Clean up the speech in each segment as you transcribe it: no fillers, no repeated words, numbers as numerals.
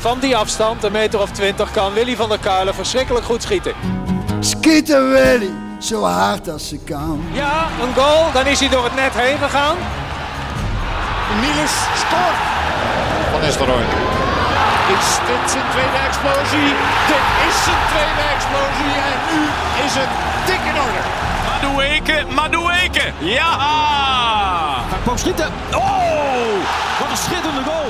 Van die afstand, een meter of 20, kan Willy van der Kuilen verschrikkelijk goed schieten. Schieten Willy, zo hard als ze kan. Ja, een goal, dan is hij door het net heen gegaan. Niels scoort. Van Nistelrooy. Is dit zijn tweede explosie? Dit is zijn tweede explosie en nu is het dik in orde. Madueke, ja! Hij kwam schieten. Oh, wat een schitterende goal.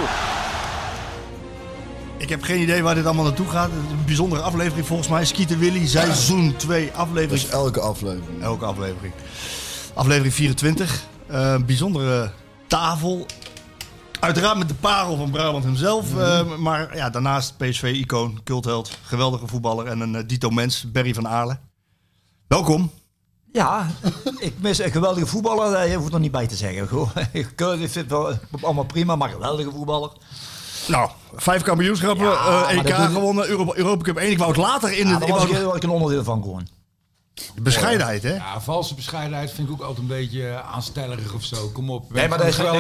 Ik heb geen idee waar dit allemaal naartoe gaat. Het is een bijzondere aflevering volgens mij. Skieten Willy, seizoen 2, aflevering. Dus elke aflevering. Elke aflevering. Aflevering 24. Bijzondere tafel. Uiteraard met de parel van Brabant hemzelf. Maar ja, daarnaast PSV-icoon, cultheld, geweldige voetballer en een dito mens, Barry van Aarle. Welkom. Ja, ik mis een geweldige voetballer. Je hoeft er niet bij te zeggen. Ik vind het wel allemaal prima, maar geweldige voetballer. Nou, 5 kampioenschappen, EK gewonnen, Europa Cup 1. Ik wou het later in Daar was ik een onderdeel van gewoon. Bescheidenheid, hè? Ja, valse bescheidenheid vind ik ook altijd een beetje aanstellerig of zo. Kom op. Nee, maar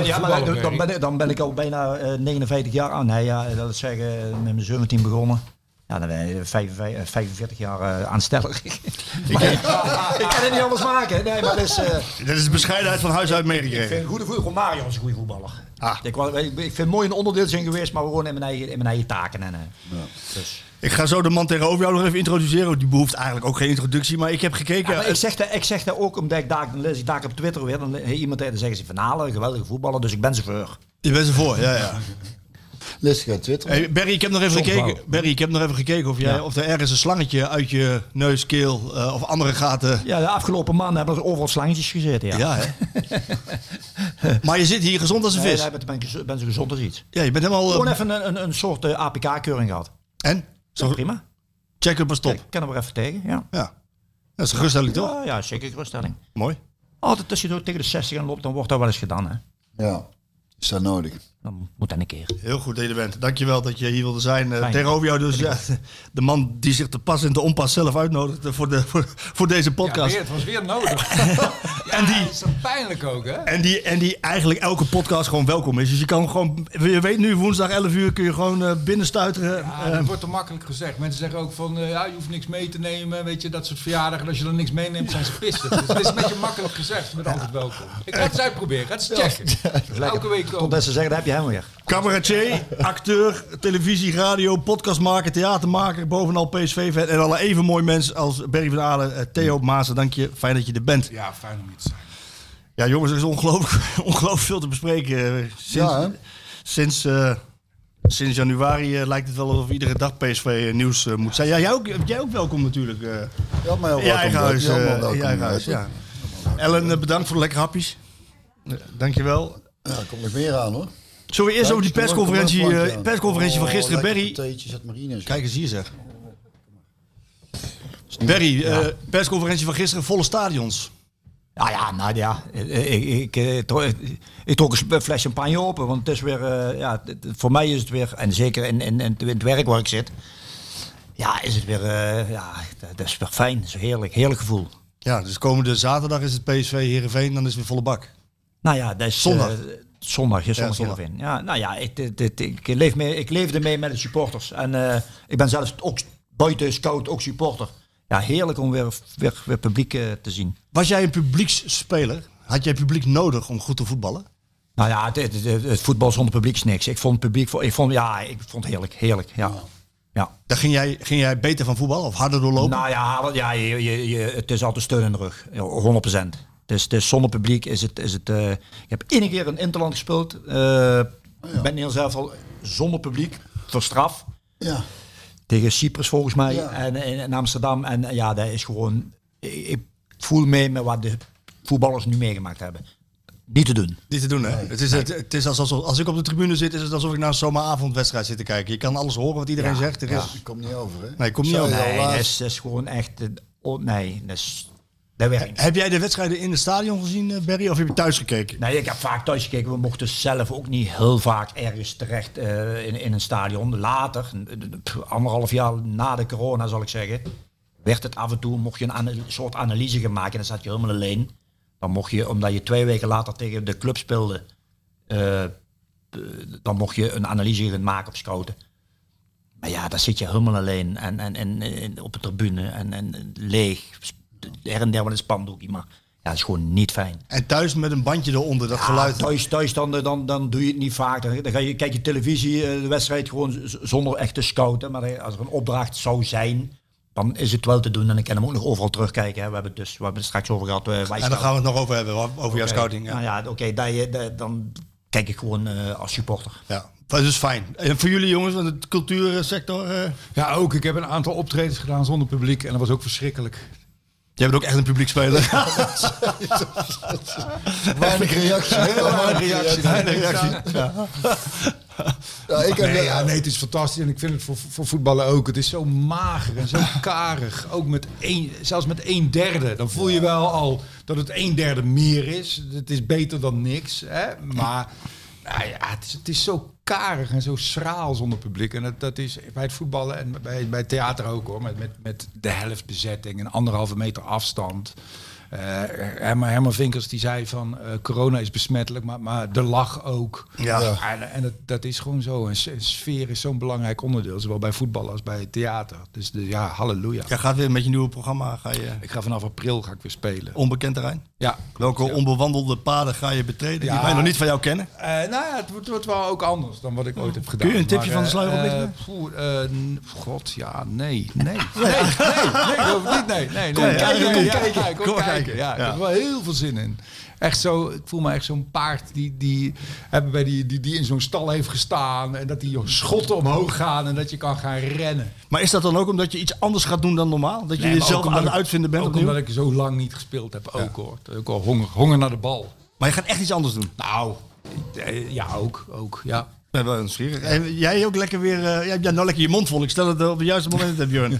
dan ben ik al bijna 59 jaar aan. Nee, ja, dat is zeggen, met mijn 17 begonnen. Ja, dan ben je 45 jaar aanstellerig. Ik kan het niet anders maken. Nee, maar dat is de bescheidenheid van huis uit meegekregen. Ik vind een goede voetballer. Romario is een goede voetballer. Ah. Ik vind het mooi een onderdeel zijn geweest, maar gewoon in mijn eigen taken. Dus. Ik ga zo de man tegenover jou nog even introduceren. Die behoeft eigenlijk ook geen introductie, maar ik heb gekeken. Ja, ik zeg dat ook omdat ik lees ik daar op Twitter weer. Dan iemand dan zeggen ze van Aarle, een geweldige voetballer, dus ik ben ze voor. Je bent ze voor, ja. Lustig aan Twitter. Hey, Barry, ik heb nog even gekeken of er ergens een slangetje uit je neus, keel of andere gaten. Ja, de afgelopen maanden hebben er overal slangetjes gezeten. Ja, hè? Maar je zit hier gezond als een vis. Nee, ik ben zo gezond als iets. Ja, je bent helemaal. Gewoon even een soort APK-keuring gehad. En? Zo prima. Check up en stop. Ik kan er maar even tegen, ja. Dat is een geruststelling, toch? Ja, zeker een geruststelling. Mooi. Altijd als je tegen de 60 aan loopt, dan wordt dat wel eens gedaan, hè. Ja, is dat nodig. Dan moet dat een keer. Heel goed dat je er bent. Dankjewel dat je hier wilde zijn. Tegenover jou dus de man die zich te pas en te onpas zelf uitnodigde voor deze podcast. Ja, het was weer nodig. En die is dat pijnlijk ook, hè? En die eigenlijk elke podcast gewoon welkom is. Dus je kan gewoon, je weet nu, woensdag 11 uur kun je gewoon binnenstuiteren. Ja, dat wordt te makkelijk gezegd. Mensen zeggen ook van, je hoeft niks mee te nemen. Weet je, dat soort verjaardagen. Als je dan niks meeneemt, zijn ze pissig. Dus het is een beetje makkelijk gezegd. Je bent altijd welkom. Ik ga het eens uitproberen. Ga het eens checken. Elke week komen. Totdat ze zeggen, daar heb je hem weer. Cabaretier, acteur, televisie, radio, podcastmaker, theatermaker, bovenal PSV-fan en alle even mooi mensen als Barry van Aarle, Theo Maassen, dank je. Fijn dat je er bent. Ja, fijn om hier te zijn. Ja jongens, er is ongelooflijk veel te bespreken. Sinds januari lijkt het wel alsof iedere dag PSV nieuws moet zijn. Ja, jij ook welkom natuurlijk. Ja, maar in je eigen huis. Ja. Ellen, bedankt voor de lekkere hapjes. Dankjewel. Ja, er komt nog meer aan hoor. Zullen we eerst over die persconferentie van gisteren, Barry? Kijk eens hier zeg. Barry, persconferentie van gisteren, volle stadions. Ik trok een fles champagne open, want het is weer, voor mij is het weer, en zeker in het werk waar ik zit, is het weer, dat is weer fijn, dat is een heerlijk gevoel. Ja, dus komende zaterdag is het PSV Heerenveen, dan is het weer volle bak. Nou ja, dat is zondag Heerenveen. Ja, ik leefde mee met de supporters en ik ben zelfs ook buiten scout, ook supporter. Ja, heerlijk om weer publiek te zien. Was jij een publieksspeler? Had jij publiek nodig om goed te voetballen? Nou ja, het voetbal zonder publiek is niks. Ik vond het heerlijk. Ja. Dan ging jij beter van voetbal of harder doorlopen? Nou ja, het is altijd steun in de rug. 100%. Dus zonder publiek is het. Ik heb één keer in Interland gespeeld. Ben hier zelf al zonder publiek voor straf. Ja. Tegen Cyprus volgens mij en in Amsterdam. En ja, dat is gewoon. Ik voel mee met wat de voetballers nu meegemaakt hebben. Niet te doen. Niet te doen, hè? Nee. Het is als ik op de tribune zit, is het alsof ik naar een zomeravondwedstrijd zit te kijken. Je kan alles horen wat iedereen zegt. Het komt niet over, hè? Nee, komt niet over. Nee, dat is gewoon echt. Dat werkt niet. Heb jij de wedstrijden in het stadion gezien, Barry, of heb je thuis gekeken? Nee, ik heb vaak thuis gekeken. We mochten zelf ook niet heel vaak ergens terecht in een stadion. Later, 1,5 jaar na de corona zal ik zeggen, werd het af en toe, mocht je een soort analyse gaan maken. En dan zat je helemaal alleen. Dan mocht je, omdat je 2 weken later tegen de club speelde, dan mocht je een analyse gaan maken op scouten. Maar ja, daar zit je helemaal alleen en op de tribune en leeg. Her en der wat een spandoekje, maar ja, het is gewoon niet fijn. En thuis met een bandje eronder, dat geluid. Thuis dan doe je het niet vaak. Dan kijk je televisie, de wedstrijd gewoon zonder echt te scouten. Maar als er een opdracht zou zijn, dan is het wel te doen. En ik kan hem ook nog overal terugkijken. Hè. We hebben het straks over gehad. En dan gaan we het nog over hebben, over jouw scouting. Ja. Nou ja, dan kijk ik gewoon als supporter. Ja, dat is fijn. En voor jullie jongens van de cultuursector? Ja, ook. Ik heb een aantal optredens gedaan zonder publiek en dat was ook verschrikkelijk. Jij bent ook echt een publiekspeler. Weinig reactie. Weinig reactie. Ja. Nee, het is fantastisch en ik vind het voor voetballen ook. Het is zo mager en zo karig. Ook zelfs met 1/3. Dan voel je wel al dat het 1/3 meer is. Het is beter dan niks. Hè? Maar nou ja, het is zo karig en zo schraal zonder publiek. En dat is bij het voetballen en bij het theater ook hoor. Met de helft bezetting en 1,5 meter afstand. Herman Vinkers die zei van corona is besmettelijk, maar er lag ook. Ja. En dat is gewoon zo. En sfeer is zo'n belangrijk onderdeel, zowel bij voetbal als bij theater. Dus ja, halleluja. Jij gaat weer met je nieuwe programma. Ik ga vanaf april weer spelen. Onbekend terrein? Ja. Welke onbewandelde paden ga je betreden die wij nog niet van jou kennen? Nou ja, het wordt wel ook anders dan wat ik ooit heb gedaan. Kun je een tipje van de sluier oplichten? God, ja, nee. Nee, geloof ik niet. Nee. Kom kijken. Ja, ik heb er wel heel veel zin in. Echt zo, ik voel me echt zo'n paard die in zo'n stal heeft gestaan en dat die schotten omhoog gaan en dat je kan gaan rennen. Maar is dat dan ook omdat je iets anders gaat doen dan normaal? Dat je jezelf aan het uitvinden bent? Ook omdat ik zo lang niet gespeeld heb, ook hoor. Ook al honger naar de bal. Maar je gaat echt iets anders doen? Nou, ja, ook, ja. Ik ben wel nieuwsgierig. En jij ook lekker weer, jij hebt nou lekker je mond vol. Ik stel het op het juiste moment, Björn.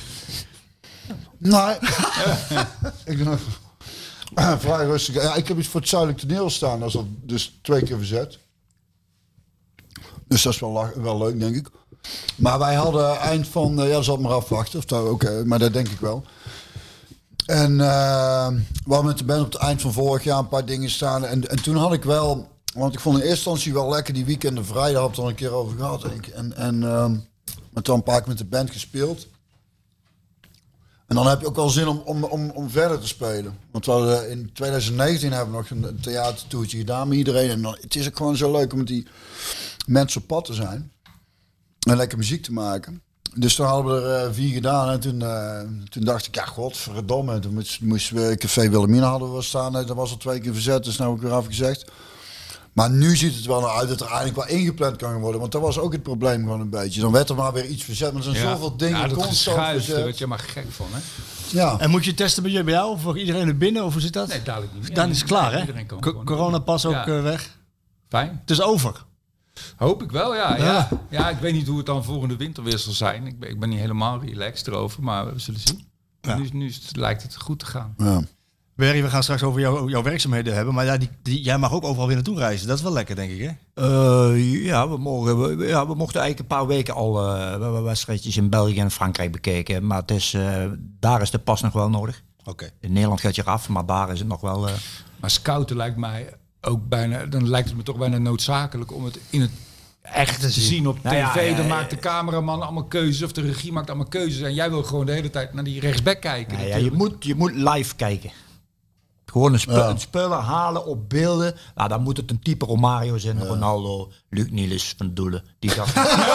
Nee. Ik doe even vrij rustig. Ja, ik heb iets voor het Zuidelijk Toneel staan. Dat is al dus 2 keer verzet. Dus dat is wel leuk, denk ik. Maar wij hadden eind van... ja, dat zal het maar afwachten. Of dat ook, maar dat denk ik wel. En we hadden met de band op het eind van vorig jaar een paar dingen staan. En toen had ik wel... Want ik vond in eerste instantie wel lekker die weekenden vrij. Daar had ik het al een keer over gehad, denk ik. En met dan een paar keer met de band gespeeld. En dan heb je ook wel zin om verder te spelen. Want we hadden in 2019 hebben we nog een theatertoertje gedaan met iedereen. En dan, het is ook gewoon zo leuk om met die mensen op pad te zijn. En lekker muziek te maken. Dus toen hadden we er 4 gedaan. En toen dacht ik, ja godverdomme. En toen moesten we Café Wilhelmina hadden we staan. Dat was al 2 keer verzet, dus nou heb ik weer afgezegd. Maar nu ziet het wel naar uit dat er eigenlijk wel ingepland kan worden. Want dat was ook het probleem gewoon een beetje. Dan werd er maar weer iets verzet. Maar er zijn zoveel dingen constant verzet. Daar word je maar gek van, hè? Ja. En moet je testen bij jou of voor iedereen er binnen? Of hoe zit dat? Nee, dadelijk niet meer. Dan is het klaar, hè? Coronapas ook weg. Fijn. Het is over. Hoop ik wel, ja. Ja, ik weet niet hoe het dan volgende winter weer zal zijn. Ik ben niet helemaal relaxed erover, maar we zullen zien. Ja. Nu lijkt het goed te gaan. Ja. Berry, we gaan straks over jouw werkzaamheden hebben, maar jij mag ook overal weer naartoe reizen. Dat is wel lekker, denk ik, hè? We mochten eigenlijk een paar weken al we hebben wedstrijdjes in België en Frankrijk bekeken. Maar het is, daar is de pas nog wel nodig. Okay. In Nederland gaat je eraf, maar daar is het nog wel... Maar scouten lijkt mij ook bijna... Dan lijkt het me toch bijna noodzakelijk om het in het echt te zien op tv. Dan maakt de cameraman allemaal keuzes of de regie maakt allemaal keuzes. En jij wil gewoon de hele tijd naar die rechtsback kijken. Je moet live kijken. Gewoon een speler halen op beelden. Nou, dan moet het een type Romario zijn, Ronaldo, Luc Niels van Doelen. Die gast.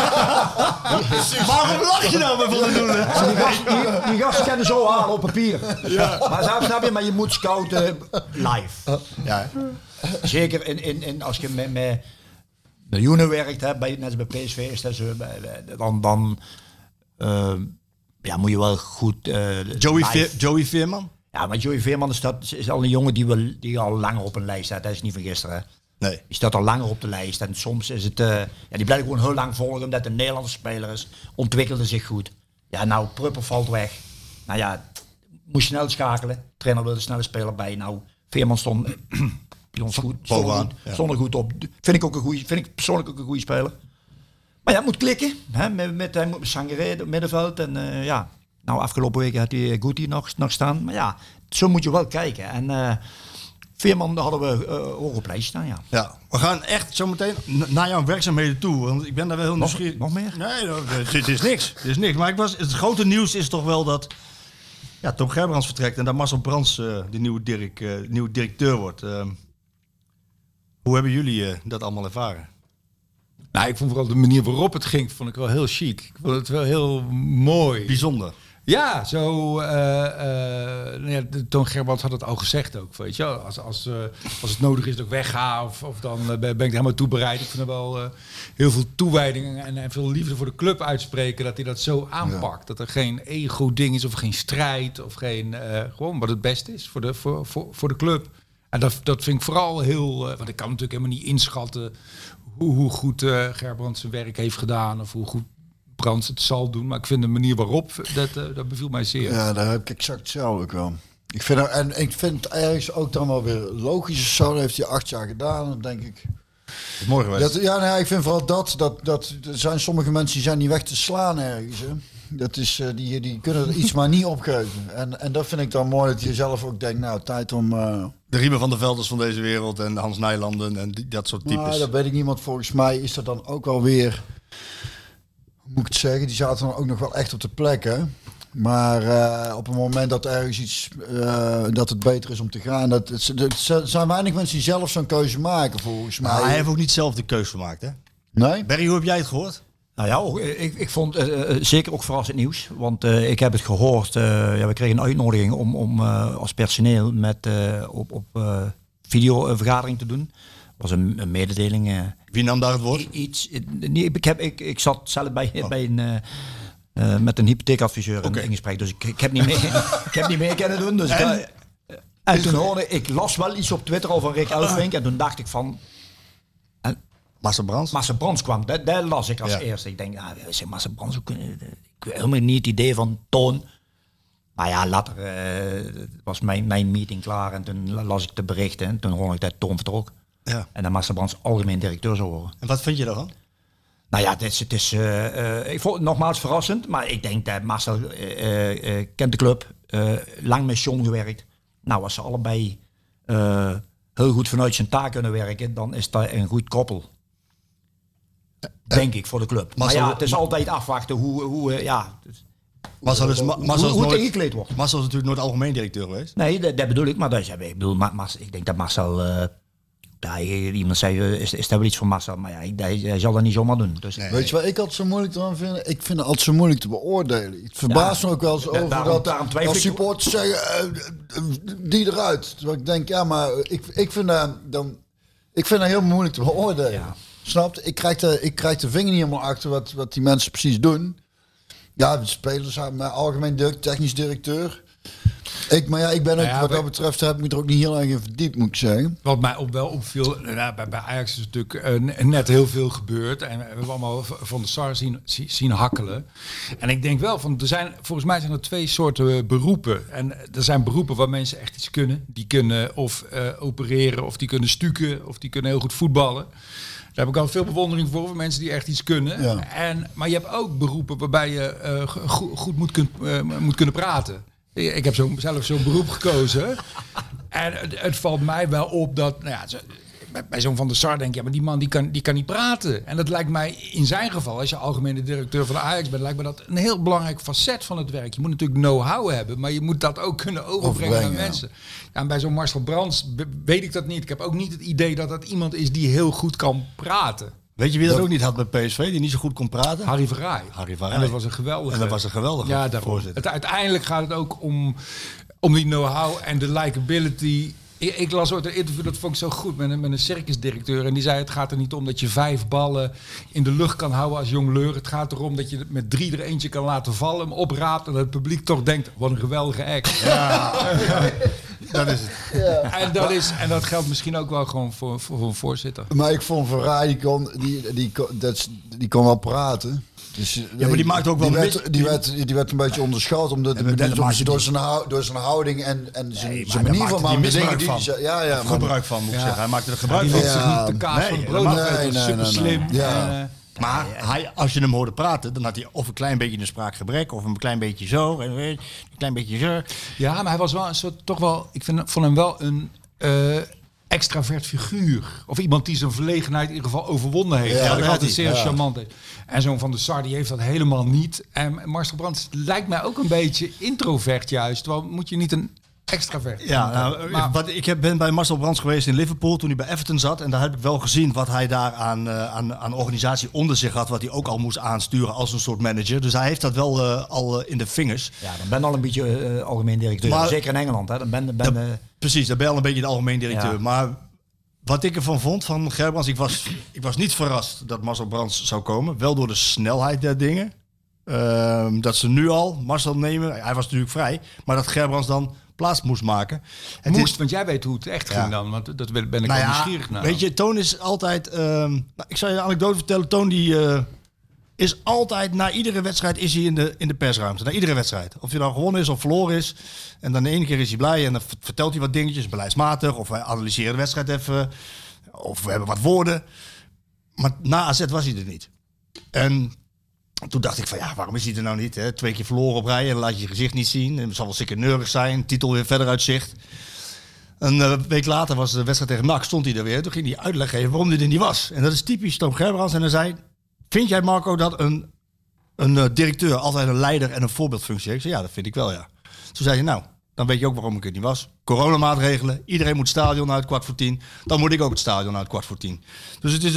Waarom lach je nou bij Van der Doelen? Die gasten kennen zo halen op papier. Ja. Maar snap je, maar je moet scouten live. Ja. Zeker in als je met miljoenen werkt, hè, net als bij PSV, is dat zo, dan moet je wel goed... Joey Veerman? Ja, maar Joey Veerman is al een jongen die al langer op een lijst staat. Dat is niet van gisteren. Hè? Nee. Die staat al langer op de lijst. En soms is het... die blijft gewoon heel lang volgen, omdat het een Nederlandse speler is. Ontwikkelde zich goed. Ja, nou, Prupper valt weg. Nou ja, moest snel schakelen. Trainer wilde snelle speler bij. Nou, Veerman stond er goed op. Vind ik persoonlijk ook een goede speler. Maar ja, het moet klikken. Hè? Met Sangaré op het middenveld. En Nou, afgelopen weken had hij Guti nog staan. Maar ja, zo moet je wel kijken. En Veerman hadden we hoog op lijst staan, ja. Ja, we gaan echt zo meteen naar jouw werkzaamheden toe. Want ik ben daar wel heel nieuwsgierig. Nog meer? Nee, het is niks. Het is niks. Maar het grote nieuws is toch wel dat Tom Gerbrands vertrekt en dat Marcel Brands de nieuwe directeur wordt. Hoe hebben jullie dat allemaal ervaren? Nou, ik vond vooral de manier waarop het ging, vond ik wel heel chic. Ik vond het wel heel mooi. Bijzonder. Ja, zo. Toon Gerbrands had het al gezegd ook. Weet je, als het nodig is dat ik wegga, of dan ben ik er helemaal toe bereid. Ik vind er wel heel veel toewijding en veel liefde voor de club uitspreken. Dat hij dat zo aanpakt. Ja. Dat er geen ego-ding is of geen strijd. Of geen. Gewoon wat het beste is voor de club. En dat vind ik vooral heel. Want ik kan natuurlijk helemaal niet inschatten hoe goed Gerbrands zijn werk heeft gedaan. Of hoe goed Brands het zal doen, maar ik vind de manier waarop dat beviel mij zeer. Ja, daar heb ik exact hetzelfde ook wel. Ik vind ergens ook dan wel weer logisch. Zo heeft hij 8 jaar gedaan, dan denk ik. Is mooi geweest. Ik vind vooral dat er zijn sommige mensen die zijn niet weg te slaan ergens. Hè. Dat is die kunnen er iets maar niet opgeven. En dat vind ik dan mooi dat je zelf ook denkt, nou tijd om. De Riemen van der Velders van deze wereld en Hans Nijlanden en dat soort types. Nou, dat weet ik niet, want volgens mij is dat dan ook wel weer. Moet ik het zeggen, die zaten dan ook nog wel echt op de plek, hè. Maar op het moment dat ergens iets, dat het beter is om te gaan, er zijn weinig mensen die zelf zo'n keuze maken, volgens mij. Maar hij heeft ook niet zelf de keuze gemaakt, hè? Nee? Barry, hoe heb jij het gehoord? Nou ja, ik vond zeker ook verrassend nieuws, want ik heb het gehoord. We kregen een uitnodiging om als personeel met op videovergadering te doen. Was een mededeling. Wie nam daar het woord? Ik zat zelf bij een met een hypotheekadviseur in gesprek, dus ik heb niet meer kunnen doen. Dus en toen hoorde ik las wel iets op Twitter al van Rick Elfrink en toen dacht ik van. Marcel Brands kwam, daar las ik als eerste. Ik denk, Marcel Brands, ik heb helemaal niet het idee van Toon. Maar ja, later was mijn meeting klaar en toen las ik de berichten en toen hoorde ik dat Toon vertrok. Ja. En dan Marcel Brands algemeen directeur zou worden. En wat vind je daarvan? Nou ja, het is ik vond het nogmaals verrassend, maar ik denk dat Marcel kent de club, lang met John gewerkt. Nou, als ze allebei heel goed vanuit zijn taak kunnen werken, dan is dat een goed koppel. Denk ik, voor de club. Maar ja, het is altijd afwachten hoe het ingekleed wordt. Marcel is natuurlijk nooit algemeen directeur geweest. Nee, dat bedoel ik. Maar ik denk dat Marcel. Iemand zei, is dat wel iets voor Marcel? Maar ja, hij zal dat niet zomaar doen. Dus. Nee. Weet je wat ik altijd zo moeilijk eraan vind? Ik vind het altijd zo moeilijk te beoordelen. Het verbaast me ook wel eens over dat als supporters zeggen, die eruit. Terwijl ik denk, ja, maar ik vind dat heel moeilijk te beoordelen. Ja. Snap je? Ik krijg de vinger niet helemaal achter wat die mensen precies doen. Ja, de spelers zijn mijn algemeen technisch directeur. Ik ben ook, wat dat betreft, heb ik me er ook niet heel erg in verdiept, moet ik zeggen. Wat mij wel opviel, bij Ajax is natuurlijk net heel veel gebeurd. En we hebben allemaal van de Sar zien hakkelen. En ik denk wel, volgens mij zijn er 2 soorten beroepen. En er zijn beroepen waar mensen echt iets kunnen. Die kunnen of opereren, of die kunnen stukken, of die kunnen heel goed voetballen. Daar heb ik al veel bewondering voor mensen die echt iets kunnen. Ja. Maar je hebt ook beroepen waarbij je goed moet kunnen praten. Ik heb zelf zo'n beroep gekozen. En het valt mij wel op dat. Bij zo'n Van der Sar denk je, maar die man die kan niet praten. En dat lijkt mij in zijn geval, als je algemene directeur van de Ajax bent, lijkt me dat een heel belangrijk facet van het werk. Je moet natuurlijk know-how hebben, maar je moet dat ook kunnen overbrengen aan mensen. Ja, en bij zo'n Marcel Brands weet ik dat niet. Ik heb ook niet het idee dat dat iemand is die heel goed kan praten. Weet je wie dat ook niet had met PSV, die niet zo goed kon praten? Harry Verraai. En dat was een geweldige voorzitter. Uiteindelijk gaat het ook om die know-how en de likability. Ik las ooit een interview, dat vond ik zo goed, met een circusdirecteur. En die zei, het gaat er niet om dat je 5 ballen in de lucht kan houden als jongleur. Het gaat erom dat je met 3 er eentje kan laten vallen, hem opraapt en dat het publiek toch denkt, wat een geweldige act. Ja. Dat is het. Ja. En dat geldt misschien ook wel gewoon voor een voorzitter. Maar ik vond Verraai, die kon wel praten. Dus, ja, maar die maakt ook wel die werd een beetje onderschat omdat door zijn houding en zijn manier van maken. Gebruik van, moet ik zeggen. Hij maakte er gebruik van. Hij heeft zich niet de kaas van het brood af. Super slim. Maar als je hem hoorde praten, dan had hij of een klein beetje een spraakgebrek, of een klein beetje zo, een klein beetje zo. Ja, maar hij was wel een soort, toch wel, vond hem wel een extravert figuur. Of iemand die zijn verlegenheid in ieder geval overwonnen heeft. Ja, Ja, dat dat altijd hij, zeer ja. charmant is. En zo'n Van der Sar, die heeft dat helemaal niet. En Marcel Brands lijkt mij ook een beetje introvert juist. Terwijl moet je niet een extravert. Ja, nou, Maar- ben bij Marcel Brands geweest in Liverpool toen hij bij Everton zat. En daar heb ik wel gezien wat hij daar aan organisatie onder zich had. Wat hij ook al moest aansturen als een soort manager. Dus hij heeft dat wel al in de vingers. Ja, dan ben je al een beetje algemeen directeur. Maar- Zeker in Engeland. Hè. Dan ben Precies, daar ben je al een beetje de algemeen directeur. Ja. Maar wat ik ervan vond van Gerbrands, ik was niet verrast dat Marcel Brands zou komen. Wel door de snelheid der dingen. Dat ze nu al Marcel nemen. Hij was natuurlijk vrij. Maar dat Gerbrands dan plaats moest maken. Het is- want jij weet hoe het echt ging dan. Want dat ben ik Nou wel ja, nieuwsgierig naar. weet je, Toon is altijd... ik zal je een anekdote vertellen. Toon die is altijd, na iedere wedstrijd is hij in de persruimte. Na iedere wedstrijd. Of je nou gewonnen is of verloren is. En dan de ene keer is hij blij en dan vertelt hij wat dingetjes, beleidsmatig. Of wij analyseren de wedstrijd even. Of we hebben wat woorden. Maar na AZ was hij er niet. En toen dacht ik van ja, waarom is hij er nou niet? Hè? 2 keer verloren op rij en dan laat je gezicht niet zien. En het zal wel zeker neurig zijn. Titel weer verder uit zicht. Een week later was de wedstrijd tegen NAC, stond hij er weer. Toen ging hij uitleg geven waarom hij er niet was. En dat is typisch Toon Gerbrands. En hij zei, vind jij Marco dat een directeur altijd een leider en een voorbeeldfunctie heeft? Ik zei, ja, dat vind ik wel, ja. Toen zei hij, nou, dan weet je ook waarom ik er niet was. Coronamaatregelen, iedereen moet het stadion uit 9:45. Dan moet ik ook het stadion uit 9:45. Dus het is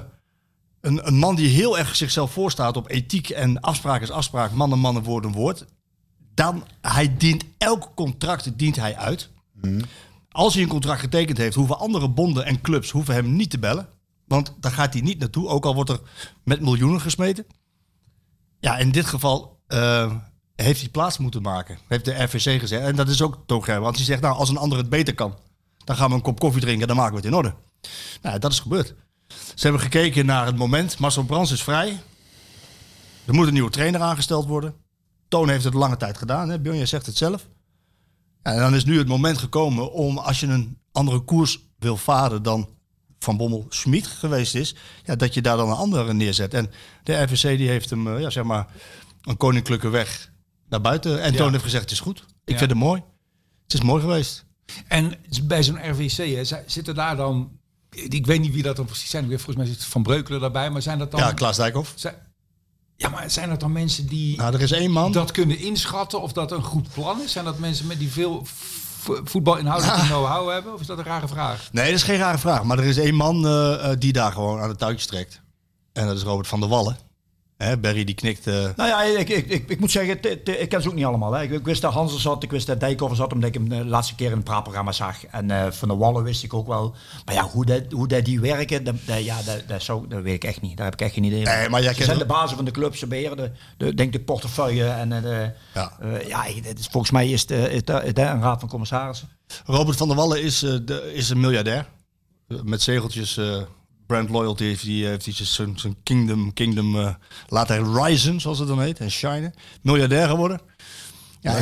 een man die heel erg zichzelf voorstaat op ethiek en afspraak is afspraak, man, woord, woord. Dan, hij dient elk contract dient hij uit. Als hij een contract getekend heeft, hoeven andere bonden en clubs hoeven hem niet te bellen. Want daar gaat hij niet naartoe, ook al wordt er met miljoenen gesmeten. Ja, in dit geval heeft hij plaats moeten maken, heeft de RVC gezegd. En dat is ook Toon Gerbrands. Die zegt, nou, als een ander het beter kan, dan gaan we een kop koffie drinken, dan maken we het in orde. Nou, dat is gebeurd. Ze hebben gekeken naar het moment. Marcel Brands is vrij. Er moet een nieuwe trainer aangesteld worden. Toon heeft het lange tijd gedaan. Hè? Björn, jij zegt het zelf. Ja, en dan is nu het moment gekomen om, als je een andere koers wil varen dan Van Bommel-Schmid geweest is, ja, dat je daar dan een andere neerzet. En de RVC die heeft hem zeg maar een koninklijke weg naar buiten. En Toon heeft gezegd, het is goed. Ik vind het mooi. Het is mooi geweest. En bij zo'n RVC, hè, zitten daar dan... Ik weet niet wie dat dan precies zijn. Volgens mij zit Van Breukelen daarbij. Maar zijn dat dan... Ja, Klaas Dijkhoff. Ja, maar zijn dat dan mensen die Nou, er is 1 man. dat kunnen inschatten of dat een goed plan is? Zijn dat mensen met die veel voetbalinhoudelijke know-how hebben? Of is dat een rare vraag? Nee, dat is geen rare vraag. Maar er is 1 man die daar gewoon aan de touwtjes trekt. En dat is Robert van der Wallen. Hè, Barry die knikt. Nou ja, ik moet zeggen, ik ken ze ook niet allemaal. Hè. Ik wist dat Hans er zat, ik wist dat Dijkhoff zat, omdat ik hem de laatste keer in een praatprogramma zag. En Van der Wallen wist ik ook wel. Maar ja, hoe dat die werken, dat weet ik echt niet. Daar heb ik echt geen idee van. Nee, maar jij Ze kent zijn de bazen van de club, ze beheren denk de portefeuille. En volgens mij is het een raad van commissarissen. Robert van der Wallen is een miljardair. Met zegeltjes... brand loyalty heeft hij zijn kingdom laat hij risen, zoals het dan heet, en shinen. Miljardair geworden. Ja,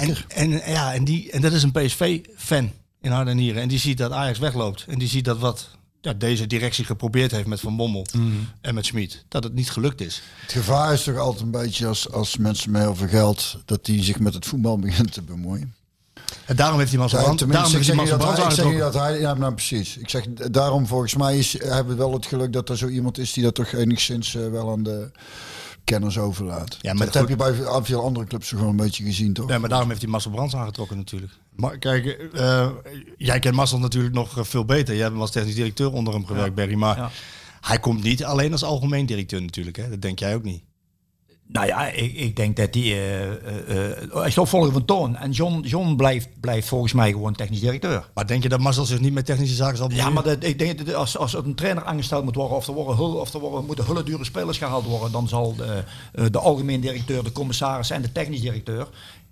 en dat is een PSV-fan in hart en nieren. En die ziet dat Ajax wegloopt. En die ziet dat wat deze directie geprobeerd heeft met Van Bommel en met Schmid. Dat het niet gelukt is. Het gevaar is toch altijd een beetje als mensen met heel veel geld, dat die zich met het voetbal beginnen te bemoeien. En daarom heeft hij Marcel Brands aangetrokken. Ja, nou precies. Ik zeg, daarom volgens mij hebben we wel het geluk dat er zo iemand is die dat toch enigszins wel aan de kenners overlaat. Ja, maar dat heb je bij veel andere clubs gewoon een beetje gezien, toch? Ja, maar daarom heeft hij Marcel Brands aangetrokken natuurlijk. Maar kijk, jij kent Marcel natuurlijk nog veel beter. Jij hebt als technisch directeur onder hem gewerkt, Barry. Maar hij komt niet alleen als algemeen directeur natuurlijk. Hè? Dat denk jij ook niet. Nou ja, ik denk dat hij is de opvolger van Toon. En John blijft volgens mij gewoon technisch directeur. Maar denk je dat Marcel zich niet met technische zaken zal bemoeien? Ja, maar ik denk dat als een trainer aangesteld moet worden, of er moeten hele dure spelers gehaald worden, dan zal de algemeen directeur, de commissaris en de technisch directeur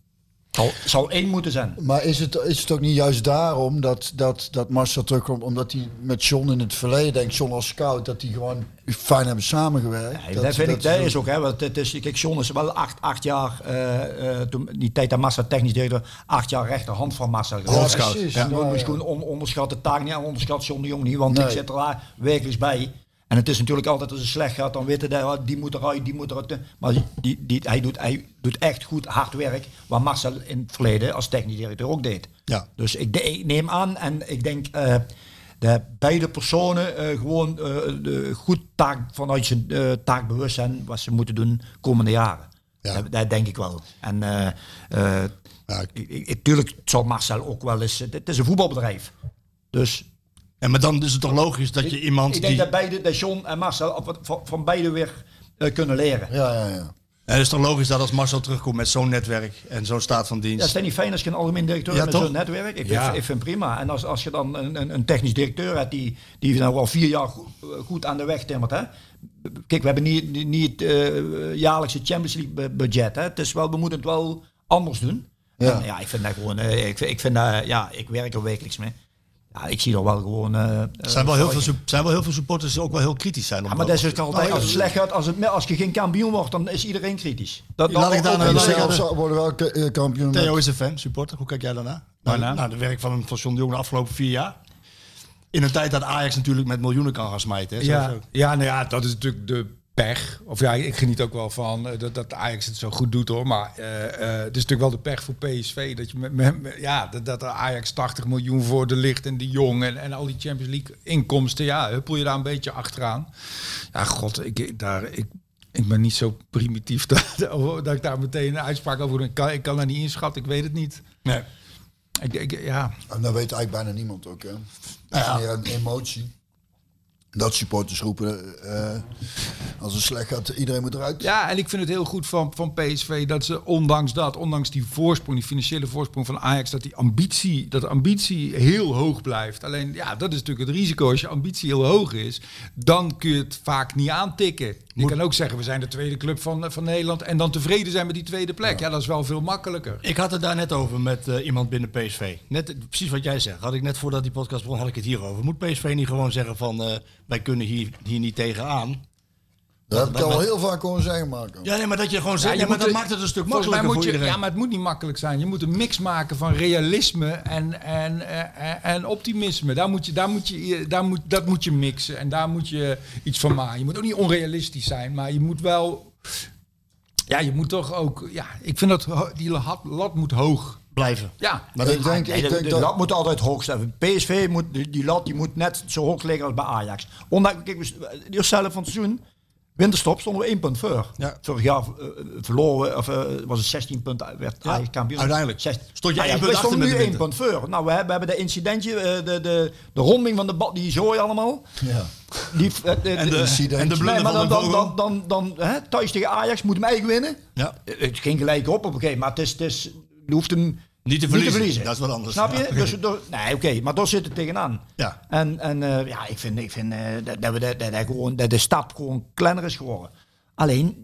zal 1 moeten zijn. Maar is het ook niet juist daarom dat Marcel terugkomt, omdat hij met John in het verleden, denkt John als scout, dat die gewoon fijn hebben samengewerkt? Ja, dat is ook, hè. Want het is, kijk, John is wel 8 jaar, toen die tijd dat Marcel technisch directeur, 8 jaar rechterhand van Marcel geweest. Ja, precies. Ja. Moet gewoon onderschat de taak niet aan, onderschat John de Jong niet, want ik zit er daar wekelijks bij. En het is natuurlijk altijd als het slecht gaat, dan weten dat die moet eruit, die moet eruit. Maar hij doet echt goed hard werk, wat Marcel in het verleden als technisch directeur ook deed. Ja. Dus ik neem aan en ik denk de beide personen gewoon goed vanuit zijn taakbewust zijn wat ze moeten doen komende jaren. Ja. Dat denk ik wel. En natuurlijk zal Marcel ook wel eens... Het is een voetbalbedrijf. Dus... Maar dan is het toch logisch dat je iemand ik denk dat John en Marcel van beide weer kunnen leren. Ja. En het is toch logisch dat als Marcel terugkomt met zo'n netwerk en zo'n staat van dienst... Ja, is dat niet fijn als je een algemeen directeur hebt met zo'n netwerk? Ik vind prima. En als je dan een technisch directeur hebt die nou al 4 jaar goed aan de weg timmert. Hè? Kijk, we hebben niet jaarlijkse Champions League budget. Hè? Het is wel, we moeten het wel anders doen. Ja, en, ik vind dat gewoon... ik werk er wekelijks mee. Ja, ik zie er wel gewoon... zijn wel heel veel supporters die ook wel heel kritisch zijn. Maar dat is het altijd. Als het slecht gaat, als je geen kampioen wordt, dan is iedereen kritisch. Laat ik daar worden wel kampioen. Theo is een fan, supporter. Hoe kijk jij daarna? Nou, de werk van John de Jong de afgelopen 4 jaar. In een tijd dat Ajax natuurlijk met miljoenen kan gaan smijten. Hè? Dat is natuurlijk de pech. Of ik geniet ook wel van dat Ajax het zo goed doet hoor. Maar het is natuurlijk wel de pech voor PSV. Dat je dat Ajax 80 miljoen voor de Ligt en de Jong en al die Champions League inkomsten. Huppel je daar een beetje achteraan. Ja, god, ik ben niet zo primitief dat ik daar meteen een uitspraak over doe. Ik kan daar niet inschatten. Ik weet het niet. Nee. En dat weet eigenlijk bijna niemand ook. Hè? Het is meer een emotie. Dat supporters roepen, als het slecht gaat, iedereen moet eruit. Ja, en ik vind het heel goed van PSV dat ze ondanks die voorsprong, die financiële voorsprong van Ajax, dat de ambitie heel hoog blijft. Alleen, dat is natuurlijk het risico. Als je ambitie heel hoog is, dan kun je het vaak niet aantikken. Je kan ook zeggen, we zijn de tweede club van Nederland en dan tevreden zijn met die tweede plek. Ja, dat is wel veel makkelijker. Ik had het daar net over met iemand binnen PSV. Net precies wat jij zegt. Had ik net voordat die podcast begon, had ik het hierover. Moet PSV niet gewoon zeggen van, wij kunnen hier niet tegenaan? Dat heb ik al heel vaak horen zeggen, Marco. Ja, nee, maar dat je gewoon zegt, maar dat maakt het een stuk makkelijker voor iedereen. Ja, maar het moet niet makkelijk zijn. Je moet een mix maken van realisme en optimisme. Dat moet je mixen en daar moet je iets van maken. Je moet ook niet onrealistisch zijn, maar je moet wel... Ja, je moet toch ook... Ja, ik vind dat die lat moet hoog blijven. Ja, maar ik denk de lat moet altijd hoog staan. PSV moet die lat moet net zo hoog liggen als bij Ajax. Ondanks, kijk, de eerste helft van het seizoen, winterstop, stonden we 1 punt voor. Ja. Vorig jaar verloren, was het 16 punten, werd Ajax kampioen. Uiteindelijk stond je 1 punt achter met nu de 1 punt voor. Nou, we hebben de incidentje, de ronding van de bal, die zooi allemaal. Ja. En de blunder van dan thuis tegen Ajax moet hem eigenlijk winnen. Ja. Het ging gelijk op een gegeven moment, maar je hoeft hem niet te verliezen. Dat is wat anders. Snap je? Dus, maar daar zit het tegenaan. Ja. En ik vind dat de stap gewoon kleiner is geworden. Alleen,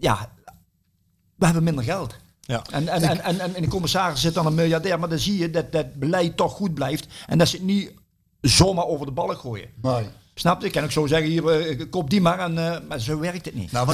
we hebben minder geld. Ja. En de commissaris zit dan een miljardair, maar dan zie je dat beleid toch goed blijft. En dat ze het niet zomaar over de balk gooien. Nee. Snap je? Ik kan ook zo zeggen, hier, kop die maar. Maar zo werkt het niet. Nou,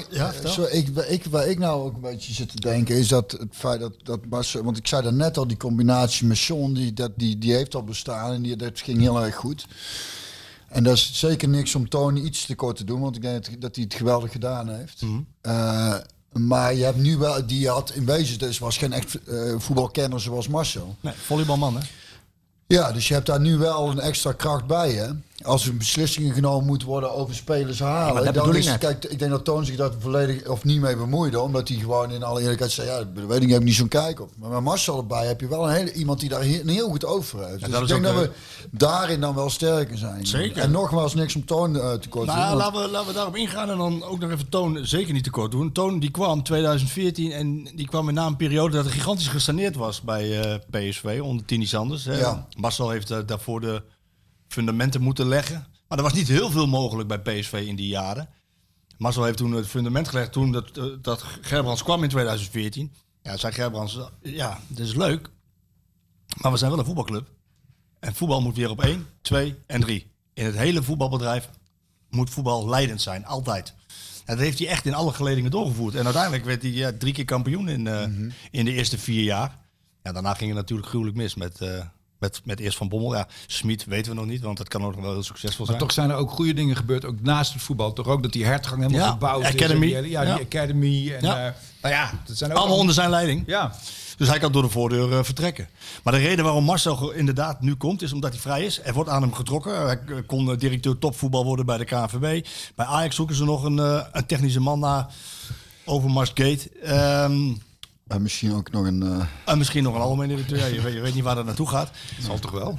waar ik nou ook een beetje zit te denken, is dat het feit dat Marcel, want ik zei dat net al, die combinatie met John, die heeft al bestaan en dat ging heel erg goed. En dat is zeker niks om Tony iets tekort te doen, want ik denk dat hij het geweldig gedaan heeft. Mm-hmm. Maar je hebt nu wel, die had in wezen, dus was geen echt voetbalkenner zoals Marcel. Nee, volleybalman hè? Ja, dus je hebt daar nu wel een extra kracht bij, hè? Als er beslissingen genomen moeten worden over spelers halen. Ja, dan is, kijk, ik denk dat Toon zich daar volledig of niet mee bemoeide, omdat hij gewoon in alle eerlijkheid zei, dat weet ik, heb ik niet zo'n kijk op. Maar met Marcel erbij heb je wel iemand die daar een heel goed over heeft. Ja, dus ik denk dat we daarin dan wel sterker zijn. Zeker. En nogmaals, niks om Toon tekort te doen. Laten we daarop ingaan en dan ook nog even Toon zeker niet tekort doen. Toon die kwam 2014 en die kwam na een periode dat er gigantisch gesaneerd was bij PSV onder Tini Sanders. Ja. Marcel heeft daarvoor de fundamenten moeten leggen. Maar er was niet heel veel mogelijk bij PSV in die jaren. Marcel heeft toen het fundament gelegd toen dat Gerbrands kwam in 2014. Ja, zei Gerbrands, dit is leuk, maar we zijn wel een voetbalclub. En voetbal moet weer op 1, 2 en 3. In het hele voetbalbedrijf moet voetbal leidend zijn, altijd. En dat heeft hij echt in alle geledingen doorgevoerd. En uiteindelijk werd hij 3 keer kampioen in de eerste 4 jaar. Ja, daarna ging het natuurlijk gruwelijk mis met eerst Van Bommel. Ja, Smit weten we nog niet, want dat kan ook nog wel heel succesvol zijn. Maar toch zijn er ook goede dingen gebeurd, ook naast het voetbal. Toch ook dat die hertgang helemaal gebouwd Academy. is. Die Academy. En, dat zijn ook allemaal onder zijn leiding. Ja. Dus hij kan door de voordeur vertrekken. Maar de reden waarom Marcel inderdaad nu komt, is omdat hij vrij is. Er wordt aan hem getrokken. Hij kon directeur topvoetbal worden bij de KNVB. Bij Ajax zoeken ze nog een technische man naar Overmars Gate. En misschien ook nog een... En misschien nog een algemeen directeur. Ja, je weet niet waar dat naartoe gaat. Dat zal toch wel?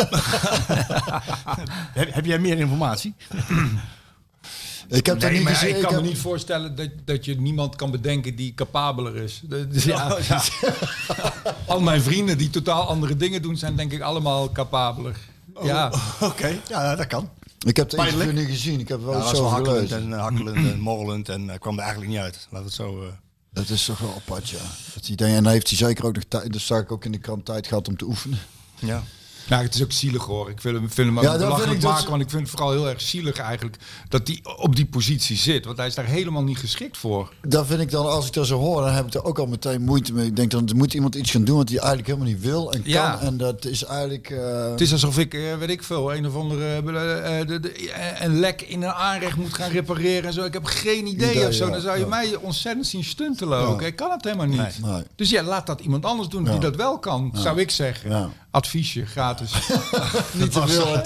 Heb jij meer informatie? Ik heb Nee, maar ik kan me niet voorstellen dat je niemand kan bedenken die capabeler is. Dus ja. Al mijn vrienden die totaal andere dingen doen, zijn denk ik allemaal capabeler. Ja. Oké, ja, dat kan. Ik heb het interview niet gezien. Ik heb wel eens zo hakkelend gelezen. en hakkelend en morrelend en kwam er eigenlijk niet uit. Laat het zo... Dat is toch wel apart, ja. Dat idee. En dan heeft hij zeker ook nog tijd, dat zag ik ook in de krant, tijd gehad om te oefenen. Ja. Nou, het is ook zielig hoor. Ik vind hem ook Ja, dat belachelijk vind ik maken, dat- want ik vind het vooral heel erg zielig eigenlijk dat hij op die positie zit. Want hij is daar helemaal niet geschikt voor. Daar vind ik dan, als ik dat zo hoor, dan heb ik er ook al meteen moeite mee. Ik denk dan, er moet iemand iets gaan doen wat hij eigenlijk helemaal niet wil en kan. Ja. En dat is eigenlijk... Het is alsof ik, weet ik veel, een of andere een lek in een aanrecht moet gaan repareren en zo. Ik heb geen idee of zo. Ja, Dan zou je ja. mij ontzettend zien stuntelen ook. Ja. Ik kan het helemaal niet. Nee. Dus ja, laat dat iemand anders doen die dat wel kan, zou ik zeggen. Ja. Adviesje, gratis. niet te veel.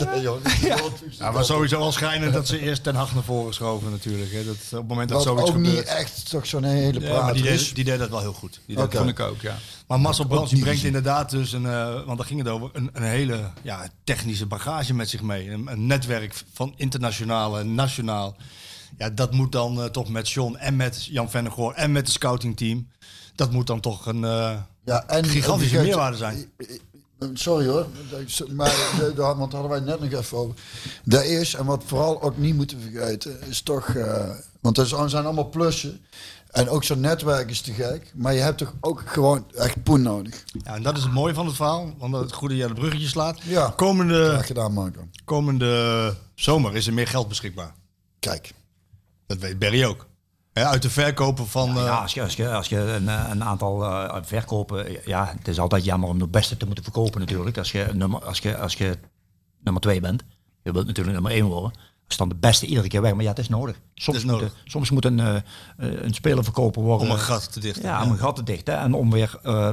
Ja, maar sowieso al schijnend dat ze eerst Ten Hag naar voren schoven natuurlijk. Hè. Dat, op het moment dat Wat zoiets ook gebeurt. niet echt toch zo'n hele Ja, maar praat die is. deed dat wel heel goed. Die Dat Oké. vond ik ook, ja. Maar Marcel Brands die niet brengt gezien. inderdaad dus want daar ging het over, een hele technische bagage met zich mee. Een netwerk van internationaal en nationaal. Ja, dat moet dan toch met John en met Jan Vennegoor en met het scoutingteam. Dat moet dan toch een Ja, en gigantische vergeet- meerwaarde zijn. Sorry hoor, maar want hadden wij het net nog even over. Dat is, en wat vooral ook niet moeten vergeten, is toch... want er zijn allemaal plussen. En ook zo'n netwerk is te gek. Maar je hebt toch ook gewoon echt poen nodig. Ja, en dat is het mooie van het verhaal. Want het goede dat je de bruggetje slaat. Ja. Komende, Graag gedaan, Marco. komende zomer is er meer geld beschikbaar. Kijk. Dat weet Barry ook. Hè, uit de verkopen van... Als je een aantal verkopen... Ja, het is altijd jammer om de beste te moeten verkopen natuurlijk. Als je nummer 2 bent. Je wilt natuurlijk nummer 1 worden. Als dan de beste iedere keer weg. Maar ja, het is nodig. Soms moet een speler verkopen worden. om een gat te dichten. Ja, om een gat te dichten. En om weer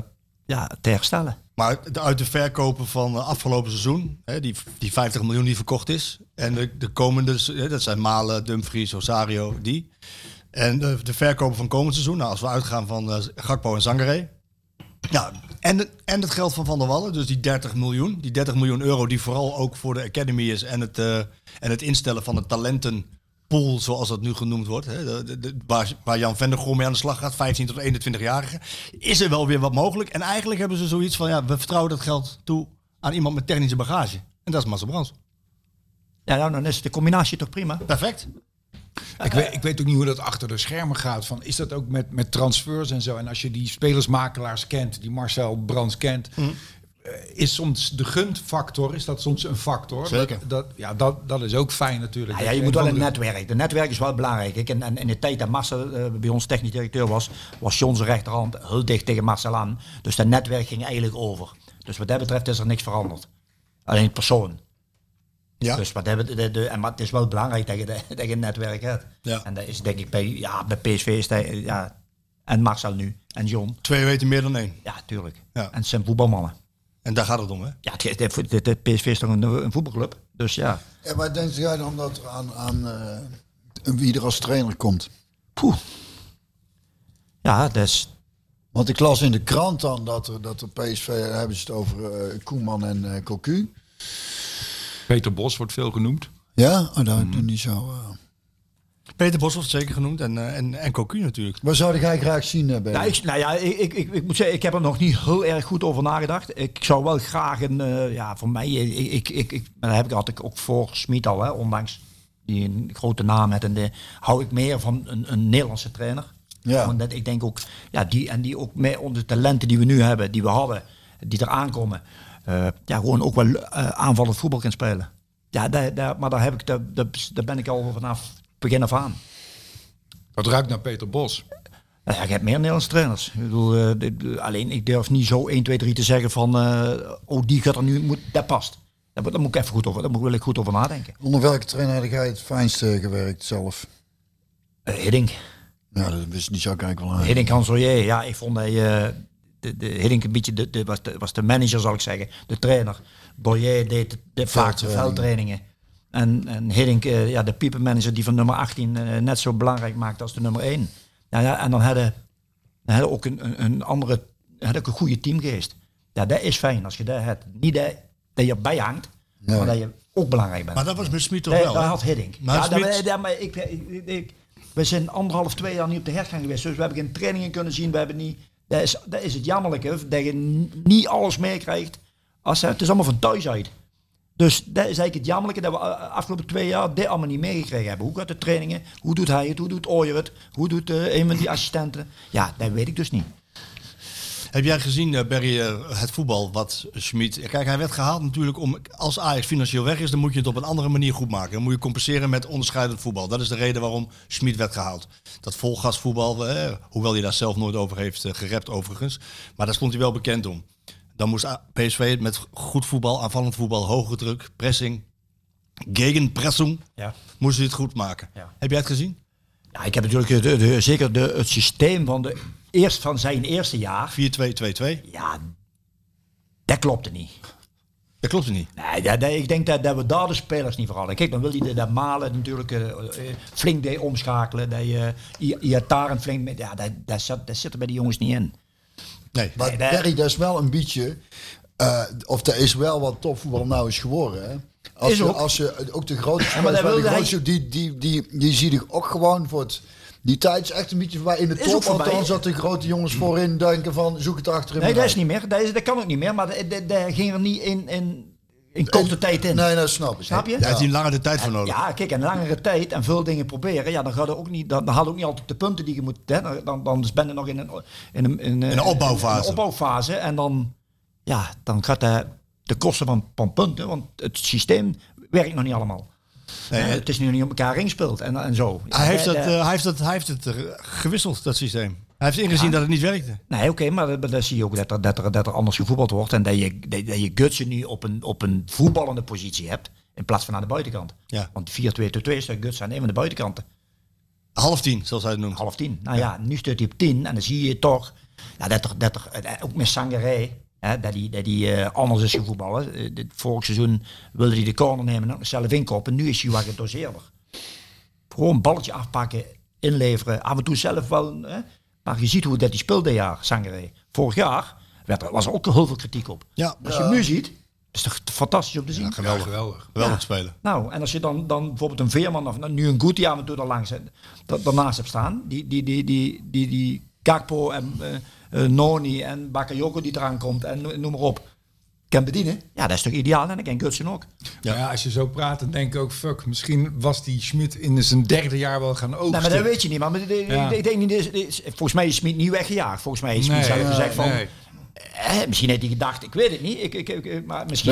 te herstellen. Maar uit de verkopen van afgelopen seizoen, hè, die 50 miljoen die verkocht is. En de komende, dat zijn Malen, Dumfries, Rosario, die. En de verkopen van komend seizoen, nou, als we uitgaan van Gakpo en Sangaré. Ja, en het geld van Van der Wallen, dus die 30 miljoen. Die 30 miljoen euro die vooral ook voor de Academy is en het instellen van de talentenpool, zoals dat nu genoemd wordt. Hè, waar Jan Vennegoor mee aan de slag gaat, 15 tot 21-jarigen. Is er wel weer wat mogelijk. En eigenlijk hebben ze zoiets van, ja, we vertrouwen dat geld toe aan iemand met technische bagage. En dat is Marcel Brands. Ja, nou, dan is de combinatie toch prima. Perfect. Ik weet ook niet hoe dat achter de schermen gaat. Is dat ook met transfers en zo? En als je die spelersmakelaars kent, die Marcel Brands kent... is soms de gunfactor, is dat soms een factor? Zeker. Dat is ook fijn natuurlijk. Ja, je moet wel een netwerk. De netwerk is wel belangrijk. En in de tijd dat Marcel bij ons technisch directeur was John zijn rechterhand heel dicht tegen Marcel aan. Dus dat netwerk ging eigenlijk over. Dus wat dat betreft is er niks veranderd. Alleen het persoon. Ja. Dus maar het is wel belangrijk dat je een netwerk hebt. Ja. En dat is denk ik bij PSV is dat, en Marcel nu en John. 2 weten meer dan 1. Ja, tuurlijk. Ja. En het zijn voetbalmannen. En daar gaat het om, hè? Ja, de PSV is toch een voetbalclub. Dus ja. Ja, maar denk jij dan dat er aan wie er als trainer komt? Poeh. Ja, dat is... Want ik las in de krant dan dat de PSV, daar hebben ze het over Koeman en Cocu. Peter Bos wordt veel genoemd. Ja, dat doe niet zo. Peter Bos wordt zeker genoemd en Cocu natuurlijk. Waar zou jij graag zien, Ben? Ik moet zeggen, ik heb er nog niet heel erg goed over nagedacht. Ik zou wel graag voor mij, daar heb ik altijd ook voor Smit al, hè, ondanks die een grote naam heeft. En hou ik meer van een Nederlandse trainer. Ja. Want ik denk ook, die ook met onze talenten die we nu hebben, die we hadden, die er aankomen, gewoon ook wel aanvallend voetbal kan spelen. Ja, maar daar ben ik al vanaf begin af aan. Wat ruikt naar Peter Bos? Ja, je hebt meer Nederlandse trainers. Ik bedoel, alleen ik durf niet zo 1, 2, 3 te zeggen van, die gaat er nu, dat past. Daar moet ik even goed over nadenken. Onder welke trainer heb jij het fijnste gewerkt zelf? Hiddink. Ja, dat wist die zou ik eigenlijk wel aan. Hiddink Hanselier, ja, ik vond Hiddink een beetje was de manager, zal ik zeggen. De trainer. Boyer deed vaak de veldtrainingen. En Hiddink, de piepenmanager die van nummer 18 net zo belangrijk maakt als de nummer 1. Ja, en dan hadden ook een andere, een goede teamgeest. Ja, dat is fijn als je dat hebt. Niet dat je erbij hangt, maar dat je ook belangrijk bent. Maar dat was met Smit toch wel? Dat had Hiddink. Maar we zijn 1,5-2 jaar niet op de hertgang geweest. Dus we hebben geen trainingen kunnen zien. We hebben niet, dat is het jammerlijke, dat je niet alles meekrijgt. Het is allemaal van thuis uit. Dus dat is eigenlijk het jammerlijke dat we afgelopen 2 jaar dit allemaal niet meegekregen hebben. Hoe gaat de trainingen? Hoe doet hij het? Hoe doet Ooyer het? Hoe doet een van die assistenten? Ja, dat weet ik dus niet. Heb jij gezien, Barry, het voetbal wat Schmid... Kijk, hij werd gehaald natuurlijk om... Als Ajax financieel weg is, dan moet je het op een andere manier goed maken. Dan moet je compenseren met onderscheidend voetbal. Dat is de reden waarom Schmid werd gehaald. Dat volgasvoetbal, hoewel hij daar zelf nooit over heeft gerept overigens. Maar daar stond hij wel bekend om. Dan moest PSV met goed voetbal, aanvallend voetbal, hoge druk, pressing, gegenpressing, moest hij het goed maken. Ja. Heb jij het gezien? Ja, ik heb natuurlijk zeker het systeem van zijn eerste jaar. 4-2-2-2. Ja, dat klopte niet. Dat klopte niet? Nee, ik denk dat we daar de spelers niet voor hadden. Kijk, dan wil hij dat Malen natuurlijk flink deed omschakelen. Dat je Iataren flink... Ja, dat zit er bij die jongens niet in. Nee, maar Barry, dat is wel een beetje... of dat is wel wat topvoetbal nou is geworden, hè? Als je ook de grote spelers, die zie ik ook gewoon voor het... Die tijd is echt een beetje voorbij in de top. Want dan zat de grote jongens voorin denken van zoek het achterin. Nee, dat is niet meer. Dat kan ook niet meer. Maar dat ging er niet in korte tijd in. Nee, dat snap je. Snap je? Daar heeft hij langere tijd voor nodig. Ja, kijk, een langere tijd en veel dingen proberen. Ja, dan gaat het ook niet. Dan haal ook niet altijd de punten die je moet. Hè, dan ben je nog in een opbouwfase. Een opbouwfase. En dan gaat de kosten van punten. Want het systeem werkt nog niet allemaal. Nee, het is nu niet op elkaar ingespeeld en zo. Ja, hij heeft het gewisseld, dat systeem. Hij heeft ingezien dat het niet werkte. Nee, oké, maar dan zie je ook dat er anders gevoetbald wordt. En dat je Gutsen nu op een voetballende positie hebt. In plaats van aan de buitenkant. Ja. Want 4-2-2 staat Gutsen aan een van de buitenkanten. 9:30, zoals hij het noemt. 9:30. Nou ja, nu staat hij op 10. En dan zie je toch dat er ook met Sangaré... dat hij anders is gevoetballen. Vorig seizoen wilde hij de corner nemen en zelf inkoppen. Nu is hij wat gedoseerder. Gewoon een balletje afpakken, inleveren. Af en toe zelf wel. Maar je ziet hoe dat hij speelde dit jaar, Sangaré. Vorig jaar was er ook heel veel kritiek op. Ja, als je hem nu ziet, is het toch fantastisch om te zien. Ja, geweldig spelen. Nou, en als je dan bijvoorbeeld een Veerman of nu een Guti af en toe daarnaast hebt staan. Die Gakpo en... Noni en Bakayoko die eraan komt en noem maar op, kan bedienen. Ja, dat is toch ideaal en dan kan Gutsen ook. Ja, als je zo praat, dan denk ik ook, misschien was die Schmid in zijn 3e jaar wel gaan oogsten. Nee, maar dat weet je niet. Maar ik denk niet, volgens mij is Schmid niet weggejaagd. Volgens mij is Schmid zelf gezegd van... misschien heeft hij gedacht, ik weet het niet. Maar misschien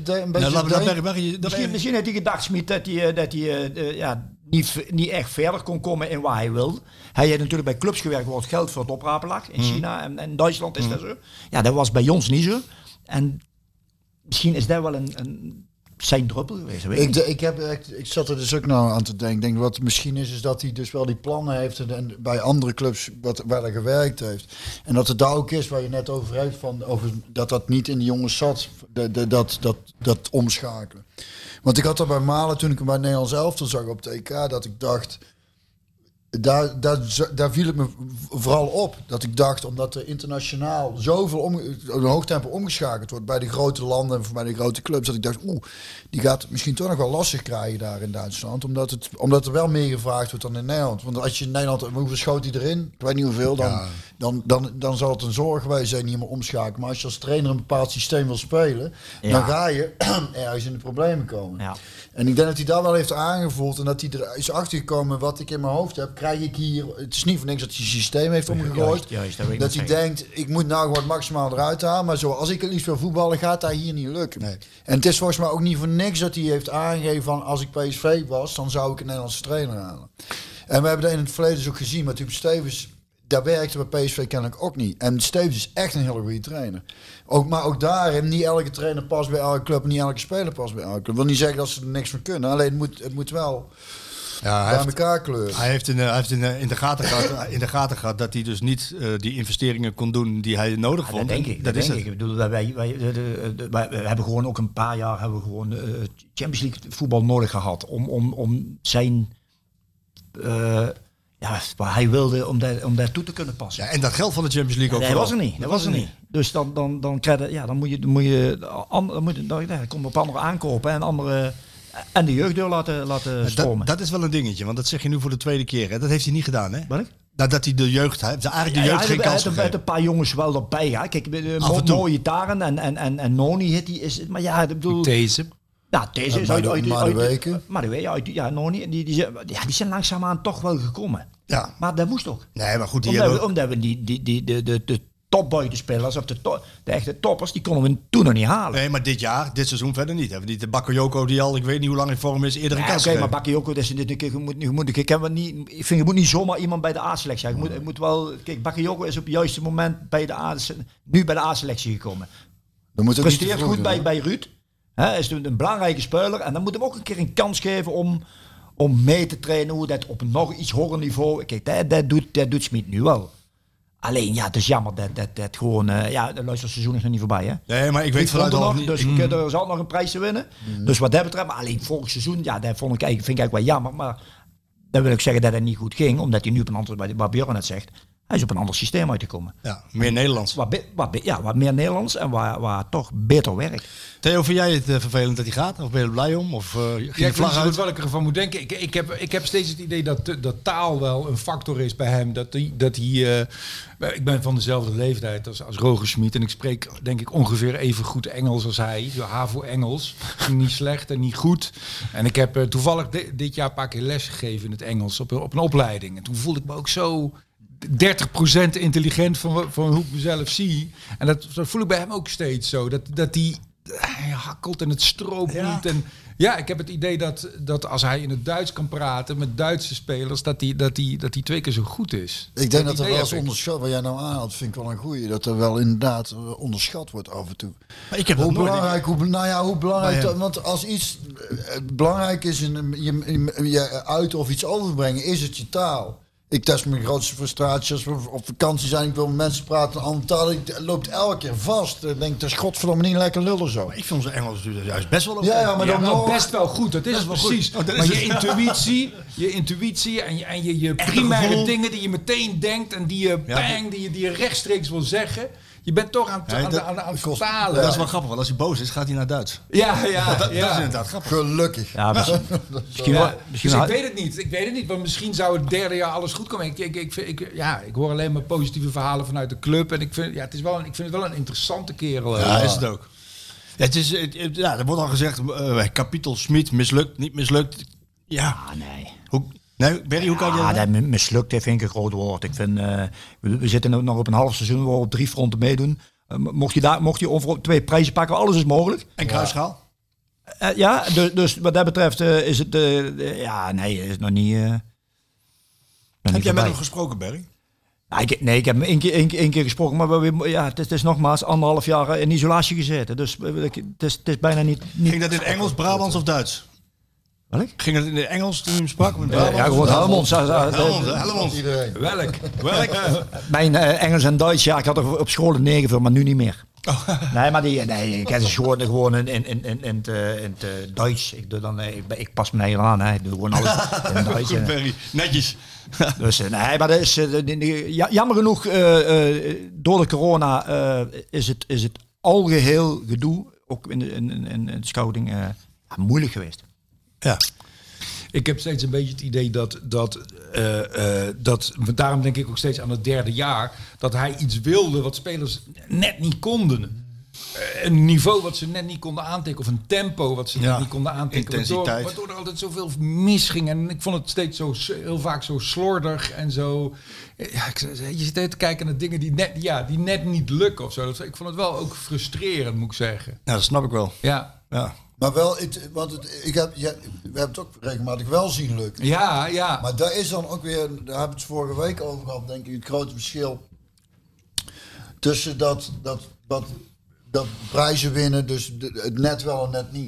misschien heeft hij gedacht, Schmid, dat hij niet echt verder kon komen in waar hij wil. Hij heeft natuurlijk bij clubs gewerkt waar het geld voor het oprapen lag. In China en Duitsland is dat zo. Ja, dat was bij ons niet zo. En misschien is dat wel een zijn druppel geweest. Ik zat er dus ook nou aan te denken. Ik denk wat misschien is dat hij dus wel die plannen heeft en bij andere clubs waar hij gewerkt heeft. En dat het daar ook is waar je net over heeft, over dat niet in de jongens zat, dat omschakelen. Want ik had er bij Malen, toen ik hem bij Nederlands elftal zag op het EK, dat ik dacht... Daar viel het me vooral op. Dat ik dacht, omdat er internationaal zoveel een hoog tempo omgeschakeld wordt bij de grote landen en bij de grote clubs, dat ik dacht, die gaat het misschien toch nog wel lastig krijgen daar in Duitsland. Omdat er wel meer gevraagd wordt dan in Nederland. Want als je in Nederland, hoeveel schoot hij erin? Ik weet niet hoeveel. Dan zal het een zorg geweest zijn, niet meer omschakelen. Maar als je als trainer een bepaald systeem wil spelen, dan ga je ergens in de problemen komen. Ja. En ik denk dat hij dat wel heeft aangevoeld en dat hij er is achtergekomen wat ik in mijn hoofd heb. Krijg ik hier, het is niet voor niks dat hij systeem heeft omgegooid. Juist, dat hij denkt, ik moet nou gewoon maximaal eruit halen. Maar als ik het liefst wil voetballen, gaat dat hier niet lukken. Nee. En het is volgens mij ook niet voor niks dat hij heeft aangegeven van als ik PSV was, dan zou ik een Nederlandse trainer halen. En we hebben dat in het verleden dus ook gezien met Huub Stevens. Dat werkte bij PSV kennelijk ook niet. En Stevens is echt een hele goede trainer. Maar ook daarin, niet elke trainer past bij elke club, niet elke speler past bij elke club. Ik wil niet zeggen dat ze er niks van kunnen. Alleen het moet wel... bij elkaar kleuren. Hij heeft in de gaten gehad dat hij dus niet die investeringen kon doen die hij nodig vond. Dat denk ik. Ik bedoel, wij hebben gewoon ook een paar jaar Champions League voetbal nodig gehad om zijn waar hij wilde om daartoe te kunnen passen. Ja, en dat geld van de Champions League ook. Nee, dat was er niet. Dus dan krijg je, dan moet je komt op andere aankopen en andere en de jeugddeur laten stromen. Dat is wel een dingetje, want dat zeg je nu voor de tweede keer. Hè? Dat heeft hij niet gedaan, hè? Wat ik? Dat hij de jeugd heeft. Eigenlijk de jeugd geen kans gegeven. Hij een paar jongens wel erbij. Ja. Kijk, mooie Taren en Noni die is. Maar ja, ik bedoel. Deze. Ja, deze is uit Noni. Die zijn langzaamaan toch wel gekomen. Ja. Maar dat moest ook. Nee, maar goed. Omdat we de topbuitenspelers of de echte toppers, die konden we toen nog niet halen. Nee, maar dit seizoen verder niet. Hebben we niet de Bakayoko die al, ik weet niet hoe lang in vorm is, eerder een kans gegeven. Maar Bakayoko, ik vind je moet niet zomaar iemand bij de A-selectie. Je moet wel, kijk, Bakayoko is op het juiste moment nu bij de A-selectie gekomen. Presteert goed bij Ruud. Hij is een belangrijke speler en dan moet hem ook een keer een kans geven om mee te trainen hoe dat op een nog iets hoger niveau. Kijk, dat doet Smit nu wel. Alleen, ja, het is jammer dat gewoon... de luisterseizoen is nog niet voorbij, hè? Nee, maar ik weet vanuit al niet... Dus er zal nog een prijs te winnen. Dus wat dat betreft... Maar alleen volgend seizoen, ja, dat vind ik eigenlijk wel jammer. Maar dan wil ik zeggen dat het niet goed ging. Omdat hij nu op een ander... Wat Björn net zegt. Hij is op een ander systeem uitgekomen. Ja, meer Nederlands. Wat meer Nederlands en waar toch beter werkt. Theo, vind jij het vervelend dat hij gaat? Of ben je er blij om? Of ik vind het wel ik ervan moet denken. Ik heb steeds het idee dat taal wel een factor is bij hem. Dat hij ik ben van dezelfde leeftijd als Roger Schmid. En ik spreek denk ik ongeveer even goed Engels als hij. HAVO Engels. Niet slecht en niet goed. En ik heb toevallig dit jaar een paar keer les gegeven in het Engels op een opleiding. En toen voelde ik me ook zo... 30% intelligent van hoe ik mezelf zie. En dat voel ik bij hem ook steeds zo. Dat hij hakkelt en het stroopt niet. En ja, ik heb het idee dat als hij in het Duits kan praten met Duitse spelers, dat hij 2 keer zo goed is. Ik denk dat er wel eens onderschat, wat jij nou aanhaalt, vind ik wel een goeie. Dat er wel inderdaad onderschat wordt af en toe. Maar ik heb hoe belangrijk, want als iets belangrijk is in je uit of iets overbrengen, is het je taal. Ik test mijn grootste frustratie als we op vakantie zijn. Ik wil met mensen praten, een andere taal. Het loopt elke keer vast. Ik denk, dat is godverdomme niet lekker lullen zo. Ik vind onze Engels juist best wel oké. Ja, maar dan nog best wel goed. Dat is het precies. Maar je intuïtie en je primaire dingen die je meteen denkt en die je rechtstreeks wil zeggen. Je bent toch aan het vertalen. Dat is wel grappig, want als hij boos is, gaat hij naar Duits. Ja. Dat is inderdaad grappig. Gelukkig. Ja, misschien dus ik weet het niet. Want misschien zou het derde jaar alles goed komen. Ik hoor alleen maar positieve verhalen vanuit de club. En ik vind het wel een interessante kerel. Ja, is het ook. Er wordt al gezegd, kapitel Schmid mislukt, niet mislukt. Ja. Nee. Nee, Berry, hoe kan je dat? Mislukt vind ik een groot woord. Ik vind, we zitten nog op een half seizoen waar we op 3 fronten meedoen. Mocht je over 2 prijzen pakken, alles is mogelijk. En kruisschaal? Dus wat dat betreft is het... is het nog niet... Heb jij met hem gesproken, Berry? Ik heb hem één keer gesproken, maar het is nogmaals 1,5 jaar in isolatie gezeten. Dus het is bijna niet... Ging dat in Engels, Brabants of Duits? Wat? Ging het in het Engels toen je hem sprak? Gewoon Helmond. Helmond. Welk? Mijn Engels en Duits, ik had er op school een 9 voor, maar nu niet meer. Oh. Nee, maar ik heb ze gewoon in het Duits. Ik pas me hier aan, hè. Ik doe gewoon alles in Duits. Goed, Berry. Netjes. Dus maar dat is jammer genoeg door de corona is het algeheel gedoe, ook in de scouting, moeilijk geweest. Ja. Ik heb steeds een beetje het idee dat daarom denk ik ook steeds aan het 3e jaar, dat hij iets wilde wat spelers net niet konden. Een niveau wat ze net niet konden aantikken, of een tempo wat ze net niet konden aantikken. Waardoor er altijd zoveel misging. En ik vond het steeds heel vaak zo slordig en zo. Ja, je zit te kijken naar dingen die net niet lukken of zo. Ik vond het wel ook frustrerend, moet ik zeggen. Ja, dat snap ik wel. Ja. Maar wel, we hebben het ook regelmatig wel zien lukken. Ja. Maar daar is dan ook weer, daar hebben we het vorige week over gehad, denk ik, het grote verschil tussen dat prijzen winnen, dus het net wel en net niet.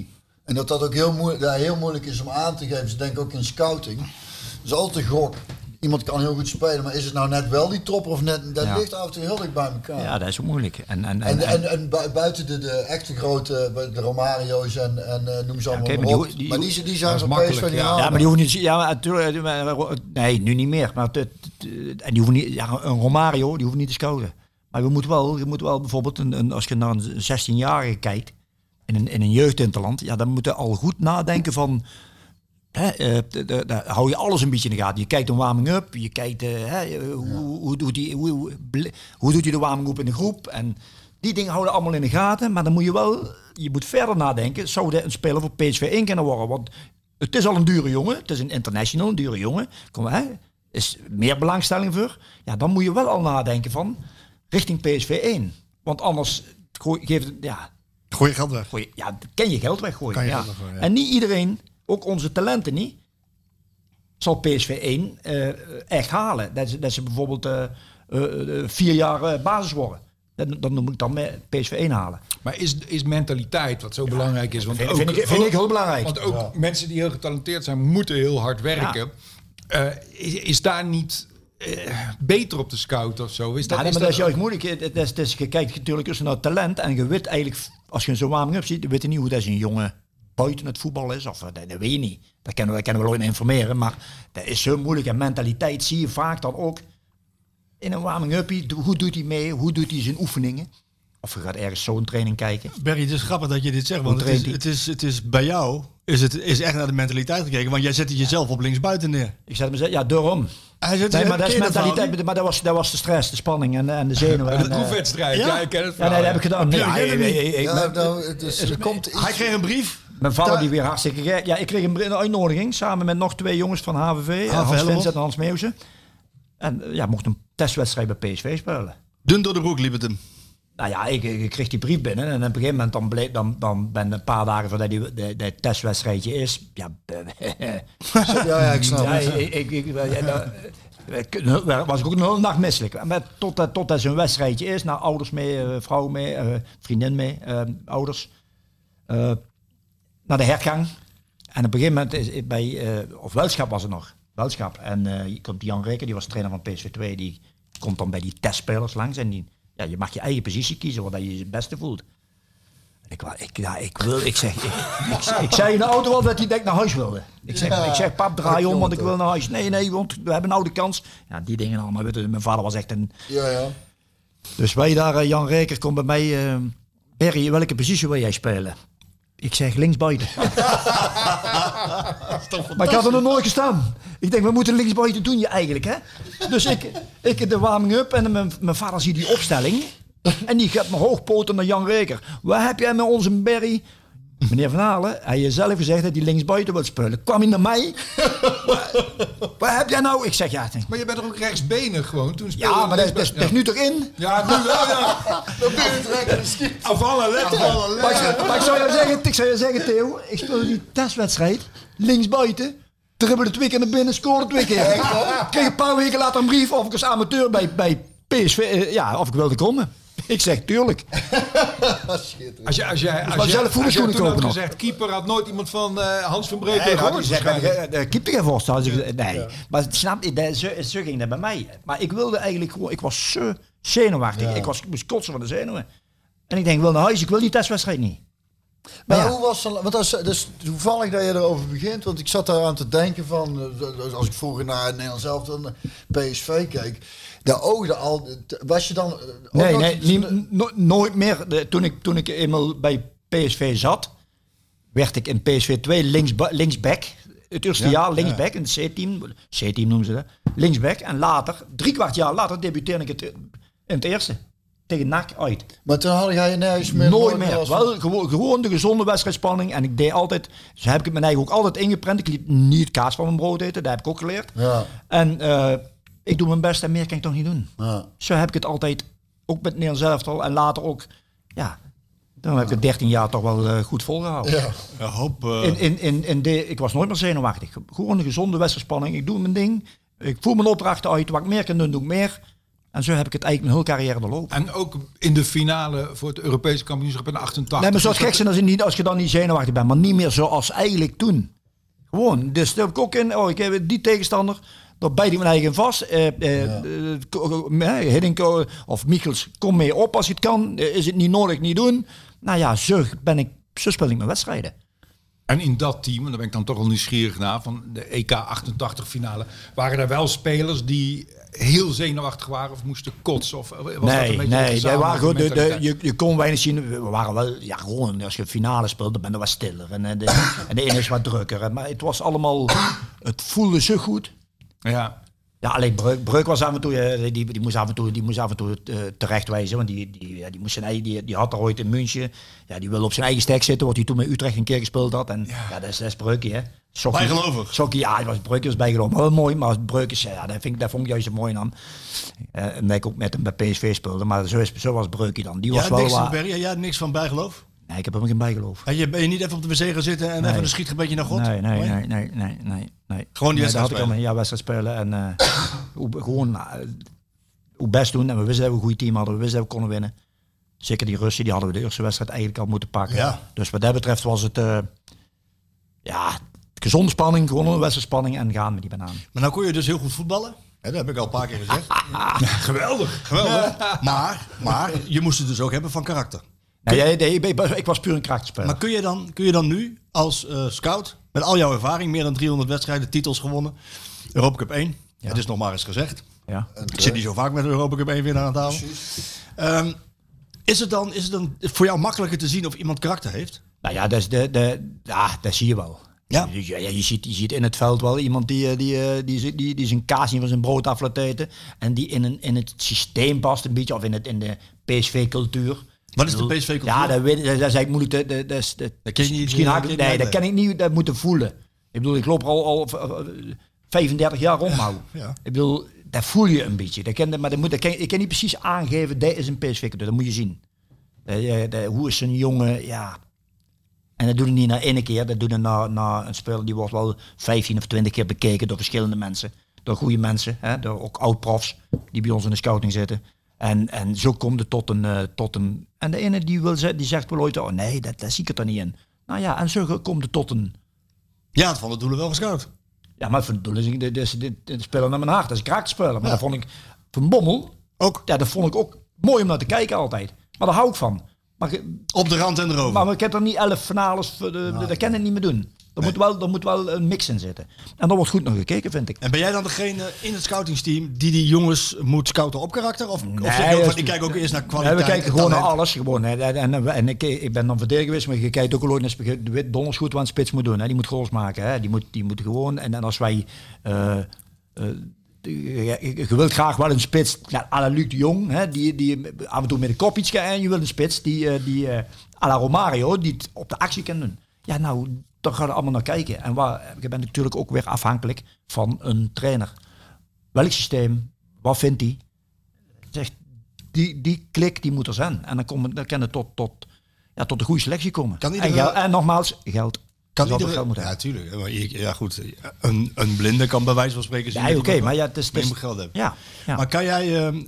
En dat ook heel moeilijk is om aan te geven. Ze denken ook in scouting. Dat is altijd een gok. Iemand kan heel goed spelen, maar is het nou net wel die topper of net? Dat ligt af en toe heel dicht bij elkaar. Ja, dat is ook moeilijk. En buiten de echte grote, de Romario's en noem ze allemaal maar op. Maar die zijn van PSV niet aan. Ja, maar die hoeven niet... Ja, natuurlijk... Nee, nu niet meer. Maar en die hoeven niet... Ja, een Romario, die hoeft niet te scouten. Maar je moet wel bijvoorbeeld, als je naar een 16-jarige kijkt, in een jeugdinterland, ja, dan moet je al goed nadenken van... Daar hou je alles een beetje in de gaten. Je kijkt een warming-up, je kijkt hoe doet hij de warming-up in de groep. En die dingen houden allemaal in de gaten. Maar dan moet je moet verder nadenken. Zou dit een speler voor PSV 1 kunnen worden? Want het is al een dure jongen. Het is een international, een dure jongen. Is meer belangstelling voor. Ja, dan moet je wel al nadenken van richting PSV 1. Want anders gooi je geld weg. Ken je geld weggooien. Geld weggooien, ja. En niet iedereen... Ook onze talenten niet, zal PSV 1 echt halen. Dat ze bijvoorbeeld 4 jaar basis worden. Dan noem ik dan PSV 1 halen. Maar is mentaliteit wat zo belangrijk is? Want vind ik heel belangrijk. Want ook mensen die heel getalenteerd zijn, moeten heel hard werken. Ja. Is daar niet beter op de scout of zo? Dat is juist moeilijk. Je kijkt natuurlijk tussen naar talent en je weet eigenlijk, als je zo'n warming-up ziet, weet je niet hoe dat is een jongen buiten het voetbal is, of dat weet je niet. Daar kunnen we wel in informeren, maar dat is zo moeilijk. En mentaliteit zie je vaak dan ook in een warming-up. Hoe doet hij mee? Hoe doet hij zijn oefeningen? Of je gaat ergens zo'n training kijken. Barry, het is grappig dat je dit zegt, want het is bij jou is echt naar de mentaliteit gekeken, want jij zet jezelf op linksbuiten neer. Ik zet mezelf, ja, daarom. Maar dat is mentaliteit, maar dat was de stress, de spanning en de zenuwen. De proefwedstrijd, ik ken het. Ja, nee, dat heb ik gedaan. Hij kreeg een brief. Mijn vader die weer hartstikke gek. Ja, ik kreeg een uitnodiging samen met nog 2 jongens van HVV. Hans Vincent en Hans Meeuwse. En mocht een testwedstrijd bij PSV spelen. Dun door de broek liep het hem. Nou ja, ik kreeg die brief binnen. En op een gegeven moment dan ben een paar dagen voordat die testwedstrijdje is. Ja, ik snap was ik ook een hele nacht misselijk. Maar totdat zo'n wedstrijdje is. Nou, ouders mee, vrouw mee, vriendin mee, ouders. Naar de hergang. En op een gegeven moment is bij Welschap was het nog. Welschap. En komt Jan Reker, die was trainer van PSV 2, die komt dan bij die testspelers langs. En je mag je eigen positie kiezen, waar je het beste voelt. Ik zei in de auto al dat hij naar huis wilde. Ik zeg pap, draai om, want ik wil naar huis. Nee, want we hebben nou de kans. Ja, die dingen allemaal. Mijn vader was echt een... Ja. Dus wij daar, Jan Reker komt bij mij. Barry, welke positie wil jij spelen? Ik zeg linksbuiten. Maar ik had er nog nooit gestaan. Ik denk, we moeten linksbuiten doen je eigenlijk, hè? Dus ik de warming-up en mijn vader ziet die opstelling. En die gaat me hoogpoten naar Jan Reker. Waar heb jij met onze Barry? Meneer Van Halen, hij heeft zelf gezegd dat hij linksbuiten wil spelen. Kwam hij naar mij? Waar heb jij nou? Ik zeg, ja. Maar je bent er ook rechtsbenig gewoon. Toen ja, maar dat is nu toch in? Ja, nu wel, ja. Dan ben je het recht. Afvallen, letterlijk. Maar ik zou je zeggen, Theo, ik speelde die testwedstrijd linksbuiten. Dribbelde 2 keer naar binnen, scoorde 2 keer. Ik kreeg een paar weken later een brief of ik als amateur bij PSV, of ik wilde komen. Ik zeg, tuurlijk. Als jij toen had gezegd, keeper had nooit iemand van Hans van Breukelen gehoord. De keeper geen voorstel. Nee, maar snap je, zo ging dat bij mij. Maar ik wilde eigenlijk gewoon, ik was zo zenuwachtig. Ja. Ik moest kotsen van de zenuwen. En ik denk, ik wil naar huis, ik wil die testwedstrijd niet. Maar hoe was het, want dat is toevallig dat je erover begint, want ik zat daar aan te denken van, als ik vroeger naar het Nederlands elftal PSV keek, de oogde al, was je dan... nooit meer. Toen ik eenmaal bij PSV zat, werd ik in PSV 2 linksback. Het eerste jaar linksback, in het C-team noemen ze dat, linksback. En later, 3/4 jaar later, debuteerde ik in het eerste. Tegen NAC uit. Maar toen had jij nergens meer... Nooit meer. Wel, gewoon de gezonde wedstrijdspanning. En ik deed altijd... Zo heb ik het mijn eigen ook altijd ingeprent. Ik liet niet kaas van mijn brood eten. Dat heb ik ook geleerd. Ja. En ik doe mijn best en meer kan ik toch niet doen. Ja. Zo heb ik het altijd... Ook met Nederlands elftal. En later ook... Ja, dan heb ik het 13 jaar toch wel goed volgehouden. Ja. Ja, hoop... Ik was nooit meer zenuwachtig. Gewoon een gezonde wedstrijdspanning. Ik doe mijn ding. Ik voer mijn opdrachten uit. Wat ik meer kan doen, doe ik meer. En zo heb ik het eigenlijk mijn hele carrière doorlopen. En ook in de finale voor het Europese kampioenschap in 88. Nee, maar zou het gek zijn als je dan niet zenuwachtig bent. Maar niet meer zoals eigenlijk toen. Gewoon. Dus daar heb ik ook in. Ik heb die tegenstander. Daar bijt ik mijn eigen vast. Hiddink of Michels, kom mee op als je het kan. Is het niet nodig, niet doen. Nou ja, zo speel ik mijn wedstrijden. En in dat team, en daar ben ik dan toch wel nieuwsgierig naar, van de EK 88 finale, waren er wel spelers die heel zenuwachtig waren of moesten kotsen? Of was dat een beetje wij waren gewoon je kon weinig zien. We waren wel, ja, gewoon als je finale speelt, dan ben je wat stiller. En de ene is wat drukker. Maar het was allemaal, het voelde zo goed. Ja. Ja, alleen Breuk was af en toe, die moest af en toe terechtwijzen, want die had er ooit in München. Ja, die wilde op zijn eigen stek zitten, wat hij toen met Utrecht een keer gespeeld had. En ja, dat is Breukje, hè. Bijgelovig. Ja, het was Breukje was bijgelovig. Maar wel mooi, maar Breukje, ja, dat vond ik juist mooi aan. En ik ook met hem bij PSV speelde, maar zo was Breukje dan. Die was wel niks van Berry, ja, niks van bijgeloof? Nee, ik heb helemaal geen bijgeloof. Ben je niet even op de wc gaan zitten en even een schietgebedje naar God? Nee. Gewoon die wedstrijd spelen? Ja, wedstrijd spelen en hoe best doen. En we wisten dat we een goed team hadden, we wisten dat we konden winnen. Zeker die Russen, die hadden we de eerste wedstrijd eigenlijk al moeten pakken. Ja. Dus wat dat betreft was het gezonde spanning, gewoon een wedstrijdspanning en gaan met die banaan. Maar nou kon je dus heel goed voetballen. Ja, dat heb ik al een paar keer gezegd. Geweldig. Maar je moest het dus ook hebben van karakter. Nee, ik was puur een karakterspeler. Maar kun je dan nu als scout, met al jouw ervaring, meer dan 300 wedstrijden, titels gewonnen, Europa Cup 1, het is nog maar eens gezegd. Ja. Ik zit niet zo vaak met de Europa Cup 1 winnaar aan tafel. Is het dan voor jou makkelijker te zien of iemand karakter heeft? Nou ja, dat zie je wel. Ja. Je ziet in het veld wel iemand die zijn kaas niet van zijn brood af laat eten. En die in het systeem past een beetje, of in de PSV-cultuur. Wat is de PSV-cultuur? Ja, dat is eigenlijk moeilijk. Dat ken je niet. Nee, dat kan ik niet. Dat moeten voelen. Ik bedoel, ik loop er al 35 jaar rond. Ja. Ik bedoel, dat voel je een beetje. Ik kan niet precies aangeven, dat is een PSV-cultuur. Dat moet je zien. Hoe is een jongen, ja. En dat doe je niet na één keer. Dat doe je na een speler die wordt wel 15 of 20 keer bekeken door verschillende mensen. Door goede mensen, door ook oud-profs die bij ons in de scouting zitten. En zo komt het tot een... En de ene die zegt wel ooit, oh nee, dat zie ik het er niet in. Nou ja, en zo komt het tot een... Ja, het van de doelen wel gescout. Ja, maar van de doelen is de speler naar mijn hart. Dat is een karakterspeler. Maar dat vond ik van Bommel ook. Ja, dat vond ik ook mooi om naar te kijken altijd. Maar daar hou ik van. Maar, op de rand en erover. Maar ik heb er niet 11 finales, dat kan ik niet meer doen. Er moet wel een mix in zitten. En dan wordt goed nog gekeken, vind ik. En ben jij dan degene in het scoutingsteam die jongens moet scouten op karakter? Of zeg je ook van, ik kijk ook eerst naar kwaliteit? Nee, we kijken gewoon naar alles. Gewoon, en ik ben dan verdediger geweest, maar je kijkt ook al ooit naar de donders goed wat een spits moet doen. Hè. Die moet goals maken. Hè. Die moet gewoon... En als wij... je wilt graag wel een spits, à la Luc de Jong, hè, die af en toe met een kop iets kan, en je wilt een spits die à la Romario, die het op de actie kan doen. Ja, nou, daar gaan we allemaal naar kijken. En je bent natuurlijk ook weer afhankelijk van een trainer. Welk systeem, wat vindt hij? Zegt, die klik, die moet er zijn. En dan kan het tot een goede selectie komen. En nogmaals, geld. Kan iedereen... Ja, tuurlijk. Ja, goed. Een blinde kan bij wijze van spreken zien. Ja, oké, maar ja, het is moet geld hebben. Ja. Maar kan jij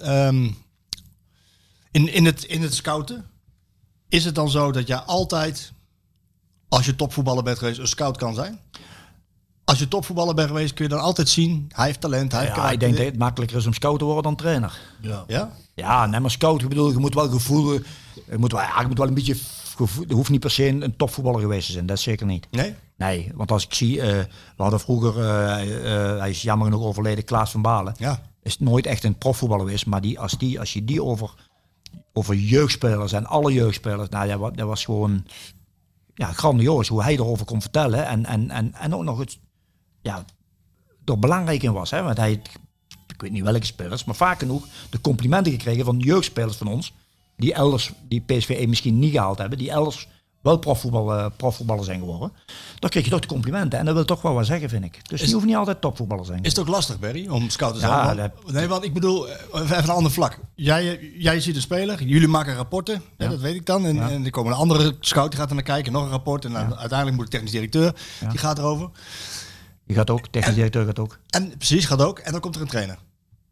in het scouten, is het dan zo dat jij altijd, als je topvoetballer bent geweest, een scout kan zijn? Als je topvoetballer bent geweest, kun je dan altijd zien, hij heeft talent, hij heeft karakter. Ik denk dat het makkelijker is om scout te worden dan trainer. Ja? Ja, nee, maar scout, ik bedoel, je moet wel gevoel, je moet wel een beetje, er hoeft niet per se een topvoetballer geweest te zijn, dat zeker niet. Nee, want als ik zie, we hadden vroeger, hij is jammer genoeg overleden, Klaas van Balen. Ja. Is nooit echt een profvoetballer geweest, maar als je die over jeugdspelers en alle jeugdspelers, nou ja, dat was gewoon grandioos hoe hij erover kon vertellen en ook nog het er belangrijk in was, hè, want hij, ik weet niet welke spelers, maar vaak genoeg de complimenten gekregen van jeugdspelers van ons die elders, die PSV misschien niet gehaald hebben, die elders wel profvoetballer zijn geworden. Dan kreeg je toch de complimenten. En dat wil toch wel wat zeggen, vind ik. Dus die hoeft niet altijd topvoetballer zijn. Is het ook lastig, Barry, om scout te zijn? Nee, want ik bedoel, even een ander vlak. Jij ziet een speler, jullie maken rapporten, dat weet ik dan. En er komen een andere scout, die gaat er naar kijken, nog een rapport. En uiteindelijk moet de technisch directeur, die gaat erover. Die gaat ook, technisch directeur gaat ook. En precies, gaat ook. En dan komt er een trainer.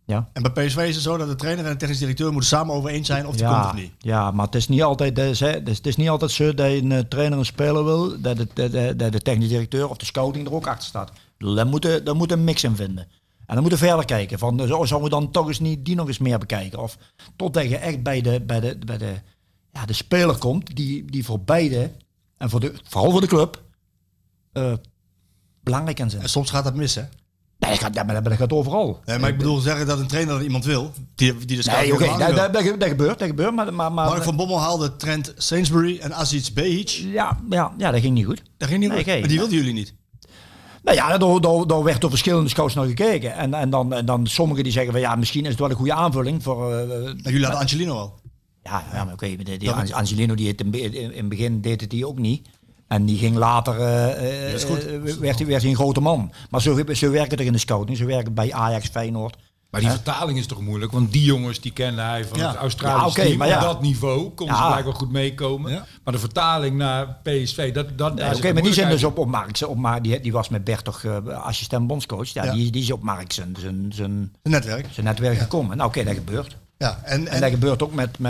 Ja. En bij PSV is het zo dat de trainer en de technisch directeur moeten samen over eens zijn of die komt of niet. Ja, maar het is niet altijd, het is niet altijd zo dat je een trainer een speler wil, dat de technisch directeur of de scouting er ook achter staat. Ik bedoel, daar moet een mix in vinden. En dan moeten we verder kijken. Van, zouden we dan toch eens niet die nog eens meer bekijken? Of totdat je echt bij de speler komt die voor beide en vooral voor de club belangrijk kan zijn. En soms gaat dat mis, hè? Nee, dat gaat overal. Nee, maar ik bedoel zeggen dat een trainer dat iemand wil, die de scouting Nee, oké, dat gebeurt. Maar Mark van Bommel haalde Trent Sainsbury en Aziz Behic. Ja, dat ging niet goed. Dat ging niet goed. Maar die wilden jullie niet. Nou ja, daar werd door verschillende scouts naar gekeken. En dan sommigen die zeggen van ja, misschien is het wel een goede aanvulling voor... jullie hadden Angelino al. Ja, maar oké, Angelino die het in het begin deed het die ook niet. En die ging later, werd hij een grote man. Maar zo werkt het er in de scouting. Zo werkt het bij Ajax, Feyenoord. Maar die vertaling is toch moeilijk? Want die jongens die kende hij van het Australische team. Maar op dat niveau konden ze blijkbaar goed meekomen. Ja. Maar de vertaling naar PSV, Oké, maar die zijn dus op Mark. Die was met Bert toch assistent bondscoach. Ja. Die is op Mark zijn netwerk gekomen. Nou oké, dat gebeurt. Ja, en dat gebeurt ook met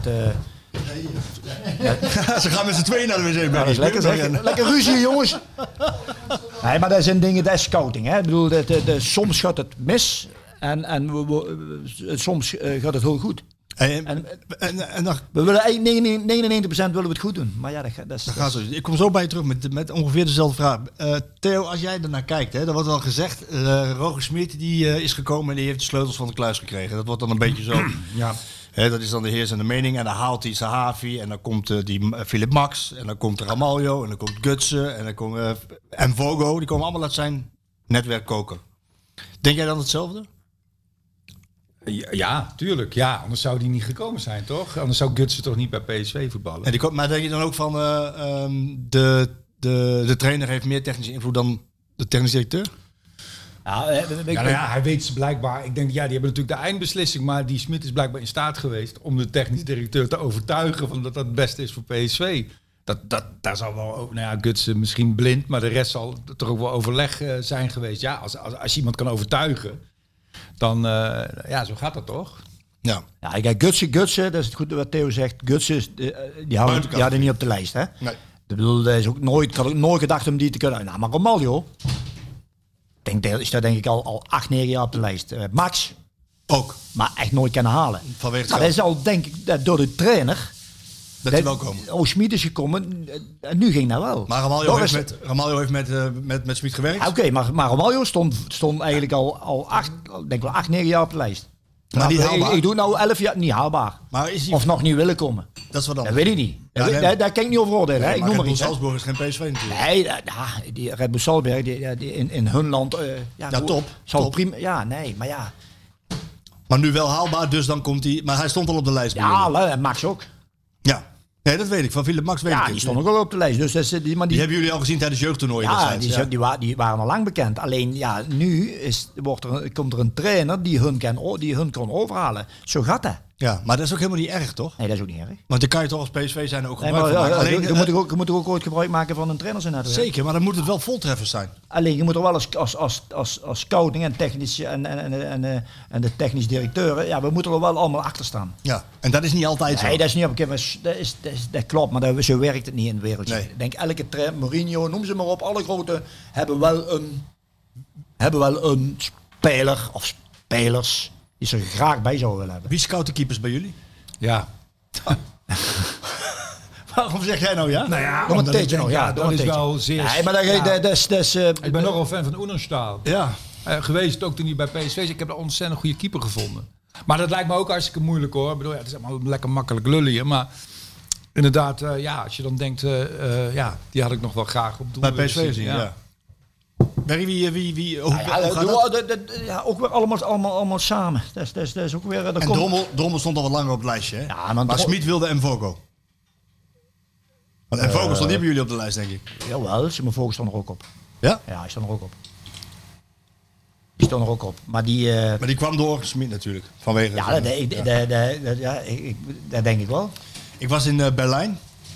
ze gaan met z'n tweeën naar de wc. Dat is lekker ruzie, jongens. Nee, maar dat zijn dingen, dat is scouting. Hè? Ik bedoel, soms gaat het mis en soms gaat het heel goed. We willen eigenlijk 99% willen we het goed doen. Maar ja, dat gaat zo. Ik kom zo bij je terug met ongeveer dezelfde vraag. Theo, als jij ernaar kijkt, hè, dat wordt al gezegd. Roger Smit die is gekomen en die heeft de sleutels van de kluis gekregen. Dat wordt dan een beetje zo. Ja. He, dat is dan de heersende mening. En dan haalt hij Sahavi. En dan komt die Philip Max. En dan komt Ramaljo. En dan komt Gutsen. En dan komt Vogo. Die komen allemaal uit zijn netwerk koken. Denk jij dan hetzelfde? Ja, tuurlijk. Ja, anders zou die niet gekomen zijn, toch? Anders zou Gutsen toch niet bij PSV voetballen. En maar denk je dan ook van... de trainer heeft meer technische invloed dan de technisch directeur? Hij weet ze blijkbaar. Ik denk, die hebben natuurlijk de eindbeslissing. Maar die Smit is blijkbaar in staat geweest om de technisch directeur te overtuigen van dat het beste is voor PSV. Daar zal wel, Gutsen misschien blind, maar de rest zal toch ook wel overleg zijn geweest. Ja, als je iemand kan overtuigen, dan zo gaat dat toch? Ja, kijk, Gutsen, dat is het goed wat Theo zegt. Gutsen, die hadden niet op de lijst, hè? Nee. Ik bedoel, ik had ook nooit gedacht om die te kunnen. Nou, maar Romaglio is daar denk ik al 8-9 jaar op de lijst. Max ook, maar echt nooit kunnen halen. Vanwege maar dat is al denk ik door de trainer. Dat hij wel komen. Schmid is gekomen en nu ging dat wel. Maar Ramaljo heeft met Schmid gewerkt. Oké, maar Ramaljo stond eigenlijk al 8-9 jaar op de lijst. Maar niet haalbaar. Ik doe nou 11 jaar niet haalbaar. Maar is hij... Of nog niet willen komen. Dat is wat dan. Dat weet ik niet. Daar kan ik niet over oordelen. Nee, ik noem maar iets. Salzburg is geen PSV natuurlijk. Nee, die Red Bull Salzburg die in hun land. Top. Prima. Ja, nee, maar ja. Maar nu wel haalbaar, dus dan komt hij. Maar hij stond al op de lijst. Ja, Max ook. Ja. Nee, dat weet ik. Van Philip Max weet ik. Ja, die stond ook al op de lijst. Dus die hebben jullie al gezien tijdens jeugdtoernooien? Ja, die waren al lang bekend. Alleen ja, nu komt er een trainer die hun kan overhalen. Zo gaat dat. Ja, maar dat is ook helemaal niet erg, toch? Nee, dat is ook niet erg. Want dan kan je toch als PSV zijn ook gebruik van maken. Alleen, je moet ook ooit gebruik maken van een trainer zijn netwerk. Zeker, maar dan moet het wel voltreffers zijn. Alleen je moet er wel als scouting en technisch en de technisch directeuren, we moeten er wel allemaal achter staan. Ja, en dat is niet altijd zo. Nee, dat is niet op. Dat klopt, maar zo werkt het niet in het wereldje. Nee. Ik denk elke trainer, Mourinho, noem ze maar op, alle grote hebben wel een speler of spelers die ze er graag bij zouden willen hebben. Wie scout de keepers bij jullie? Ja. Waarom zeg jij nou ja? Nou ja, nog een tijdje nog. Ja, dat is wel zeer... Nee, maar ik ben nogal fan van Oenerstal. Ja. Geweest ook toen hij bij PSV is. Ik heb een ontzettend goede keeper gevonden. Maar dat lijkt me ook hartstikke moeilijk hoor. Ik bedoel, het is allemaal lekker makkelijk lullen hier. Maar inderdaad, als je dan denkt... die had ik nog wel graag op doel. Bij PSV zien, ja. Wie ook weer allemaal samen. Dat is ook weer... En Drommel stond al wat langer op het lijstje, hè? Ja, maar Smit wilde Mvogo. Want Mvogo stond niet bij jullie op de lijst, denk ik. Jawel, Mvogo stond er ook op. Ja? Ja, hij stond er ook op. Die stond er ook op. Maar die kwam door Smit natuurlijk. Vanwege... Ja, dat denk ik wel. Ik was in Berlijn.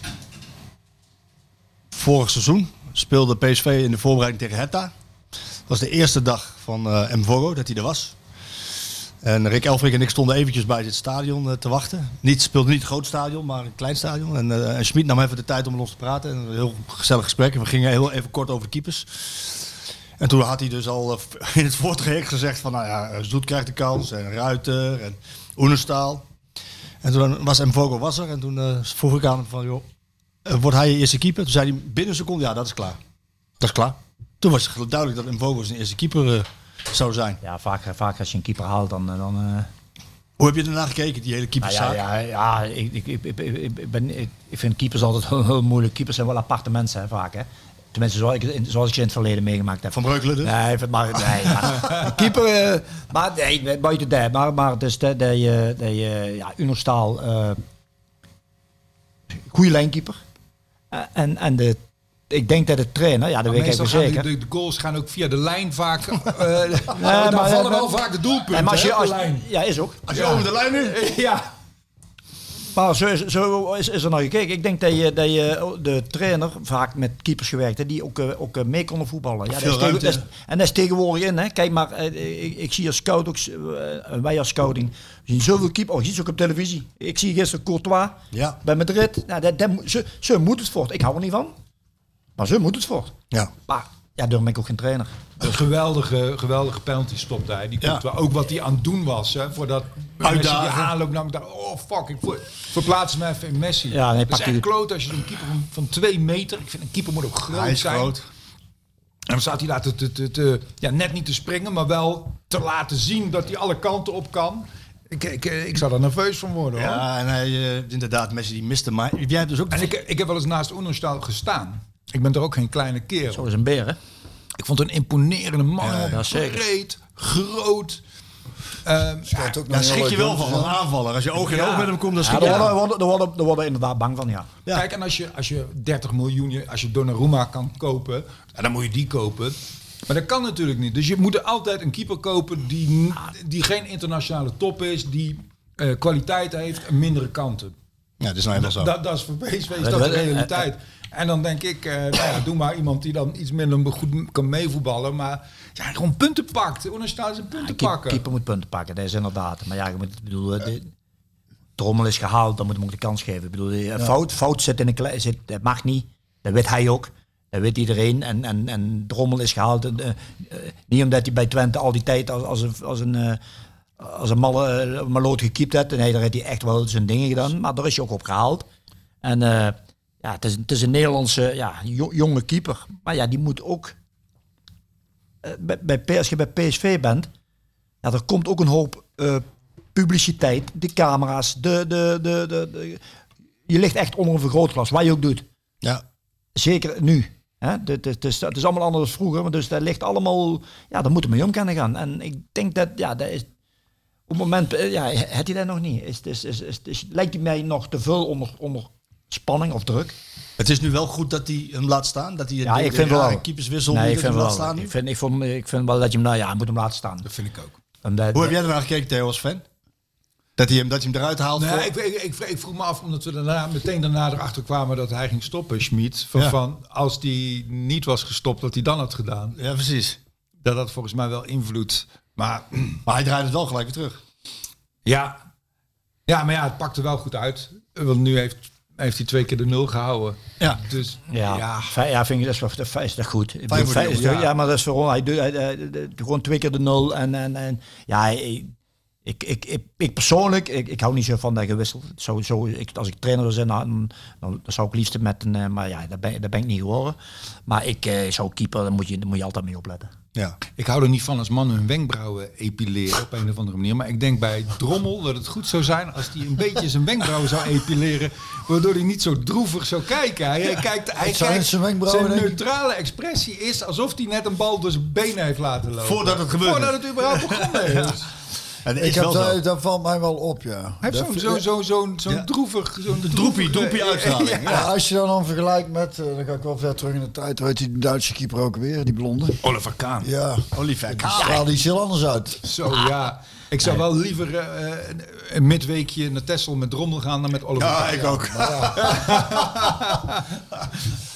Vorig seizoen speelde PSV in de voorbereiding tegen Hertha. Dat was de eerste dag van Mvogo dat hij er was. En Rick Elfrink en ik stonden eventjes bij het stadion te wachten. Speelde niet een groot stadion, maar een klein stadion. En Schmid nam even de tijd om met ons te praten. En een heel gezellig gesprek. En we gingen heel even kort over de keepers. En toen had hij dus al in het voortraject gezegd van... Nou ja, Zoet krijgt de kans. En Ruiter en Oenerstaal. En toen was Mvogo was er. En toen vroeg ik aan hem van... joh, wordt hij je eerste keeper? Toen zei hij binnen een seconde... Ja, dat is klaar. Dat is klaar. Toen was het duidelijk dat Mvogo zijn eerste keeper zou zijn. Ja, vaak als je een keeper haalt dan... Hoe heb je ernaar gekeken, die hele keeperszaak? Ik vind keepers altijd heel moeilijk. Keepers zijn wel aparte mensen, hè, vaak. Hè. Tenminste, zoals ik ze in het verleden meegemaakt heb. Van Breukelen dus? Nee, keeper... maar nee, buiten dat. Maar dus Unerstaal... goede lijnkeeper. Ik denk dat de trainer, ja, dat weet ik even zeker. De goals gaan ook via de lijn vaak. Daar vallen wel vaak de doelpunten. Maar ja, is ook. Als je over de lijn nu? Ja. Maar zo is er naar gekeken. Ik denk dat je de trainer vaak met keepers gewerkt heeft die ook mee konden voetballen. Ja, dat is tegenwoordig in. Hè. Kijk maar, ik zie als scout ook, wij als scouting, we zien zoveel keepers. Je ziet ze ook op televisie. Ik zie gisteren Courtois bij Madrid. Nou, ze moet het voort. Ik hou er niet van. Maar ze moet het voort. Ja. Maar ja, daarom ben ik ook geen trainer. Een geweldige penalty stopte hij. Die komt wel ook wat hij aan het doen was. Hè, voordat Messi die aanloop nam. Ik dacht, oh fuck, ik verplaats me even in Messi. Ja, nee, dat is echt kloot als je een keeper van 2 meter... Ik vind een keeper moet ook groot zijn. Hij is groot. En dan staat hij daar net niet te springen, maar wel te laten zien dat hij alle kanten op kan. Ik zou daar nerveus van worden, hoor. Ja, en hij, inderdaad, Messi die miste maar. Jij hebt dus ook... En ik heb wel eens naast Oenerstaal gestaan. Ik ben er ook geen kleine kerel. Zo is een beer, hè? Ik vond een imponerende man. Ja, breed, groot. Daar schrik je wel van een aanvaller. Als je oog in oog met hem komt, dan schrik je daar worden inderdaad bang van, ja. Kijk, en als je 30 miljoen, als je Donnarumma kan kopen, dan moet je die kopen. Maar dat kan natuurlijk niet. Dus je moet er altijd een keeper kopen die geen internationale top is, die kwaliteit heeft en mindere kanten. Ja, dat is nou helemaal zo. Dat is voor PSV is dat de realiteit. En dan denk ik, doe maar iemand die dan iets minder goed kan meevoetballen. Maar ja, gewoon punten pakt. Oenerstaal is een punten pakken. Keeper moet punten pakken, dat is inderdaad. Maar ja, je moet, Drommel is gehaald, dan moet je hem ook de kans geven. Ik bedoel, fout zit in een dat mag niet. Dat weet hij ook. Dat weet iedereen. En Drommel is gehaald. Niet omdat hij bij Twente al die tijd als een maloot gekiept heeft. Nee, daar heeft hij echt wel zijn dingen gedaan. Maar daar is hij ook op gehaald. En het is een Nederlandse jonge keeper. Maar ja, die moet ook... als je bij PSV bent, ja, er komt ook een hoop publiciteit. De camera's. Je ligt echt onder een vergrootglas. Wat je ook doet. Ja. Zeker nu. Hè? Het is allemaal anders dan vroeger. Maar dus dat ligt allemaal... Ja, daar moeten we mee om kunnen gaan. En ik denk dat dat is... Op het moment... had hij dat nog niet. Lijkt hij mij nog te veel onder spanning of druk. Het is nu wel goed dat hij hem laat staan. Dat hij ik vind wel. Keeperswissel laat staan nu. Ik vind wel dat je hem moet hem laten staan. Dat vind ik ook. Hoe heb jij ernaar gekeken, Theo, als fan? Dat hij hem eruit haalt? Nee, ik vroeg me af, omdat we meteen daarna erachter kwamen dat hij ging stoppen, Schmid. Van als die niet was gestopt, dat hij dan had gedaan. Ja, precies. Dat had volgens mij wel invloed. Maar hij draaide het wel gelijk weer terug. Ja, maar het pakte wel goed uit. Want nu heeft hij 2 keer de 0 gehouden. Ja. Dus vind ik is dat goed. Ja, maar dat is voor hij doet gewoon 2 keer de 0 en ik persoonlijk, ik hou niet zo van dat gewisseld. Als ik trainer zou zijn, dan zou ik liefst met een... Maar ja, daar ben ik niet geworden. Maar ik zou keeper, daar moet je altijd mee opletten. Ja. Ik hou er niet van als mannen hun wenkbrauwen epileren op een of andere manier. Maar ik denk bij Drommel dat het goed zou zijn als hij een beetje zijn wenkbrauwen zou epileren. Waardoor hij niet zo droevig zou kijken. Hij kijkt zijn neutrale expressie is alsof hij net een bal door zijn benen heeft laten lopen. Voordat het gebeurt. Voordat het überhaupt begonnen is. Dat valt mij wel op, ja. Hij heeft zo'n droevig... Droepie uitstraling. Ja, als je dan vergelijkt met... dan ga ik wel ver terug in de tijd. Hoe heet die Duitse keeper ook weer? Die blonde. Oliver Kahn. Ja. Oliver Kahn. Straalt die heel anders uit. Zo, ja. Ik zou wel liever een midweekje naar Texel met Drommel gaan dan met Oliver Kahn. Ja, ik ook.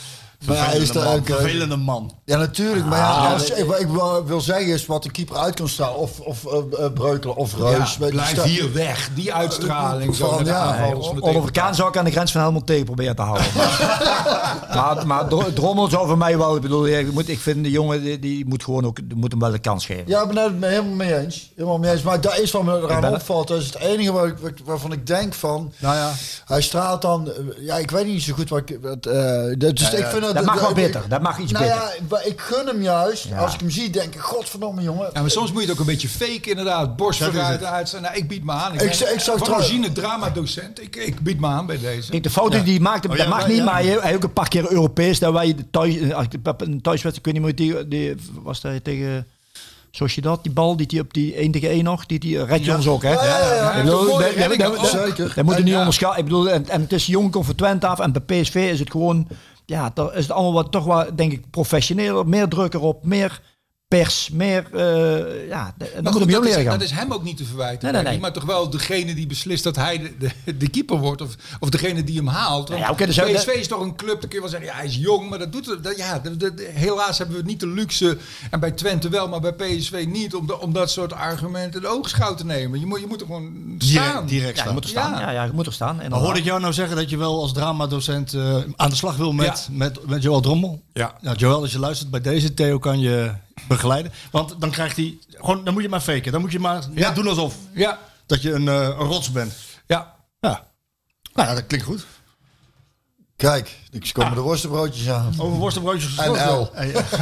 Maar hij is daar ook... vervelende man. Ja, natuurlijk. Maar ja, ik wil zeggen is wat de keeper uit kan stralen. Of Breukelen of Reus. Ja, blijf hier weg. Die uitstraling. Oliver Kahn zou ik aan de grens van Helmond Tegen proberen te houden. maar Drommel zou voor mij wel... Ik vind de jongen, die moet gewoon ook... moet hem wel de kans geven. Ja, ik ben het helemaal mee eens. Maar daar is wat me eraan opvalt. Dat is het enige waarvan ik denk van... Nou ja. Hij straalt dan... Ja, ik weet niet zo goed wat ik... ik vind dat mag wel beter. Dat mag iets beter. Ja, ik gun hem juist. Ja. Als ik hem zie, denk ik... Godverdomme, jongen. Ja, maar soms moet je het ook een beetje faken, inderdaad. Borst vooruit. Nou, ik bied me aan. Ik zou van origine dramadocent. Ik bied me aan bij deze. Kijk, de foto die hij maakte, dat mag niet. Maar hij ook een paar keer Europees. Dat wij thuiswedstrijd, ik weet niet meer, die was daar tegen... Zoals je dat, die bal die hij op die 1 tegen 1 nog, die redt je ons ook, hè? Zeker. Dat moet je niet onderschatten. Ik bedoel, en het is jong, komt voor Twente af en bij PSV is het gewoon, ja, daar is het allemaal toch wel, denk ik, professioneler, meer druk erop, meer pers, meer, dat moet hem heel leren gaan. Dat is hem ook niet te verwijten. Nee. Maar toch wel degene die beslist dat hij de keeper wordt of degene die hem haalt. PSV is toch een club, dan kun je wel zeggen, ja, hij is jong, maar dat doet het. Helaas hebben we niet de luxe, en bij Twente wel, maar bij PSV niet, om dat soort argumenten in de oogschouw te nemen. Je moet er gewoon staan. Direct staan. Je moet er staan. Ja, je moet er staan. Maar hoorde ik jou nou zeggen dat je wel als dramadocent aan de slag wil met Joël Drommel? Ja. Nou, Joël, als je luistert bij deze, Theo kan je begeleiden. Want dan krijgt hij... Gewoon, dan moet je maar faken. Dan moet je maar net doen alsof dat je een rots bent. Ja. Nou ja, dat klinkt goed. Kijk, ik komen de worstenbroodjes aan. Over worstenbroodjes gesproken.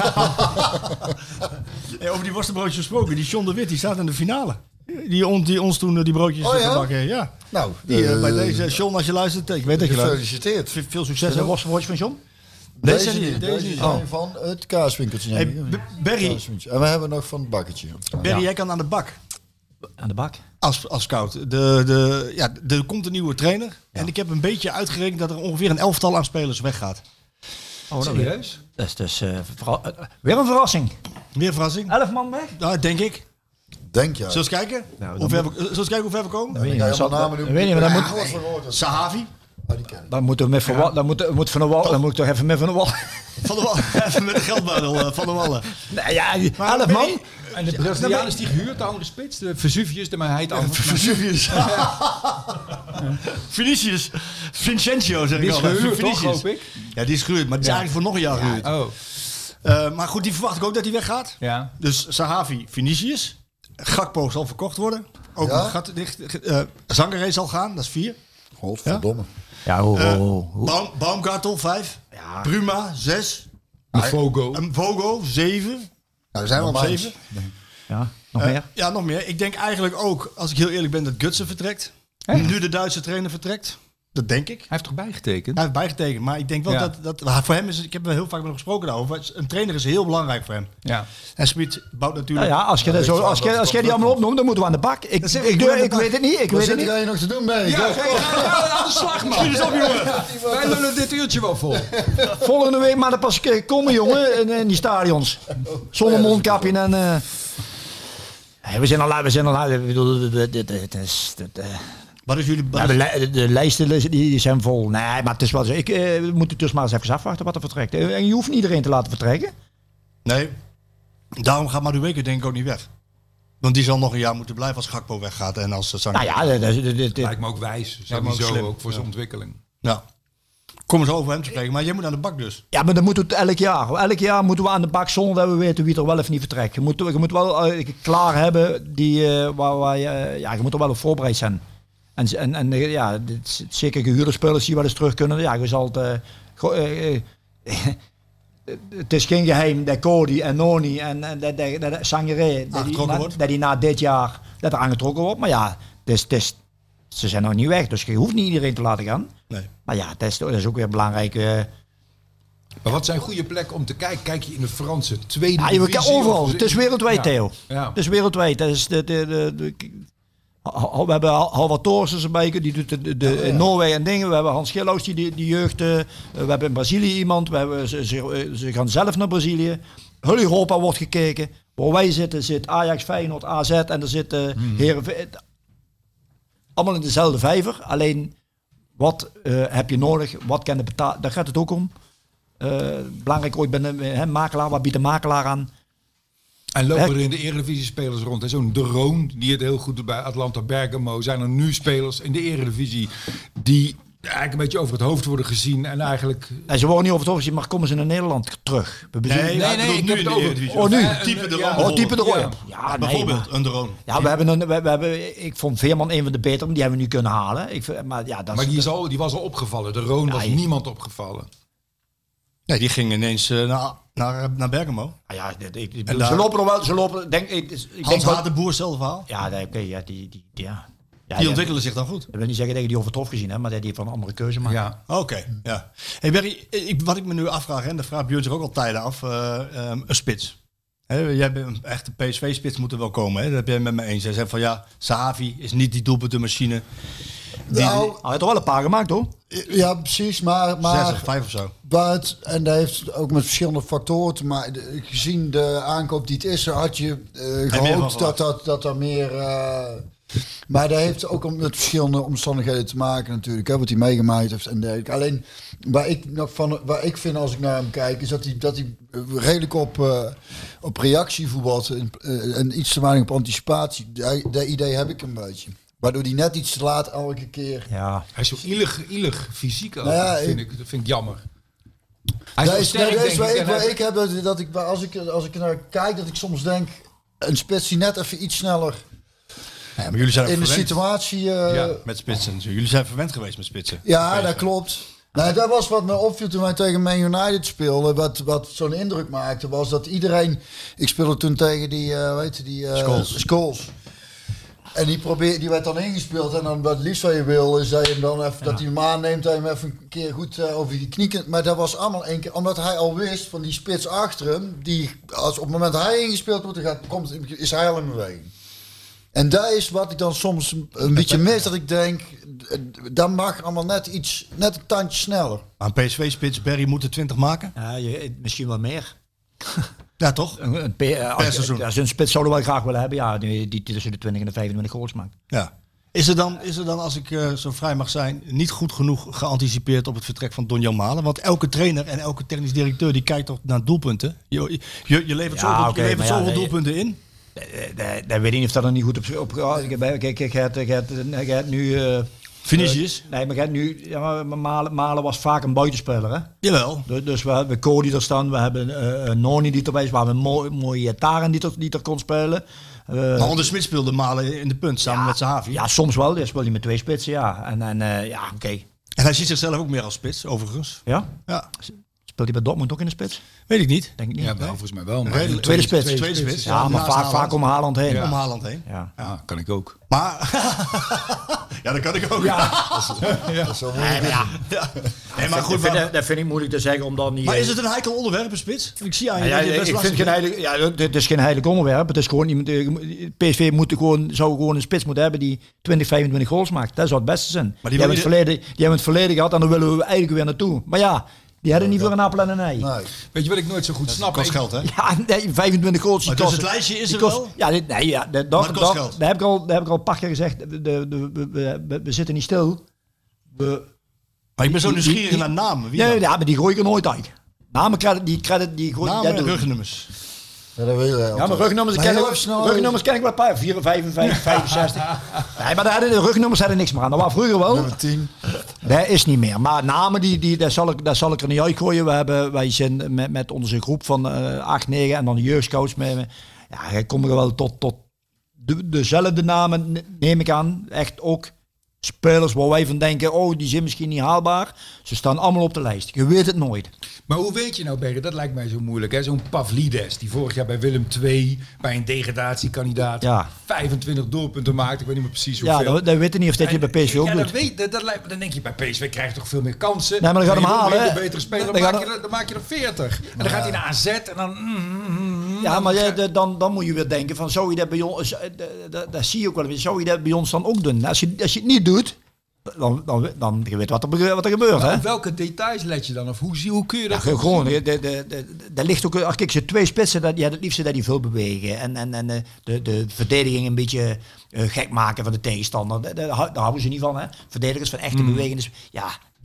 Over die worstenbroodjes gesproken. Die John de Wit, die staat in de finale. Die ons toen die broodjes gebakken. Ja. Nou, bij deze John, als je luistert, ik weet dat je gefeliciteerd. Veel succes. En worstenbroodjes van John? Deze zijn van het kaaswinkeltje. Hey, Berry. En we hebben nog van het bakketje. Berry, jij kan aan de bak. Aan de bak? Als scout. Er komt een nieuwe trainer. Ja. En ik heb een beetje uitgerekend dat er ongeveer een 11-tal aan spelers weggaat. Oh, serieus? Dat is dus weer een verrassing. Weer een verrassing? 11 man weg? Nou, denk ik. Denk je? Zullen we eens kijken? Hoe ver we komen? Weet niet, maar dan Sahavi. Dan moeten we met Van Wallen. Dan moet ik toch even met Van der Wallen. Van der Wallen. Even met de geldbuidel Van der Wallen. Nou ja, 11 man. En de Braziliaan is die gehuurd, de andere spits. De Vesuvius, maar hij heet anders. Vesuvius. Vincencio zeg ik al. Die is gehuurd, toch, hoop ik? Ja, die is gehuurd, maar die is eigenlijk voor nog een jaar gehuurd. Maar goed, die verwacht ik ook dat hij weggaat. Ja. Dus Sahavi, Vinicius. Gakpo zal verkocht worden. Ook een gat dicht. Zangeré zal gaan, dat is 4. Godverdomme. Ja, Baumgartel 5. Ja. Bruma 6. Vogo 7. Nou, we zijn al op 7. Ja, nog meer? Ja, nog meer. Ik denk eigenlijk ook, als ik heel eerlijk ben, dat Gutsen vertrekt. Nu de Duitse trainer vertrekt. Dat denk ik. Hij heeft toch bijgetekend? Hij heeft bijgetekend, maar ik denk wel dat voor hem is, ik heb er heel vaak met hem gesproken daarover, een trainer is heel belangrijk voor hem. Ja. En Smit bouwt natuurlijk... Nou ja, als je die allemaal opnoemt, dan moeten we aan de bak. Ik weet het niet. Wat zit er nog te doen mee? Ja, aan de slag, man. Schiet eens op, jongen. Wij lullen dit uurtje wel vol. Volgende week maar dan pas komen, jongen, in die stadions. Zonder mondkapje en... We zijn al uit. Ik bedoel, wat is jullie... de lijsten die zijn vol. Nee, maar het is wel zo. We moeten dus maar eens even afwachten wat er vertrekt. En je hoeft niet iedereen te laten vertrekken. Nee. Daarom gaat Madueke denk ik ook niet weg. Want die zal nog een jaar moeten blijven als Gakpo weggaat en als Sancho. Nou ja, dat lijkt me ook wijs. Sowieso ook voor zijn ontwikkeling. Ja. Kom eens over hem te spreken, maar jij moet aan de bak dus. Ja, maar dan moet het elk jaar. Elk jaar moeten we aan de bak zonder dat we weten wie er wel of niet vertrekt. Je moet wel klaar hebben je moet er wel op voorbereid zijn. En zeker gehuurde spelers die wel eens terug kunnen. Ja, je zal het is geen geheim dat Cody en Noni en dat Sangaré dat die na dit jaar dat er aangetrokken wordt. Maar ja, ze zijn nog niet weg, dus je hoeft niet iedereen te laten gaan. Nee. Maar ja, dat is ook weer belangrijk. Maar wat zijn goede plekken om te kijken? Kijk je in de Franse tweede divisie? Ja, overal. Het is wereldwijd, Theo. Ja. Het is wereldwijd. Dat is we hebben Halvard Thorsen erbij, die doet in Noorwegen en dingen. We hebben Hans Gilloos, die jeugd. We hebben in Brazilië iemand. Ze gaan zelf naar Brazilië. Heel Europa wordt gekeken. Waar wij zitten, zit Ajax, Feyenoord, AZ en er zitten Heerenveen. Allemaal in dezelfde vijver. Alleen, wat heb je nodig? Wat kan de betalen? Daar gaat het ook om. Belangrijk ooit ben makelaar. Wat biedt de makelaar aan? En lopen er in de Eredivisie spelers rond. Hè? Zo'n De Roon, die het heel goed doet bij Atalanta Bergamo. Zijn er nu spelers in de Eredivisie die eigenlijk een beetje over het hoofd worden gezien. En eigenlijk... En ze worden niet over het hoofd gezien, maar komen ze naar Nederland terug? Nee, ik heb het over. Type De Roon. Type De Roon. Ja. Ja, Bijvoorbeeld een De Roon. Ja, we hebben, ik vond Veerman een van de betere, die hebben we nu kunnen halen. Maar die was al opgevallen. De Roon was niemand opgevallen. Nee, die ging ineens naar Bergamo. Ja, ze lopen nog wel. Ze lopen, Hans Hatenboer, hetzelfde verhaal. Ja, Die ontwikkelen zich dan goed. Ik wil niet zeggen dat je die overtroffen gezien hebt, maar dat die van een andere keuze maakt. Ja. Oké. Ja. Hey Berry, wat ik me nu afvraag, en dat vraagt Björn zich ook al tijden af, een spits. Jij bent een echte PSV-spits moet er wel komen. Hè? Dat heb jij met me eens. Hij zegt van ja, Sahavi is niet die doelpuntenmachine. Hij heeft er wel een paar gemaakt, hoor. Ja, precies. Maar 6 of 5 of zo. En dat heeft ook met verschillende factoren te maken. Gezien de aankoop die het is, had je gehoopt dat er meer... maar dat heeft ook met verschillende omstandigheden te maken natuurlijk. Wat hij meegemaakt heeft en dergelijke. Alleen waar ik vind als ik naar hem kijk, is dat hij redelijk op reactie voetbalt en iets te weinig op anticipatie. Dat idee heb ik een beetje. Waardoor hij net iets te laat elke keer... Ja. Hij is zo illig fysiek ook. Nou ja, dat vind ik jammer. Dat is waar ik heb, dat ik als ik naar kijk, dat ik soms denk, een spits die net even iets sneller ja, maar jullie zijn in de verwend. situatie... met spitsen. Jullie zijn verwend geweest met spitsen. Ja, dat klopt. Nou, dat was wat me opviel toen wij tegen Man United speelden. Wat zo'n indruk maakte, was dat iedereen... Ik speelde toen tegen die Scholes. En die werd dan ingespeeld. En dan wat liefst wat je wil is dat je hem dan even dat hij hem aanneemt en hem even een keer goed over die knie. Maar dat was allemaal één keer, omdat hij al wist van die spits achter hem, die als op het moment dat hij ingespeeld wordt, is hij al in beweging. En dat is wat ik dan soms een beetje mis, dat ik denk, dat mag allemaal net een tandje sneller. Maar een PSV-spits, Berry moet er 20 maken? Ja, misschien wel meer. Ja, toch? Als een spits zouden we wel graag willen hebben, ja, die tussen de 20 en de 25 goals maakt. Ja. Is er dan, als ik zo vrij mag zijn, niet goed genoeg geanticipeerd op het vertrek van Donjan Malen? Want elke trainer en elke technisch directeur die kijkt toch naar doelpunten. Je levert zoveel doelpunten in. Dat weet ik niet of dat er niet goed op kijk, je hebt nu... Vinicius? Nee, maar gaat nu... Ja, Malen was vaak een buitenspeler, hè? Jawel. Dus we hebben Cody er staan, we hebben Noni die erbij is, we hebben een mooie Taren die er kon spelen. Maar onder Smit speelde Malen in de punt samen met Sahavi. Ja, soms wel. Dus wel die met 2 spitsen, ja. Oké. En hij ziet zichzelf ook meer als spits, overigens. Ja? Ja. Speelt hij bij Dortmund ook in de spits? Weet ik niet. Denk ik niet. Ja, volgens mij wel. Maar Tweede spits. Ja, maar vaak om Haaland heen. Ja. Om Haaland heen. Ja, kan ik ook. Maar... ja, dat kan ik ook. Ja. Dat is wel moeilijk. Nee, maar goed, dat vind ik moeilijk te zeggen, omdat niet... Maar is het een heikel onderwerp, een spits? Ik zie aan je Ja, dat je best ik vind geen heilig, ja, het is geen heilig onderwerp. Het is gewoon iemand. PSV zou gewoon een spits moeten hebben die 20, 25 goals maakt. Dat zou het beste zijn. Maar die hebben het verleden gehad en daar willen we eigenlijk weer naartoe. Maar ja, die hadden niet voor een appel en een ei. Nee. Weet je wat ik nooit zo goed snap? Kost geld, hè? Ja, nee, 25 goals. Maar dus het lijstje is er wel? Ja, dat kost geld. Dat heb ik al een paar keer gezegd. We zitten niet stil. Maar ik ben zo nieuwsgierig naar namen. Wie dan? Ja, maar die gooi ik er nooit uit. Namen die gooi namen en rugnummers. Ja, dat wil je wel. Ja, maar rugnummers ken ik wel een paar. 4, 55, 65. Nee, maar de rugnummers hadden niks meer aan. Dat was vroeger wel. Nummer 10. Dat is niet meer. Maar namen, daar zal ik er niet uitgooien. Wij zijn met onze groep van 8, 9 en dan de jeugdcoach. Ja, komen we wel tot dezelfde namen, neem ik aan. Echt ook spelers waar wij van denken, die zijn misschien niet haalbaar. Ze staan allemaal op de lijst. Je weet het nooit. Maar hoe weet je nou, Berger, dat lijkt mij zo moeilijk. Hè? Zo'n Pavlidis, die vorig jaar bij Willem II, bij een degradatiekandidaat, 25 doelpunten maakt. Ik weet niet meer precies hoeveel. Ja, dat weet ik niet of dat je bij PSV ook doet. Dan denk je, bij PSV krijg je toch veel meer kansen. Nee, maar dan gaat hem halen. Een betere speler, dan maak je er 40. En dan gaat hij naar AZ en dan... Ja, maar dan moet je weer denken van, zou je dat bij ons... Dat zie je ook wel eens. Zou je dat bij ons dan ook doen? Als je het niet doet... Dan je weet wat er gebeurt. Maar hè? op welke details let je dan? Of hoe kun je dat gewoon, daar ligt ook, als ik ze 2 spitsen, die had het liefste dat die veel bewegen. En de verdediging een beetje gek maken van de tegenstander. Daar houden ze niet van. Hè? Verdedigers van echte bewegingen. Dus, ja,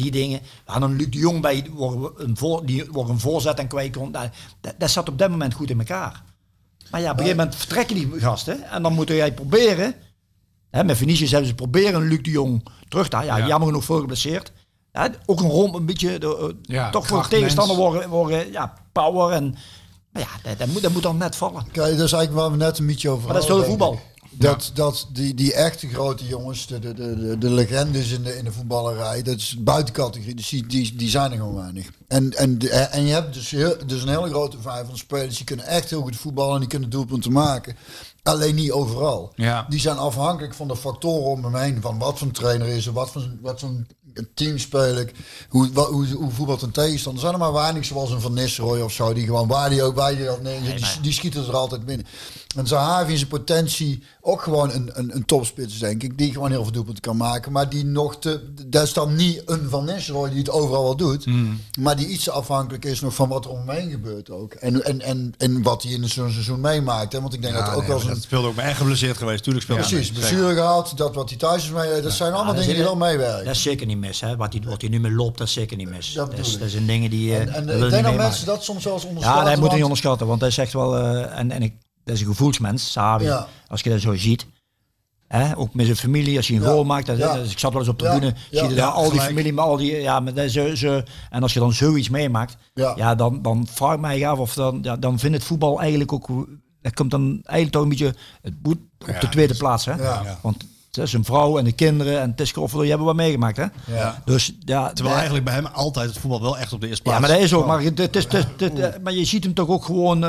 die dingen. We hadden een Luc de Jong bij, die een voorzet en kwijt kon. Dat zat op dat moment goed in elkaar. Maar ja, op een gegeven moment vertrekken die gasten. En dan moet jij proberen. Hè, met Vinicius hebben ze proberen een Luc de Jong terug te halen. Ja, jammer genoeg veel geblesseerd. Ja, ook een beetje, toch voor de tegenstander worden power en... Maar ja, dat moet dan net vallen. Kijk, dat is eigenlijk waar we net een beetje over hadden. Maar dat is veel voetbal. Dat die echte grote jongens, de legendes in de voetballerij, dat is buitencategorie, dus die zijn er gewoon weinig. En je hebt dus een hele grote vijf van spelers, die kunnen echt heel goed voetballen en die kunnen doelpunten maken. Alleen niet overal. Ja. Die zijn afhankelijk van de factoren om hem heen, van wat voor een trainer is er, wat voor een team speel ik, hoe voetbalt een tegenstander. Er zijn er maar weinig zoals een Van Nistelrooy of zo, die gewoon waar die ook die schieten er altijd binnen. En Zahavi in zijn potentie ook gewoon een topspits, denk ik, die gewoon heel veel doelpunten kan maken, maar die dat is dan niet een Van Nistelrooy die het overal wel doet, maar die iets afhankelijk is nog van wat er om hem heen gebeurt ook. En wat hij in zo'n seizoen meemaakt. Hè? Want ik denk dat ook wel eens... Dat speelde ook bij erg geblesseerd geweest, tuurlijk speelde. Precies, blessure gehad, dat wat hij thuis is mee, dat zijn allemaal dingen die wel meewerken. Dat is zeker niet mis, hè. Wat hij nu mee loopt, dat is zeker niet mis. Dat zijn dingen die en ik denk dat mensen dat soms wel eens onderschatten. Ja, dat moet je niet onderschatten, want hij is echt wel... dat is een gevoelsmens, Savi, als je dat zo ziet. Ook met zijn familie, als je een goal maakt. Dus ik zat wel eens op de tribune, zie je daar al die familie, met al die... Ja, met en als je dan zoiets meemaakt, dan vraag ik mij af of dan vindt het voetbal eigenlijk ook... Dat komt dan eigenlijk toch een beetje op de tweede plaats, hè? Ja. Want het is een vrouw en de kinderen en Tiskroffel, die hebben wat meegemaakt, hè? Ja. Dus, terwijl eigenlijk bij hem altijd het voetbal wel echt op de eerste plaats. Ja, maar dat is ook. Maar je ziet hem toch ook gewoon...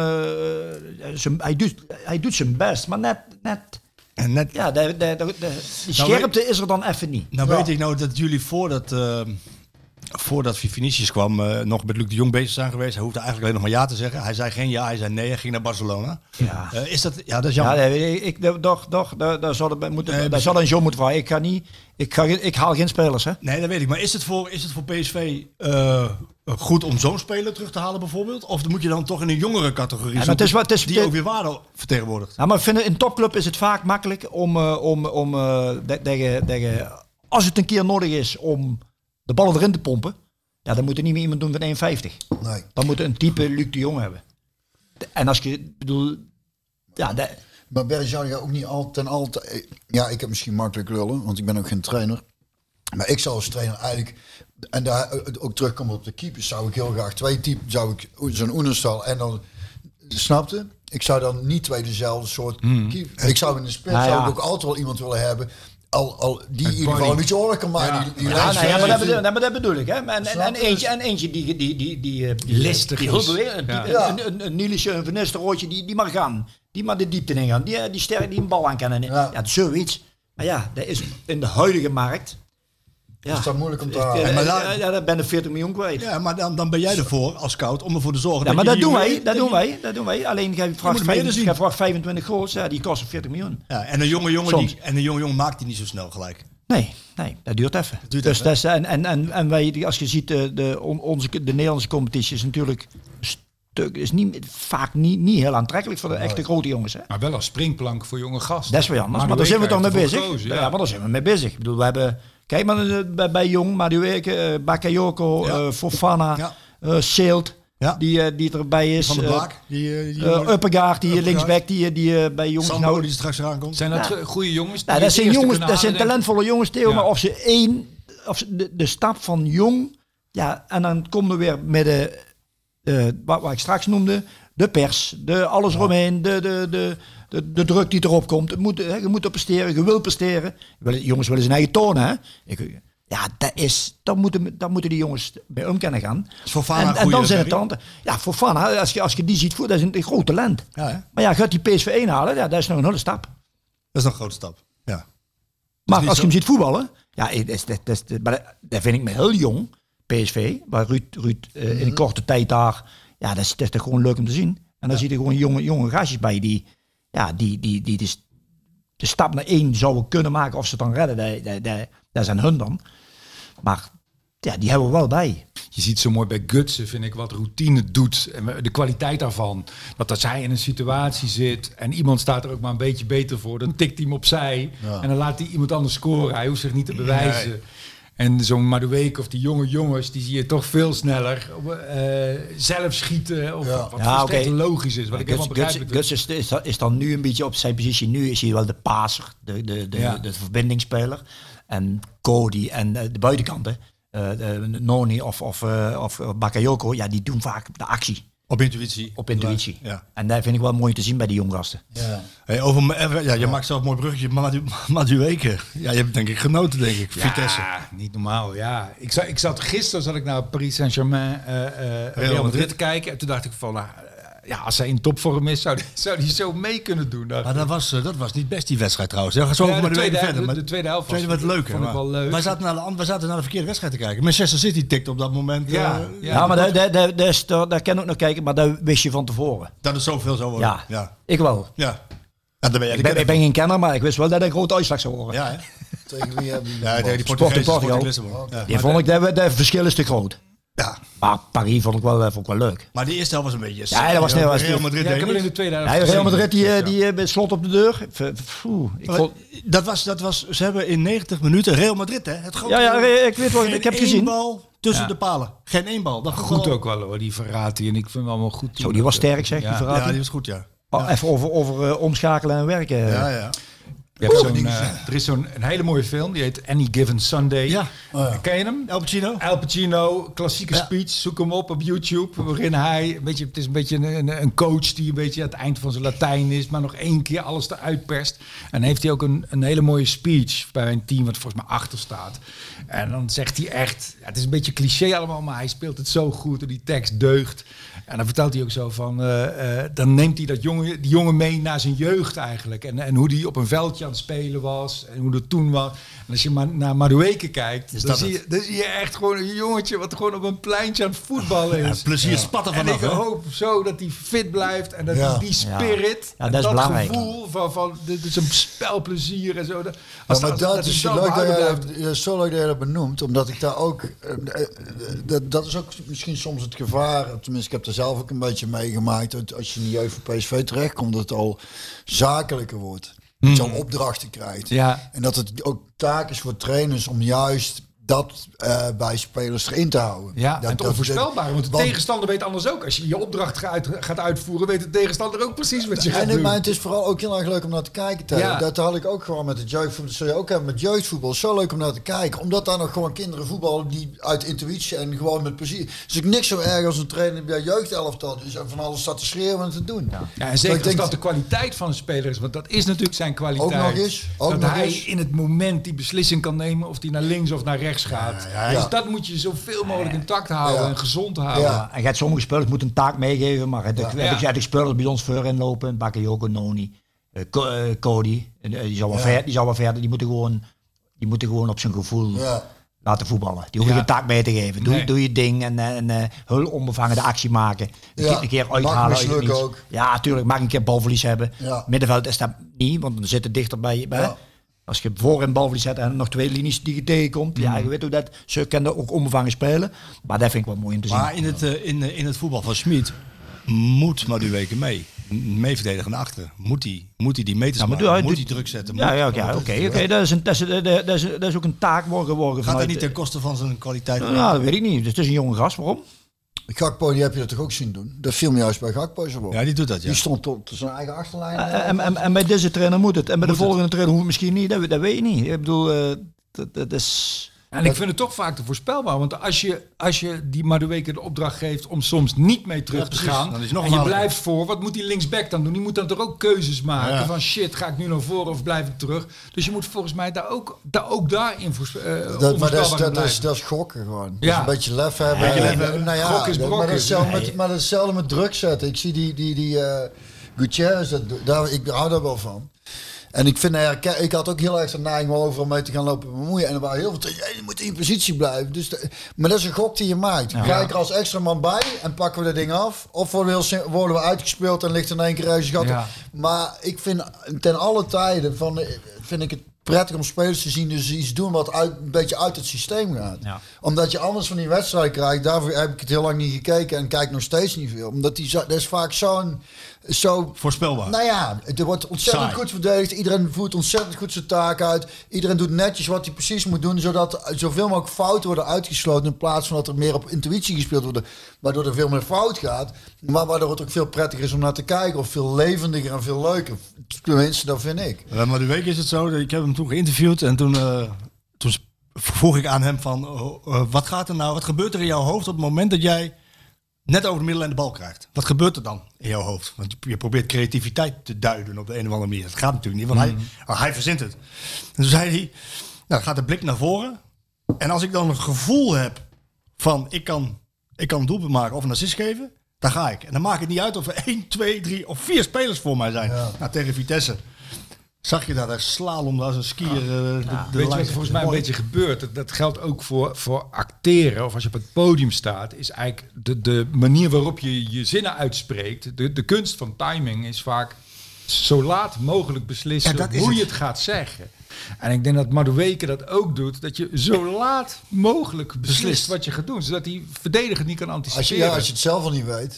hij doet zijn best, maar net... En net... Ja, die scherpte is er dan even niet. Nou weet ik dat jullie voordat Vinicius kwam, nog met Luc de Jong bezig zijn geweest. Hij hoefde eigenlijk alleen nog maar ja te zeggen. Hij zei geen ja, hij zei nee. Hij ging naar Barcelona. Ja. Dat is jammer. Ja, daar zal een John moeten vragen. Ik haal geen spelers, hè? Nee, dat weet ik. Maar is het voor PSV goed om zo'n speler terug te halen bijvoorbeeld? Of moet je dan toch in een jongere categorie die ook weer waarde vertegenwoordigt? Ja, maar ik vind in een topclub is het vaak makkelijk om als het een keer nodig is om de ballen erin te pompen, ja, dan moet er niet meer iemand doen van 1,50. Nee. Dan moet een type Luc de Jong hebben. En als je bedoel, ja, maar Bergjan gaat ook niet altijd. Ja, ik heb misschien makkelijk lullen, want ik ben ook geen trainer. Maar ik zou als trainer eigenlijk, en daar ook terugkomen op de keepers, zou ik heel graag 2 typen, zou ik zo'n Oenerstal en dan, snapte? Ik zou dan niet 2 dezelfde soort keeper. Ik zou in de spits zou ik ook altijd wel iemand willen hebben. Die in ieder geval een beetje oorlog kan maken. Maar dat bedoel ik. Hè? En eentje die listig is. Een Nielsen, een Van Nistelrooy, die mag gaan. Die mag de diepte in gaan. Die sterk die een bal aan kennen. Ja, zoiets. Maar ja, dat is in de huidige markt. Ja. Is dat moeilijk om te halen? Daar ben je 40 miljoen kwijt. Ja, maar dan ben jij ervoor als scout om ervoor te zorgen. Ja, maar dat doen wij. Alleen je vraagt 25 goals, die kosten 40 miljoen. Ja, en een jonge jongen maakt die niet zo snel gelijk. Nee, dat duurt even. En wij, als je ziet, de Nederlandse competitie is natuurlijk vaak niet heel aantrekkelijk voor de echte grote jongens. Hè? Maar wel als springplank voor jonge gasten. Dat is wel anders, maar daar zijn we toch mee bezig. Ja, maar daar zijn we mee bezig. Ik bedoel, we hebben... Kijk maar bij Jong, Madueke, Bakayoko, Fofana, Seelt, die erbij is. Van de Blaak. Uppegaard, die linksback, die bij jongens... Sambo, die straks eraan komt. Zijn dat goede jongens? Ja, dat zijn talentvolle jongens, Theo. Maar of ze de stap van Jong... Ja, en dan komen we weer met wat ik straks noemde... De pers, alles eromheen, de druk die erop komt. Je moet presteren, je wil presteren. Jongens willen zijn eigen tonen, hè? Dan moeten die jongens bij om kunnen gaan. En dan zijn het dan... Ja, Fofana, als je die ziet, dat is een groot talent. Ja, maar ja, gaat die PSV 1 halen, dat is nog een hele stap. Dat is nog een grote stap, ja. Maar als je hem ziet voetballen... Ja, dat vind ik me heel jong, PSV. Waar Ruud in een korte tijd daar... Ja, dat is toch gewoon leuk om te zien. En dan zie je gewoon jonge gastjes bij die de stap naar 1 zouden kunnen maken. Of ze het dan redden, dat zijn hun dan. Maar ja, die hebben we wel bij. Je ziet zo mooi bij Gutsen, vind ik, wat routine doet. En de kwaliteit daarvan. Dat als hij in een situatie zit en iemand staat er ook maar een beetje beter voor, dan tikt hij hem opzij. Ja. En dan laat hij iemand anders scoren. Hij hoeft zich niet te bewijzen. Nee. En zo'n Madueke of die jonge jongens, die zie je toch veel sneller zelf schieten. Of wat volstrekt logisch is. Wat ik helemaal begrijp. Guts is dan nu een beetje op zijn positie. Nu is hij wel de paser, de verbindingsspeler. En Cody en de buitenkanten, Noni of Bakayoko, ja, die doen vaak de actie. Op intuïtie. Ja. En dat vind ik wel mooi te zien bij die jonggasten. Ja. Hey, je maakt zelf een mooi bruggetje, maar Madueke. Ja, je hebt denk ik genoten, denk ik. Vitesse. Ja, niet normaal. Ja. Gisteren zat ik naar Paris Saint-Germain, Real Madrid te kijken. En toen dacht ik van, als hij in topvorm is, zou die zo mee kunnen doen. Maar dat was niet best die wedstrijd trouwens. Ja, zo maar de weken verder. De tweede helft was leuk. Vond ik wel leuk. Wij zaten naar de verkeerde wedstrijd te kijken. Manchester City tikte op dat moment. Maar daar kan ik ook nog kijken, maar dat wist je van tevoren. Dat is zoveel zou worden. Ja. Ik wel. Ja. Ik ben geen kenner, maar ik wist wel dat hij een grote uitslag zou worden. Ja, hè? Tegen wie hebben tegen die Portugal. Die vond ik dat verschil is te groot. Ja. Maar Paris vond ik wel leuk. Maar die eerste helft was een beetje... Ja, dat was niet. Real Madrid ik heb in de tweede helft. Real Madrid die slot op de deur. Dat was... Ze hebben in 90 minuten Real Madrid, hè? Het grote, ik weet wel. Ik heb gezien. Geen bal tussen de palen. Geen één bal. Dat goed ook wel hoor, die Verratti. En ik vind hem allemaal goed. Zo, die was sterk, zeg. Die Verratti. Ja, die was goed, ja. Even over omschakelen en werken. Ja. Er is een hele mooie film, die heet Any Given Sunday. Ja. Ken je hem? Al Pacino, klassieke speech. Zoek hem op YouTube. Waarin hij, het is een beetje een coach die een beetje aan het eind van zijn Latijn is. Maar nog 1 keer alles eruit perst. En dan heeft hij ook een hele mooie speech bij een team wat volgens mij achter staat. En dan zegt hij echt, het is een beetje cliché allemaal, maar hij speelt het zo goed en die tekst deugt. En dan vertelt hij ook zo van, dan neemt hij die jongen mee naar zijn jeugd eigenlijk. En hoe die op een veldje aan het spelen was en hoe dat toen was. En als je naar Madueke kijkt, dan zie je echt gewoon een jongetje wat gewoon op een pleintje aan het voetballen is. Ja, plezier spatten vanaf. En ik hoop zo dat hij fit blijft en dat die spirit en dat gevoel van dit is een spelplezier en zo. Dat is zo leuk dat je dat benoemt, omdat ik daar ook... dat is ook misschien soms het gevaar, tenminste ik heb er zelf ook een beetje meegemaakt, als je in de jeugd van PSV terechtkomt, dat het al zakelijker wordt. Dat je al opdrachten krijgt. Ja. En dat het ook taak is voor trainers om juist dat bij spelers erin te houden. Ja, en het onvoorspelbare. Want de tegenstander weet anders ook. Als je je opdracht gaat uitvoeren, weet de tegenstander ook precies wat je gaat doen. Maar het is vooral ook heel erg leuk om naar te kijken. Ja. Dat had ik ook gewoon met het jeugdvoetbal. Dat zul je ook hebben met jeugdvoetbal. Zo leuk om naar te kijken. Omdat daar nog gewoon kinderen voetballen die uit intuïtie en gewoon met plezier. Dus ik niks zo erg als een trainer bij jeugdelftal. Dus van alles staat te schreeuwen en te doen. Ja, en zeker als dat de kwaliteit van een speler is. Want dat is natuurlijk zijn kwaliteit. Dat hij in het moment die beslissing kan nemen of die naar links of naar rechts gaat. Dus dat moet je zoveel mogelijk intact houden en gezond houden. Ja. En je hebt sommige spelers moeten een taak meegeven, maar heb ik spelers bij ons voorin lopen, Bakayoko, Noni, Cody, die zou wel verder, die moeten gewoon op zijn gevoel laten voetballen. Die hoeven geen taak mee te geven. Doe je ding en heel onbevangen de actie maken. Een keer uithalen uit het niets. Ook. Ja, natuurlijk, mag een keer balverlies hebben. Ja. Middenveld is dat niet, want dan zit het dichter bij. Als je voor een balverlies zet en nog 2 linies die je tegenkomt. Ja, je weet hoe dat. Ze kunnen ook onbevangen spelen. Maar dat vind ik wel mooi om te zien. Maar in het voetbal van Schmid moet Madueke mee verdedigen naar achteren. Moet hij die meters maken? Moet hij druk zetten? Oké. Dat is ook een taak geworden. Gaat dat niet ten koste van zijn kwaliteit? Nou, dat weet ik niet. Dus het is een jonge gast. Waarom? Gakpo, die heb je dat toch ook zien doen? Dat viel me juist bij Gakpo zo op. Ja, die doet dat, ja. Die stond tot zijn eigen achterlijn. En bij deze trainer moet het. En bij de volgende trainer hoeft het misschien niet. Dat weet je niet. Ik bedoel, dat is... En ik vind het toch vaak te voorspelbaar. Want als je die Madueke de opdracht geeft om soms niet mee terug te gaan. En je blijft voor. Wat moet die linksback dan doen? Die moet dan toch ook keuzes maken. Ja. Van shit, ga ik nu naar voren of blijf ik terug? Dus je moet volgens mij daar ook daarin dat is gokken gewoon. Dus een beetje lef hebben. Gok is brokken. Maar hetzelfde met druk zetten. Ik zie die Gutierrez, ik hou daar wel van. En ik had ook heel erg de neiging om overal mee te gaan lopen bemoeien. En er waren heel veel je moet in positie blijven. Dus maar dat is een gok die je maakt. Ga ik er als extra man bij en pakken we dat ding af? Of worden we uitgespeeld en ligt er in één keer reuze gat? Ja. Maar ik vind ten alle tijden vind ik het prettig om spelers te zien dus iets doen wat een beetje uit het systeem gaat. Ja. Omdat je anders van die wedstrijd krijgt. Daarvoor heb ik het heel lang niet gekeken en kijk nog steeds niet veel. Omdat dat is vaak zo voorspelbaar. Nou ja, er wordt ontzettend Saai. goed verdedigd. Iedereen voert ontzettend goed zijn taak uit. Iedereen doet netjes wat hij precies moet doen, zodat zoveel mogelijk fouten worden uitgesloten in plaats van dat er meer op intuïtie gespeeld wordt, waardoor er veel meer fout gaat. Maar waardoor het ook veel prettiger is om naar te kijken, of veel levendiger en veel leuker. Tenminste, dat vind ik. Maar de week is het zo, ik heb hem toen geïnterviewd en toen vroeg ik aan hem van, wat gebeurt er in jouw hoofd op het moment dat jij net over de middellijn de bal krijgt? Wat gebeurt er dan in jouw hoofd? Want je probeert creativiteit te duiden op de een of andere manier. Dat gaat natuurlijk niet, want hij verzint het. En toen zei hij, dan gaat de blik naar voren. En als ik dan een gevoel heb van, ik kan een doelpunt maken of een assist geven, dan ga ik. En dan maakt het niet uit of er 1, 2, 3 of 4 spelers voor mij zijn. Ja. Nou, tegen Vitesse zag je dat hij slalom als een skier. Weet je wat er volgens mij een beetje gebeurt? Dat geldt ook voor acteren. Of als je op het podium staat, is eigenlijk de manier waarop je je zinnen uitspreekt. De kunst van timing is vaak zo laat mogelijk beslissen hoe je het gaat zeggen. En ik denk dat Madueke dat ook doet. Dat je zo laat mogelijk beslist wat je gaat doen. Zodat die verdediger niet kan anticiperen. Als je het zelf al niet weet.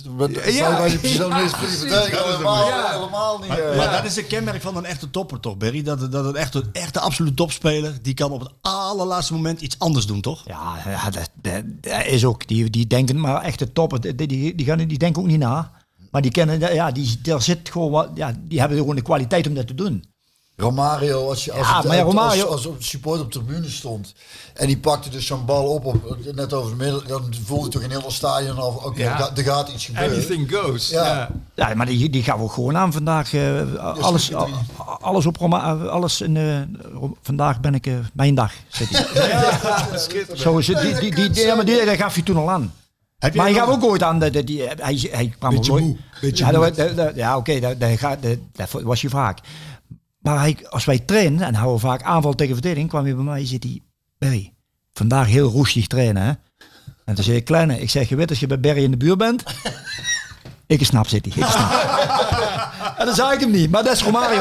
Helemaal niet. Maar dat is een kenmerk van een echte topper toch, Berry? Dat het echt de absolute topspeler, die kan op het allerlaatste moment iets anders doen, toch? Ja, dat is ook. Die denken, maar echte topper, die denken ook niet na. Maar die kennen, daar zit gewoon wat, die hebben gewoon de kwaliteit om dat te doen. Romario, als supporter op de tribune stond en die pakte dus zo'n bal op net over de middel, dan voelde toch in heel het stadion al, er gaat iets gebeuren. Anything goes. Ja, maar die gaan we gewoon aan vandaag. Alles op Romario, alles vandaag ben ik mijn dag. Zo is het. Maar die gaf je toen al aan. Maar hij gaf ook ooit aan, hij kwam dat was je vaak. Maar als wij trainen, en houden we vaak aanval tegen verdediging, kwam hij bij mij, zit hij, Berry, vandaag heel roestig trainen, hè? En toen zei ik, kleine, ik zeg, je weet als je bij Berry in de buurt bent, ik snap, zit hij. En dan zei ik hem niet, maar dat is Romario.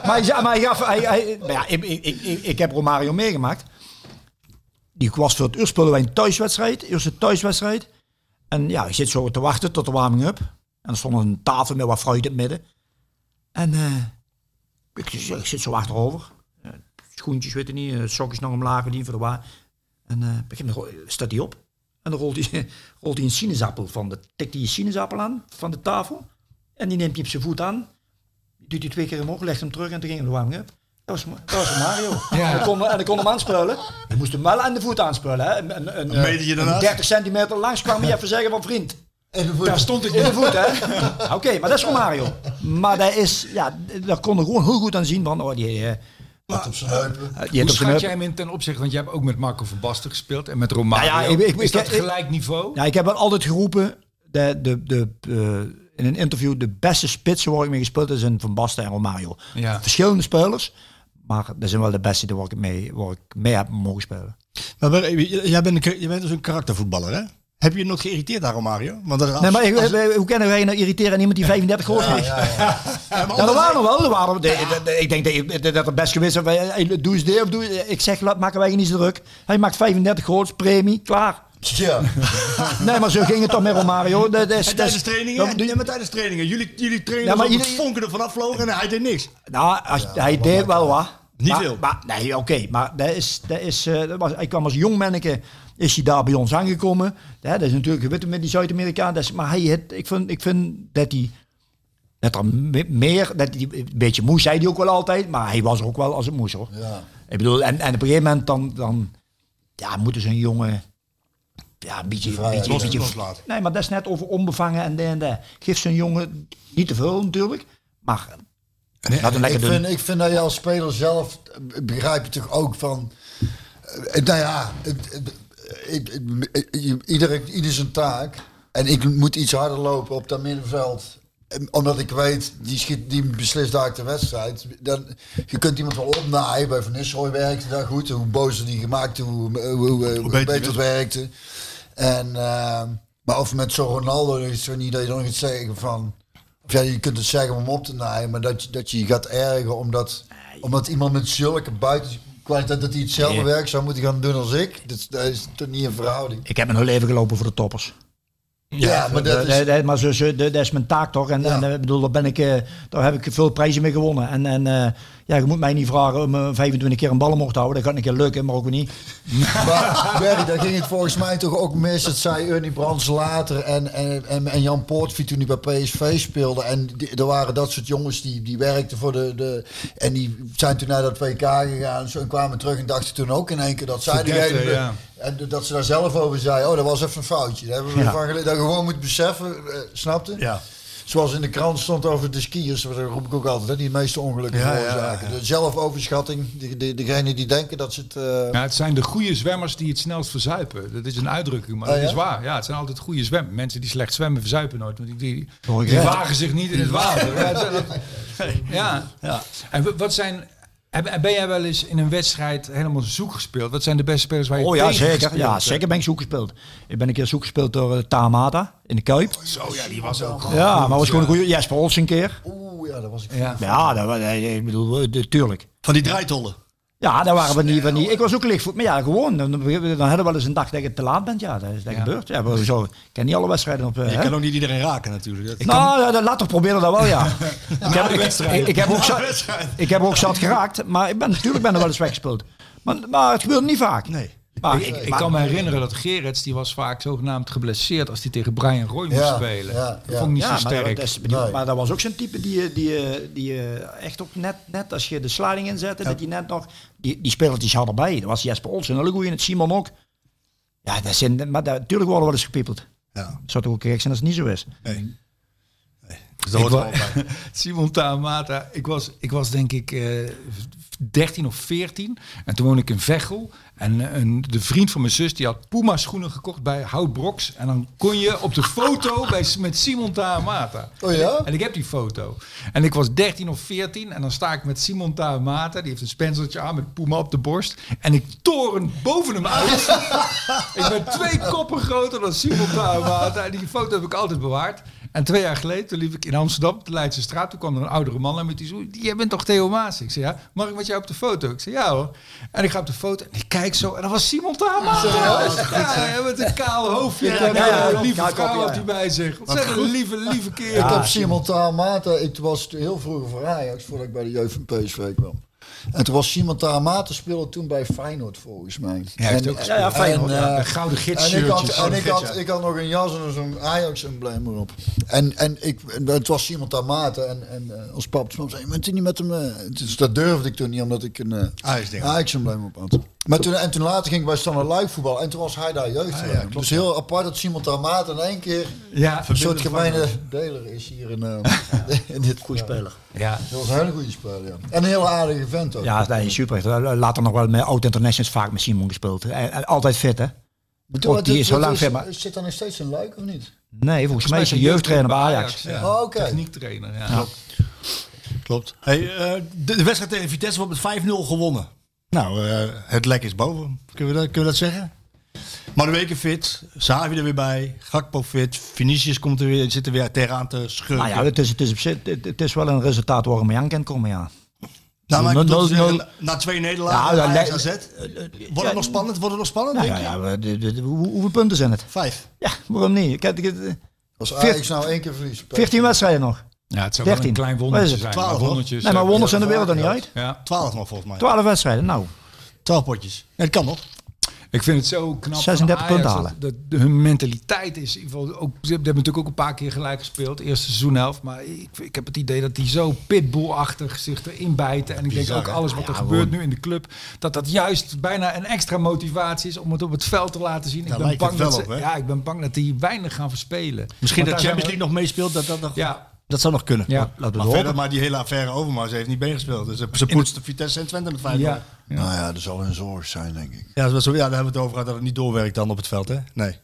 Ik heb Romario meegemaakt. Die was voor het eerst spelen wij een eerste thuiswedstrijd. En ja, ik zit zo te wachten tot de warming-up. En er stond een tafel met wat fruit in het midden. En ik zit zo achterover. Schoentjes, weet je niet. Sokjes nog omlaag, die voor de waar. En staat hij op. En dan rolt hij een sinaasappel tikt hij een sinaasappel aan van de tafel. En die neemt hij op zijn voet aan. Doet hij 2 keer omhoog, legt hem terug en toen ging hij de warming up. Dat was Mario. Ja. En ik kon hem aanspelen. Je moest hem wel aan de voet aanspelen. Hè. Een 30 centimeter langs kwam hij even zeggen van vriend. Daar stond ik in de voet, hè? Oké, maar dat is voor Mario. Maar daar kon er gewoon heel goed aan zien van, op zijn heupen. Hoe schat jij hem in ten opzichte, want jij hebt ook met Marco van Basten gespeeld en met Romario. Is dat gelijk niveau? Ja, ik heb wel altijd geroepen, in een interview, de beste spitsen waar ik mee gespeeld heb, zijn Van Basten en Romario. Ja. Verschillende spelers, maar dat zijn wel de beste waar ik mee heb mogen spelen. Maar jij bent dus een karaktervoetballer, hè? Heb je je nog geïrriteerd aan Romario? Want hoe kunnen wij nou irriteren aan iemand die 35 goals heeft? Dat waren wel. Ik denk dat het best geweest is. Doe eens dit of doe eens. Ik zeg, maken wij niet zo druk. Hij maakt 35 goals, premie, klaar. Ja. Nee, maar zo ging het toch met Romario. Tijdens trainingen? Jullie trainen op het vonken er vanaf vlogen en hij deed niks. Nou, hij deed wel wat. Niet veel. Maar hij kwam als jong manneke, is hij daar bij ons aangekomen. Dat is natuurlijk, je weet met die Zuid-Amerikaan. Maar ik vind dat hij een beetje moest, zei hij ook wel altijd. Maar hij was er ook wel als het moest, hoor. Ja. Ik bedoel, en op een gegeven moment dan moeten ze een jongen een beetje loslaten. Nee, maar dat is net over onbevangen en dat. Geef zo'n jongen niet te veel natuurlijk, maar ik vind dat je als speler zelf begrijp je toch ook van, ieder zijn taak en ik moet iets harder lopen op dat middenveld. Omdat ik weet, die beslist daar de wedstrijd. Je kunt iemand wel opnaaien. Bij Van Nistelrooy werkte dat goed. Hoe bozer die gemaakt, hoe beter het werkte. Maar of met zo'n Ronaldo is het niet dat je dan gaat zeggen van... Of je kunt het zeggen om op te naaien, maar dat je gaat ergeren omdat Omdat iemand met zulke buitenkwaliteit, dat hij hetzelfde werk zou moeten gaan doen als ik. Dat is toch niet een verhouding. Ik heb mijn hele leven gelopen voor de toppers. Ja, maar dat is... Maar dat is mijn taak toch? En bedoel, daar heb ik veel prijzen mee gewonnen. En je moet mij niet vragen om 25 keer een ballenmocht te houden. Dat gaat een keer lukken, maar ook niet. Maar Berry, daar ging het volgens mij toch ook mis. Dat zei Ernie Brands later en Jan Poortvliet toen hij bij PSV speelde. En er waren dat soort jongens die werkten voor en die zijn toen naar dat WK gegaan en kwamen terug en dachten toen ook in één keer dat zij degene... En dat ze daar zelf over zei, dat was even een foutje. Daar hebben we van geleerd, dat je gewoon moet beseffen, snapte? Ja. Zoals in de krant stond over de skiers, dat roep ik ook altijd, hè, die de meeste ongelukken veroorzaken. De zelfoverschatting, degene die denken dat ze het... het zijn de goede zwemmers die het snelst verzuipen. Dat is een uitdrukking, maar dat is waar. Ja, het zijn altijd goede zwemmers. Mensen die slecht zwemmen verzuipen nooit, want die wagen zich niet in het water. Ja. En wat zijn... Ben jij wel eens in een wedstrijd helemaal zoek gespeeld? Wat zijn de beste spelers waar je tegen zeker. gespeeld Ja, hebt? zeker ben ik zoek gespeeld. Ik ben een keer zoek gespeeld door Tamata in de Kuip. Die was ook Ja, maar was gewoon een goede... Jesper Olsen een keer. Ja, dat was ik. Ja, ik bedoel, tuurlijk. Van die draaitollen. Ja, daar waren we niet. Ik was ook lichtvoet. Maar ja, gewoon. Dan hadden we wel eens een dag dat je te laat bent. Ja, dat is dat gebeurd. Ja, maar zo. Ik ken niet alle wedstrijden op. Je kan ook niet iedereen raken natuurlijk. Laat toch proberen dat wel, ja. Ik heb ook zat geraakt. Maar natuurlijk ben er wel eens weggespeeld. Maar het gebeurt niet vaak. Nee. Ik kan me herinneren dat Gerrits, die was vaak zogenaamd geblesseerd als hij tegen Brian Roy moest spelen. Dat vond ik niet zo sterk. Maar dat was ook zo'n type die echt ook net als je de sliding inzette, dat die net nog... Die spelers die hadden bij. Dat was Jesper Olsen, een goeie, en het Simon ook. Ja, maar natuurlijk worden we wel eens gepiepeld. Ja. Zou toch ook gek zijn als het niet zo is. Nee. Dus dat hoort er wel bij. Simon Taamata, ik was denk ik 13 of 14 en toen woonde ik in Veghel en de vriend van mijn zus die had Puma schoenen gekocht bij Hout Broks en dan kon je op de foto met Simon Taamata. Oh ja? En ik heb die foto. En ik was 13 of 14 en dan sta ik met Simon Taamata, die heeft een spencertje aan met Puma op de borst en ik toren boven hem uit. Ik ben 2 koppen groter dan Simon Taamata en die foto heb ik altijd bewaard. En 2 jaar geleden, toen liep ik in Amsterdam op de Leidse straat. Toen kwam er een oudere man aan met die zo. Jij bent toch Theo Maas? Ik zei, ja. Mag ik met jou op de foto? Ik zei, ja hoor. En ik ga op de foto en ik kijk zo. En dat was Simon Taamata. Ja, met een kaal hoofdje. Een lieve vrouw had hij bij zich. Ontzettend een lieve keer. Ik heb Simon Taamata. Ik was heel vroeger voor Ajax, voordat ik bij de jeugd van PSV kwam. En toen was Simon Taamata speelde toen bij Feyenoord volgens mij. Ja, Feyenoord. De gouden gidsshirtjes. En ik had nog een jas en zo'n Ajax-embleem erop. En het was Simon Taamata en als pap zei, bent u niet met hem? Dus dat durfde ik toen niet, omdat ik een Ajax-embleem op had. Maar toen later ging ik bij Standard Luik voetbal en toen was hij daar jeugd. Dus heel apart dat Simon Taamata in één keer een soort gemeene deler is hier in dit goede speler. Ja. Dat was een hele goede speler, ja. En een heel aardige vent ook. Ja, nee, super. Later nog wel met oud-internationals vaak met Simon gespeeld. Altijd fit, hè? Die is zo lang fit. Zit dan nog steeds in Luik of niet? Nee, volgens mij is hij jeugdtrainer bij Ajax. Ja. Oké. Techniektrainer, Klopt. Hey, de wedstrijd tegen Vitesse wordt met 5-0 gewonnen. Nou, het lek is boven. Kunnen we dat zeggen? Madueke fit, Xavi er weer bij, Gakpo fit, Vinicius zit er weer tegenaan te schurken. Nou ja, het is wel een resultaat waar we mee aan kan komen, ja. Nou, maar ik bedoel zeggen, na 2 nederlagen, Ajax AZ, wordt het nog spannend? Hoeveel punten zijn het? 5. Ja, waarom niet? Als Ajax nou 1 keer verliest. 14 wedstrijden nog. Ja, het zou 13. Wel een klein wondertje zijn. 12 wondertjes. Nee, maar wonders zijn de wereld er niet uit. Ja. 12 nog volgens mij. 12 wedstrijden, nou. 12 potjes. Nee, dat kan nog. Ik vind het zo knap 36 punten halen. Dat hun mentaliteit is. In ieder geval ook, ze hebben natuurlijk ook een paar keer gelijk gespeeld. Eerste seizoenhelft. Maar ik heb het idee dat die zo pitbullachtig zich erin bijten. En ik denk ook alles wat er gebeurt nu in de club. Dat juist bijna een extra motivatie is om het op het veld te laten zien. Ik ben bang dat die weinig gaan verspelen. Misschien dat Champions League nog meespeelt. Dat nog... Ja. Dat zou nog kunnen. Ja. Maar die hele affaire Overmars heeft niet meegespeeld. Dus ze poetste Vitesse en Twente met 5. Ja. Nou ja, dat zal een zorg zijn, denk ik. Ja, daar hebben we het over gehad dat het niet doorwerkt dan op het veld, hè? Nee.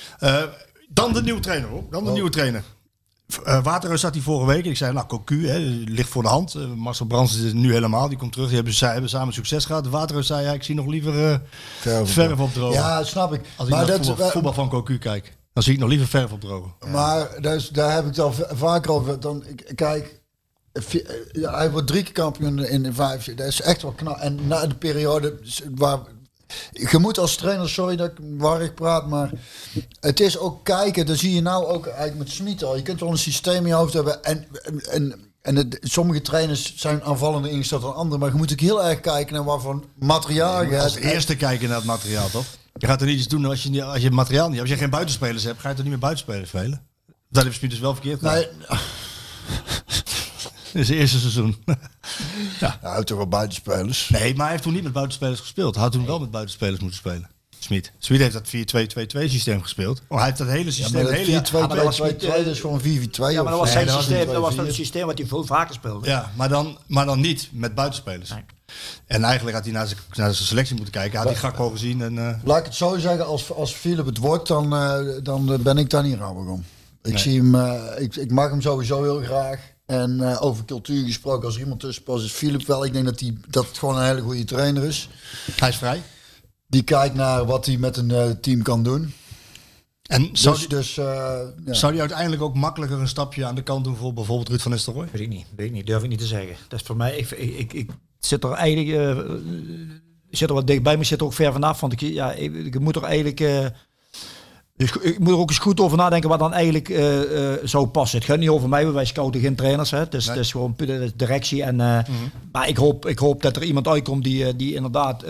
Dan de nieuwe trainer, hoor. Waterreus zat hij vorige week. Ik zei, nou, Cocu, ligt voor de hand. Marcel Brands is nu helemaal. Die komt terug. Die hebben samen succes gehad. Waterreus zei, ja, ik zie nog liever verf opdrogen. Ja, snap ik. Als ik naar voetbal van Cocu kijk. Dan zie ik nog liever verf opdrogen. Maar daar heb ik het al vaker over. Kijk, Hij wordt 3 keer kampioen in 5 jaar. Dat is echt wel knap. En na de periode waar... Je moet als trainer, sorry dat ik warrig praat, maar het is ook kijken. Dat zie je nou ook eigenlijk met Smit al. Je kunt wel een systeem in je hoofd hebben. Sommige trainers zijn aanvallender ingesteld dan anderen. Maar je moet ook heel erg kijken naar wat voor materiaal je hebt. Als eerste kijken naar het materiaal, toch? Je gaat er niet iets doen als je het materiaal niet hebt. Als je geen buitenspelers hebt, ga je toch niet meer buitenspelers spelen? Dat heeft Smit dus wel verkeerd gedaan. Nee. In zijn eerste seizoen. Ja, hij heeft toch wel buitenspelers. Nee, maar hij heeft toen niet met buitenspelers gespeeld. Hij had toen wel met buitenspelers moeten spelen. Smit heeft dat 4-2-2-2 systeem gespeeld. Oh, hij heeft dat hele systeem... Ja, 4-2-2-2 is gewoon 4-4-2. Ja, maar dat was zijn systeem. Dat was het systeem wat hij veel vaker speelde. Ja, maar dan niet met buitenspelers. Nee. En eigenlijk had hij naar zijn selectie moeten kijken. Had hij Gakpo gezien. En, Laat ik het zo zeggen, als Philip het wordt, dan ben ik daar niet rouwig om. Ik zie hem, ik mag hem sowieso heel graag. En over cultuur gesproken, als er iemand tussen past, is Philip wel. Ik denk dat het gewoon een hele goede trainer is. Hij is vrij. Die kijkt naar wat hij met een team kan doen. En zou hij uiteindelijk ook makkelijker een stapje aan de kant doen voor bijvoorbeeld Ruud van Nistelrooy? Weet ik niet. Durf ik niet te zeggen. Dat is voor mij, ik zit er eigenlijk, zit er wat dichtbij, maar zit er ook ver vanaf. Want ik moet er eigenlijk... ik moet er ook eens goed over nadenken wat dan eigenlijk zou passen. Het gaat niet over mij, wij scouten geen trainers. Hè. Het is gewoon de directie. En, maar ik hoop dat er iemand uitkomt die inderdaad...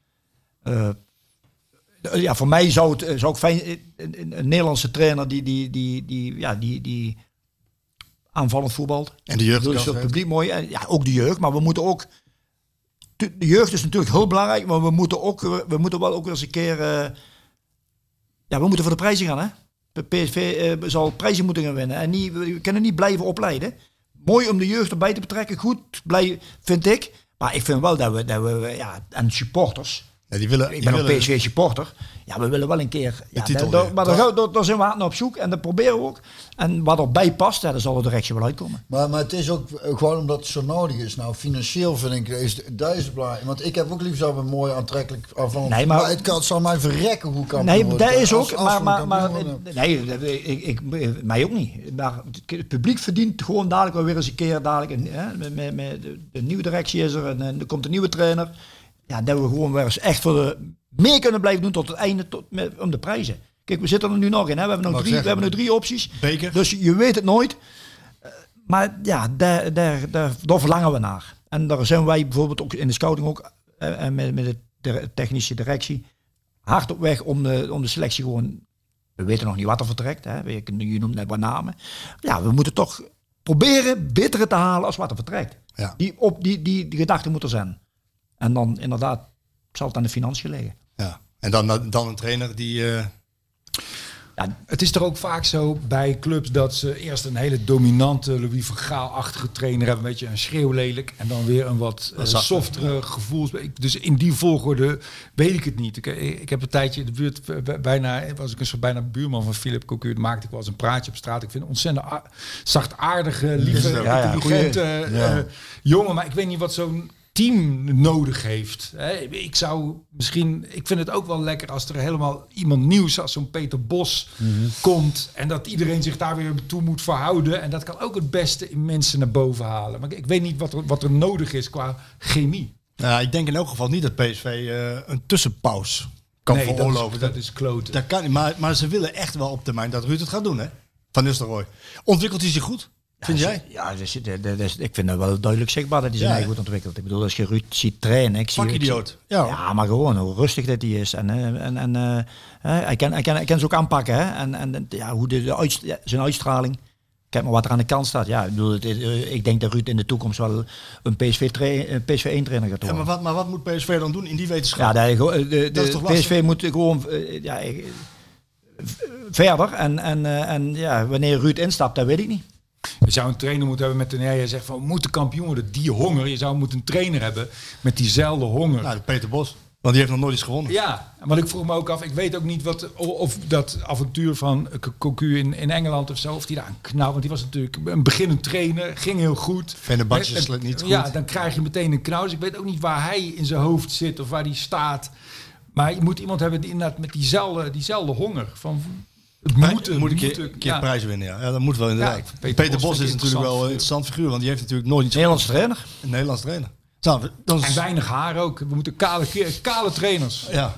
voor mij zou ik fijn... Een Nederlandse trainer die aanvallend voetbalt. En de jeugd. Dus het publiek mooi. En, ja, ook de jeugd. Maar we moeten ook... De jeugd is natuurlijk heel belangrijk. Maar we moeten wel ook eens een keer... we moeten voor de prijzen gaan, hè. De PSV zal prijzen moeten gaan winnen. En we kunnen niet blijven opleiden. Mooi om de jeugd erbij te betrekken. Goed, vind ik. Maar ik vind wel dat we en supporters... Ja, ik ben een PSV supporter. Ja, we willen wel een keer... Maar daar zijn we hard naar op zoek. En dat proberen we ook. En wat erbij past, daar zal de directie wel uitkomen. Maar het is ook gewoon omdat het zo nodig is. Nou, financieel vind ik deze belangrijk. Want ik heb ook liefst zo een mooi aantrekkelijk afval. Nee, maar het zal mij verrekken hoe kan het worden. Nee, dat is ook. Mij ook niet. Maar het publiek verdient gewoon dadelijk wel weer eens een keer. Met de nieuwe directie is er. En er komt een nieuwe trainer. Ja, dat we gewoon weer eens echt meer kunnen blijven doen tot het einde om de prijzen. Kijk, we zitten er nu nog in. Hè? We hebben nog 3 opties. Beker. Dus je weet het nooit. Maar ja, daar verlangen we naar. En daar zijn wij bijvoorbeeld ook in de scouting ook met de technische directie hard op weg om de selectie gewoon... We weten nog niet wat er vertrekt. Hè? Je noemt net wat namen. Ja, we moeten toch proberen betere te halen als wat er vertrekt. Ja. Die gedachte moet er zijn. En dan inderdaad zal het aan de financiën liggen. Ja. En dan een trainer die... Het is toch ook vaak zo bij clubs dat ze eerst een hele dominante Louis van Gaal-achtige trainer hebben. Een beetje een schreeuwlelijk. En dan weer een wat softere gevoels. Dus in die volgorde weet ik het niet. Ik heb een tijdje in de buurt was ik een soort bijna buurman van Philip Cocu. Maakte ik wel eens een praatje op straat. Ik vind een ontzettend zachtaardige, lieve, intelligente jongen. Maar ik weet niet wat zo'n team nodig heeft. Ik vind het ook wel lekker als er helemaal iemand nieuws als zo'n Peter Bos komt en dat iedereen zich daar weer toe moet verhouden. En dat kan ook het beste in mensen naar boven halen. Maar ik weet niet wat er nodig is qua chemie. Nou, ik denk in elk geval niet dat PSV een tussenpauze kan veroorloven. Dat is kloten. Dat kan niet, maar ze willen echt wel op termijn dat Ruud het gaat doen, hè? Van Nistelrooy. Ontwikkelt hij zich goed? Vind jij? Ja, ik vind het wel duidelijk zichtbaar dat hij zich goed ontwikkelt. Ik bedoel, als je Ruud ziet trainen... Vakidioot. Ja, maar gewoon hoe rustig dat hij is. En hij kan ze ook aanpakken. Hè? En hoe zijn uitstraling... Kijk maar wat er aan de kant staat. Ja, ik denk dat Ruud in de toekomst wel een PSV 1 trainer gaat worden. Ja, maar wat moet PSV dan doen in die wetenschap? Ja, dat is toch PSV moet gewoon verder. En wanneer Ruud instapt, dat weet ik niet. Je zou een trainer moeten hebben je zegt van we moeten kampioen worden. Die honger. Je zou moeten een trainer hebben met diezelfde honger. Nou, Peter Bos. Want die heeft nog nooit iets gewonnen. Ja, maar ik vroeg me ook af. Ik weet ook niet of dat avontuur van Cocu in Engeland of zo. Of die daar een knauw. Want die was natuurlijk een beginnend trainer. Ging heel goed. Fenerbahce is niet goed. Ja, dan krijg je meteen een knauw. Dus ik weet ook niet waar hij in zijn hoofd zit. Of waar hij staat. Maar je moet iemand hebben die inderdaad met diezelfde honger. Van moet een keer prijzen winnen, ja. Dat moet wel inderdaad. Ja, Peter Bos is natuurlijk wel een interessant figuur, want die heeft natuurlijk nooit iets... Nederlands trainer. Een Nederlands trainer. En weinig haar ook. We moeten kale trainers. Ja.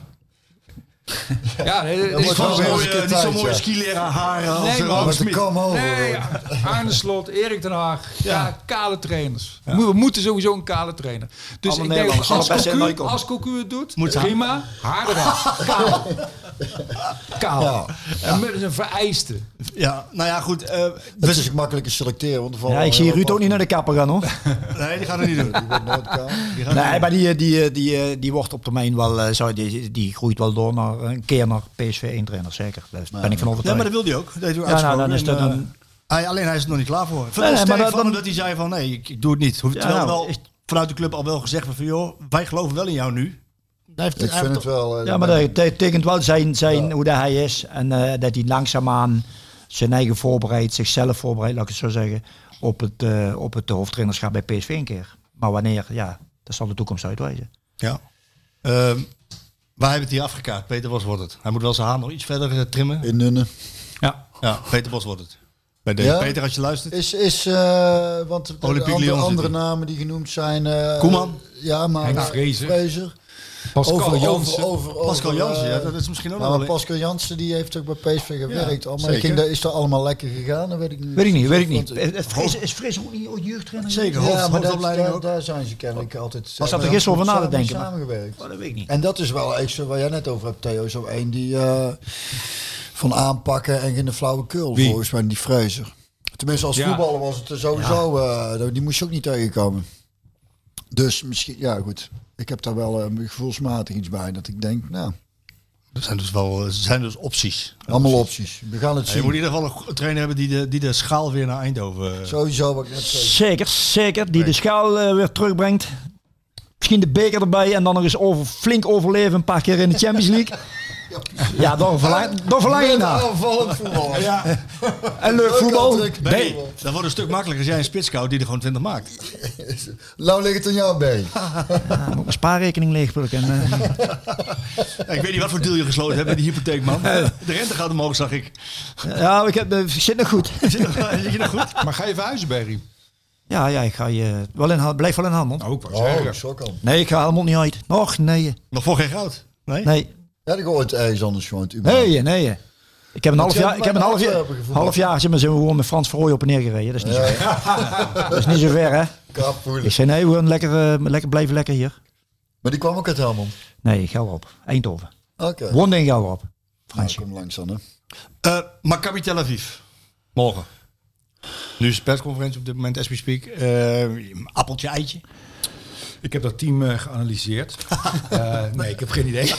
Ja, wordt wel weer eens een keer Niet zo'n tijd, mooie ja. skileraar haren als Nee, Ronald Met de Smit. kam over. Nee, Arne Slot, Erik ten Haag. Ja, kale trainers. We moeten sowieso een kale trainer. Dus Allemaal ik denk, Nederlanders, allemaal best als Cocu het doet, Moet ze- prima. Haar eraf. Kaal. Ja. En dat is een vereiste. Ja, nou ja, goed. Het is ook makkelijker selecteren. Want er vallen Ja, ik zie heel Ruud wat ook niet naar de kapper gaan hoor. Nee, die gaat er niet doen. Die wordt nooit kaal. Nee, maar die wordt op termijn wel, die groeit wel door naar een keer naar PSV 1 trainer, zeker. Daar ben ik van Ja, overtuigd. maar dat wil hij ook. Dat heeft hij ook Ja, nou, uitgesproken. dan is dat En, een... alleen hij is er nog niet klaar voor. Nee, maar Sterk dat- van hem dan- dat hij zei van nee, ik doe het niet. Terwijl nou, wel is- vanuit de club al wel gezegd werd van joh, wij geloven wel in jou nu. Ik vind het wel... Ja, maar dat tekent wel zijn hoe dat hij is. En dat hij langzaamaan zijn eigen voorbereidt, zichzelf voorbereidt, laat ik het zo zeggen, op het hoofdtrainerschap bij PSV een keer. Maar wanneer, ja, dat zal de toekomst uitwijzen. Ja. Wij hebben het hier afgekaart. Peter Bos wordt het. Hij moet wel zijn haar nog iets verder trimmen. In Nunnen. Ja, Peter Bos wordt het. Bij deze. Ja? Peter, als je luistert. Want de Olympique Lyon andere zit hij. namen die genoemd zijn... Koeman. Ja, maar... Henk Vrezer. Pascal Pascal Jansen, ja, dat is misschien ook maar nog wel... Pascal Jansen die heeft ook bij PSV gewerkt. Ja, maar zeker. is dat allemaal lekker gegaan? Dat weet ik niet. Weet ik niet. Want- Is Vrees ook niet ooit jeugdtrainer? Zeker, Ja, maar hoofdopleiding ook. daar zijn ze kennelijk altijd... Was dat er gisteren over na te samen- denken, maar- Samengewerkt. Oh, dat weet ik niet. En dat is wel echt zo waar jij net over hebt, Theo. Zo één die van aanpakken en geen flauwekul, volgens mij, die Fraser. Tenminste, als voetballer was het er sowieso... die moest je ook niet tegenkomen. Dus misschien... Ja, goed. Ik heb daar wel gevoelsmatig iets bij. Dat ik denk, nou... Er zijn dus opties. Allemaal opties. We gaan het Ja, zien. je moet in ieder geval een trainer hebben die de schaal weer naar Eindhoven... Sowieso wat ik net zei. Zeker. Die de schaal weer terugbrengt. Misschien de beker erbij en dan nog eens flink overleven een paar keer in de Champions League. Ja, door verlang je naar. Aanvallend voetbal. Ja. En leuk voetbal. Nee, dat wordt een stuk makkelijker als jij een spits houdt die er gewoon 20 maakt. Nou ligt het aan jou, B. Ja, moet mijn spaarrekening leegpulken. Ja, ik weet niet wat voor deal je gesloten hebt met die hypotheek, man. De rente gaat omhoog, zag ik. Ja, ik zit nog goed. Zit je nog goed? Maar ga je verhuizen, Berry? Ja, ik ga je blijf wel in Helmond. Ook wat Oh, zeggen. sokkel. Nee, ik ga Helmond niet uit. Nog, nee. Nog voor geen goud? Nee? Nee. Ja, ik ooit ergens anders gewoon. Nee. Ik heb een half jij jaar, hebt ik heb een bij Antwerpen gevoetbald. half jaar zijn we gewoon met Frans Verrooy op en neer gereden. Dat is niet zo ver. Dat is niet zo ver, hè? Ik zei nee, we gaan lekker blijven lekker hier. Maar die kwam ook uit Helmond. Nee, Gelderop. Eindhoven. Oké. Woonde in Gelderop. Nou, Fransje. kom langs dan, hè. Maccabi Tel Aviv. Morgen. Nu is de persconferentie op dit moment, as we speak. Appeltje, eitje. Ik heb dat team geanalyseerd. Nee, ik heb geen idee.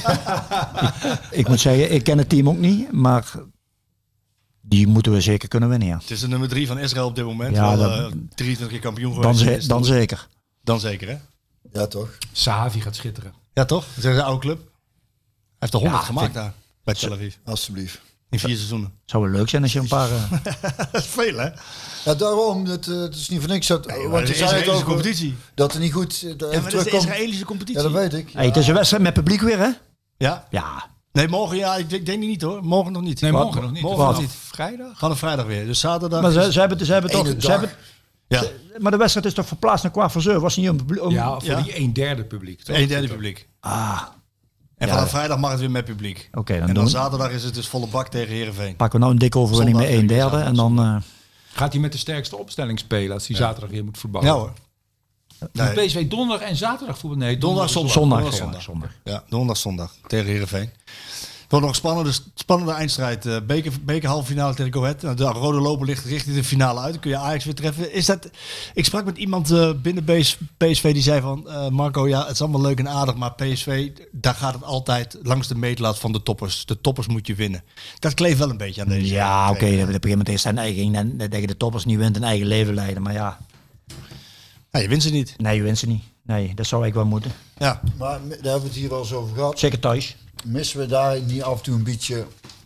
Ik moet zeggen, ik ken het team ook niet, maar die moeten we zeker kunnen winnen, ja. Het is de nummer 3 van Israël op dit moment. Ja, wel 23 keer kampioen geweest. Dan zeker. Dan zeker, hè? Ja, toch? Sahavi gaat schitteren. Ja, toch? Dat is een oude club. Hij heeft er 100 Ja, gemaakt daar. Bij Tel Aviv. Alsjeblieft. In 4 seizoenen. Zou wel leuk zijn als je een paar... Dat is veel, hè? Ja, daarom. Het is niet voor niks. Dat, Maar want de je zei het Israëlische ook, competitie. dat er niet goed... Ja, maar dat is de Israëlische competitie. Ja, dat weet ik. Hey, het is een wedstrijd met publiek weer, hè? Ja? Ja. Nee, morgen, ja, ik denk niet hoor. Morgen nog niet. Nee, morgen nog niet. Morgen Wat? nog niet. Vrijdag? Vanaf vrijdag weer. Dus zaterdag. Maar is- ze hebben toch... Ene Ze dag. hebben, ja, maar de wedstrijd is toch verplaatst naar kwart voor 7? Was niet om... Ja, voor Ja. die 1/3 publiek. toch? 1/3 publiek. Ah, En Ja. vanaf vrijdag mag het weer met publiek. oké, En dan dan zaterdag is het dus volle bak tegen Heerenveen. pakken we nou een dikke overwinning met Zondag 1/3 en dan... Gaat hij met de sterkste opstelling spelen als hij zaterdag weer moet voetballen? Ja hoor. Moet PSV donderdag en zaterdag voetballen? Nee, Donderdag, zondag. zondag. Ja, donderdag, zondag tegen Heerenveen. Het wordt nog een spannende eindstrijd. Beker halve finale tegen Go Ahead. De rode loper ligt richting de finale uit. Dan kun je Ajax weer treffen. Ik sprak met iemand binnen PSV die zei van... Marco, ja, het is allemaal leuk en aardig, maar PSV... daar gaat het altijd langs de meetlat van de toppers. De toppers moet je winnen. Dat kleeft wel een beetje aan deze. Ja, oké. Dat begint met eerst zijn eigen... En tegen de toppers niet wint, een eigen leven leiden. Maar ja, Ja, je wint ze niet. nee, je wint ze niet. Nee, dat zou ik wel moeten. Ja. Maar daar hebben we het hier al eens over gehad. Zeker thuis. Missen we daar niet af en toe een beetje...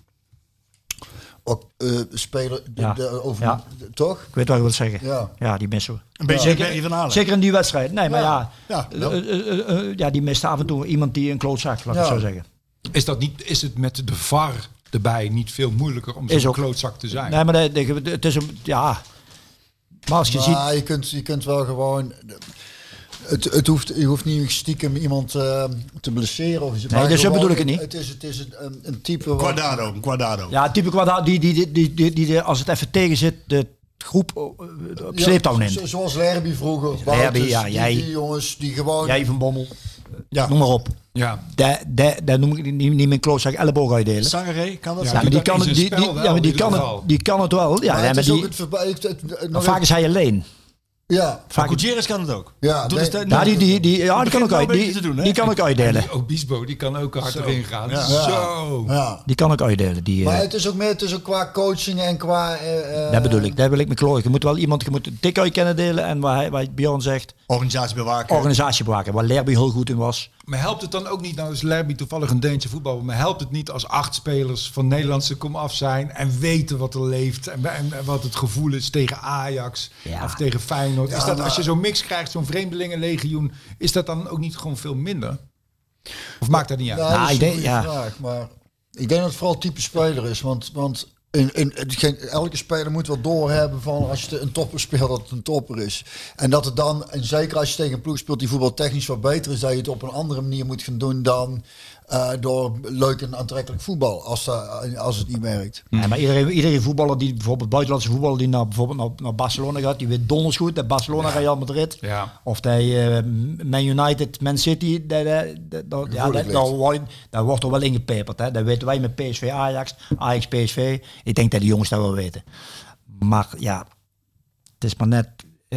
spelen Ja. Ja. toch? Ik weet wat je wilt zeggen. Ja. Ja, die missen we. Een beetje Berry van Halen. Zeker in die wedstrijd. Nee, maar ja. Ja, Die mist af en toe iemand die een klootzak, laat ik Ja. het zo zeggen. Is het met de VAR erbij niet veel moeilijker om Is zo'n ook. klootzak te zijn. Nee, maar het is een... Ja... Maar als je ziet... Je kunt wel gewoon... Je hoeft niet stiekem iemand te blesseren. Of iets. Nee, dus zo bedoel ik het niet. Het is een type... Guardado. Ja, type Guardado, die als het even tegen zit, de groep op sleeptouw neemt. Zoals Lerby vroeger. Lerby, Wouters, ja, die jongens die gewoon... Jij van Bommel. Ja. Noem maar op. Ja. Daar noem ik niet mijn klootzak elleboog uitdelen. Sangaré, kan dat Ja, zijn? Maar die doet kan dat het, in zijn spel wel, in ieder geval. die kan het wel. Ja, Maar nee, het maar is ook die, nog vaak is hij alleen. Ja. Vaak, Gutierrez kan het ook. Ja, Doet nee. het, ja, die kan ook uit. Die kan ook uitdelen. Die Obispo, die kan ook hard erin gaan. Ja. Zo. Ja. Die kan ook uitdelen. Die, Maar het is ook qua coaching en qua... dat bedoel ik. Daar wil ik me klooien. Je moet wel iemand, je moet dik uit kennen delen. En waar Bjorn zegt, Organisatie bewaken. organisatie bewaken. Waar Lerby heel goed in was. Maar helpt het dan ook niet, nou is Lerby toevallig een Deense voetballer, maar helpt het niet als 8 spelers van Nederlandse komaf zijn en weten wat er leeft en wat het gevoel is tegen Ajax of tegen Feyenoord? Ja, Is dat, maar- als je zo'n mix krijgt, zo'n vreemdelingenlegioen, is dat dan ook niet gewoon veel minder? Of maakt dat niet uit? Ja, Nou, dat is ik een denk- goede ja. vraag. Maar ik denk dat het vooral type speler is. Want elke speler moet wel doorhebben van als je een topper speelt dat het een topper is. En dat het dan, en zeker als je tegen een ploeg speelt die voetbaltechnisch wat beter is, dat je het op een andere manier moet gaan doen dan door leuk en aantrekkelijk voetbal. Als het niet werkt. Nee, maar iedere voetballer die bijvoorbeeld buitenlandse voetballer die bijvoorbeeld naar Barcelona gaat, die weet donders goed dat Barcelona, Real Madrid Ja. of Man United, Man City, daar wordt er wel ingepeperd. Hè. Dat weten wij met PSV, Ajax, PSV. Ik denk dat die jongens dat wel weten. Maar ja, het is maar net.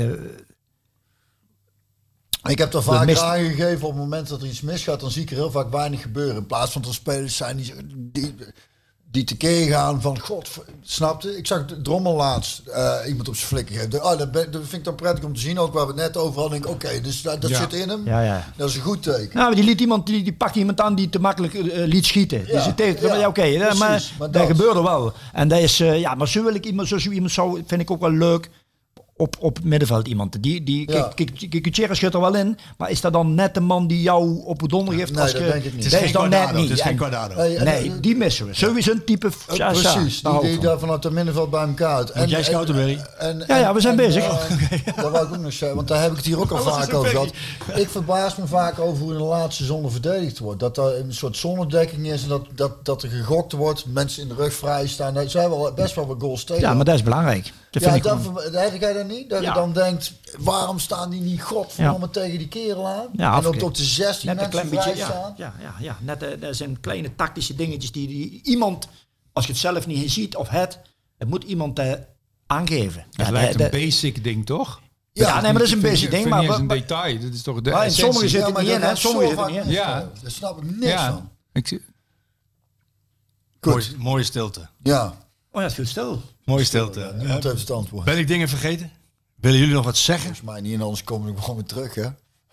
Ik heb er vaak mist- aangegeven op het moment dat er iets misgaat, dan zie ik er heel vaak weinig gebeuren. In plaats van dat er spelers zijn die tekeer gaan van god, snapte? Ik zag Drommel laatst iemand op zijn flikker geven. Dat vind ik dan prettig om te zien, ook waar we het net over hadden. Denk ik, oké, dus dat zit in hem. Ja. Dat is een goed teken. Nou, maar die pakt iemand aan die te makkelijk liet schieten. Die Ja, zit tegen, ja, oké, precies, maar maar dat dat- gebeurde wel. En dat is, maar zo wil ik iemand, zo iemand zou, vind ik ook wel leuk. Op het middenveld iemand. Ja. Gutierrez schudt er wel in, maar is dat dan net de man die jou op het donder geeft? Nee, als dat je, denk ik niet. Het Dat is is geen dan net Guardado. niet. Het is geen En- Guardado. Nee, die missen we. Sowieso een type... Precies, daar hou ik die van. daar vanuit het middenveld bij elkaar uit. Moet jij scouten, Berry? Ja, we zijn bezig. Dat wou ik ook nog zeggen, want daar heb ik het hier ook al vaak over gehad. Ik verbaas me vaak over hoe in de laatste zone verdedigd wordt. Dat er een soort zonnedekking is en dat er gegokt wordt. Mensen in de rug vrij staan. Er zijn wel best wel wat goals tegen. Ja, maar dat is belangrijk. Dat Ja, vind ik dan gewoon- heb jij dat niet? Dat Ja. je dan denkt, waarom staan die niet godverdomme tegen die kerel aan? Ja, en oké. op de 16 net een mensen klein vrij beetje, staan? ja. Net, dat zijn kleine tactische dingetjes die iemand, als je het zelf niet ziet of het moet iemand aangeven. Het lijkt een basic ding, toch? Ja, nee, maar dat is een basic Vind ding. je Maar niet eens een detail. Dat is toch de in essentie? sommige zitten maar niet in, dat hè? gaat Sommige zo zitten niet vaak in. mis. Ja. Daar snap ik niks van. Goed. Mooie stilte. Ja, Oh ja, het viel stil. Mooie stilte. niemand heeft het antwoord. Ben ik dingen vergeten? Willen jullie nog wat zeggen? Volgens mij niet, en anders komen we gewoon weer terug, hè?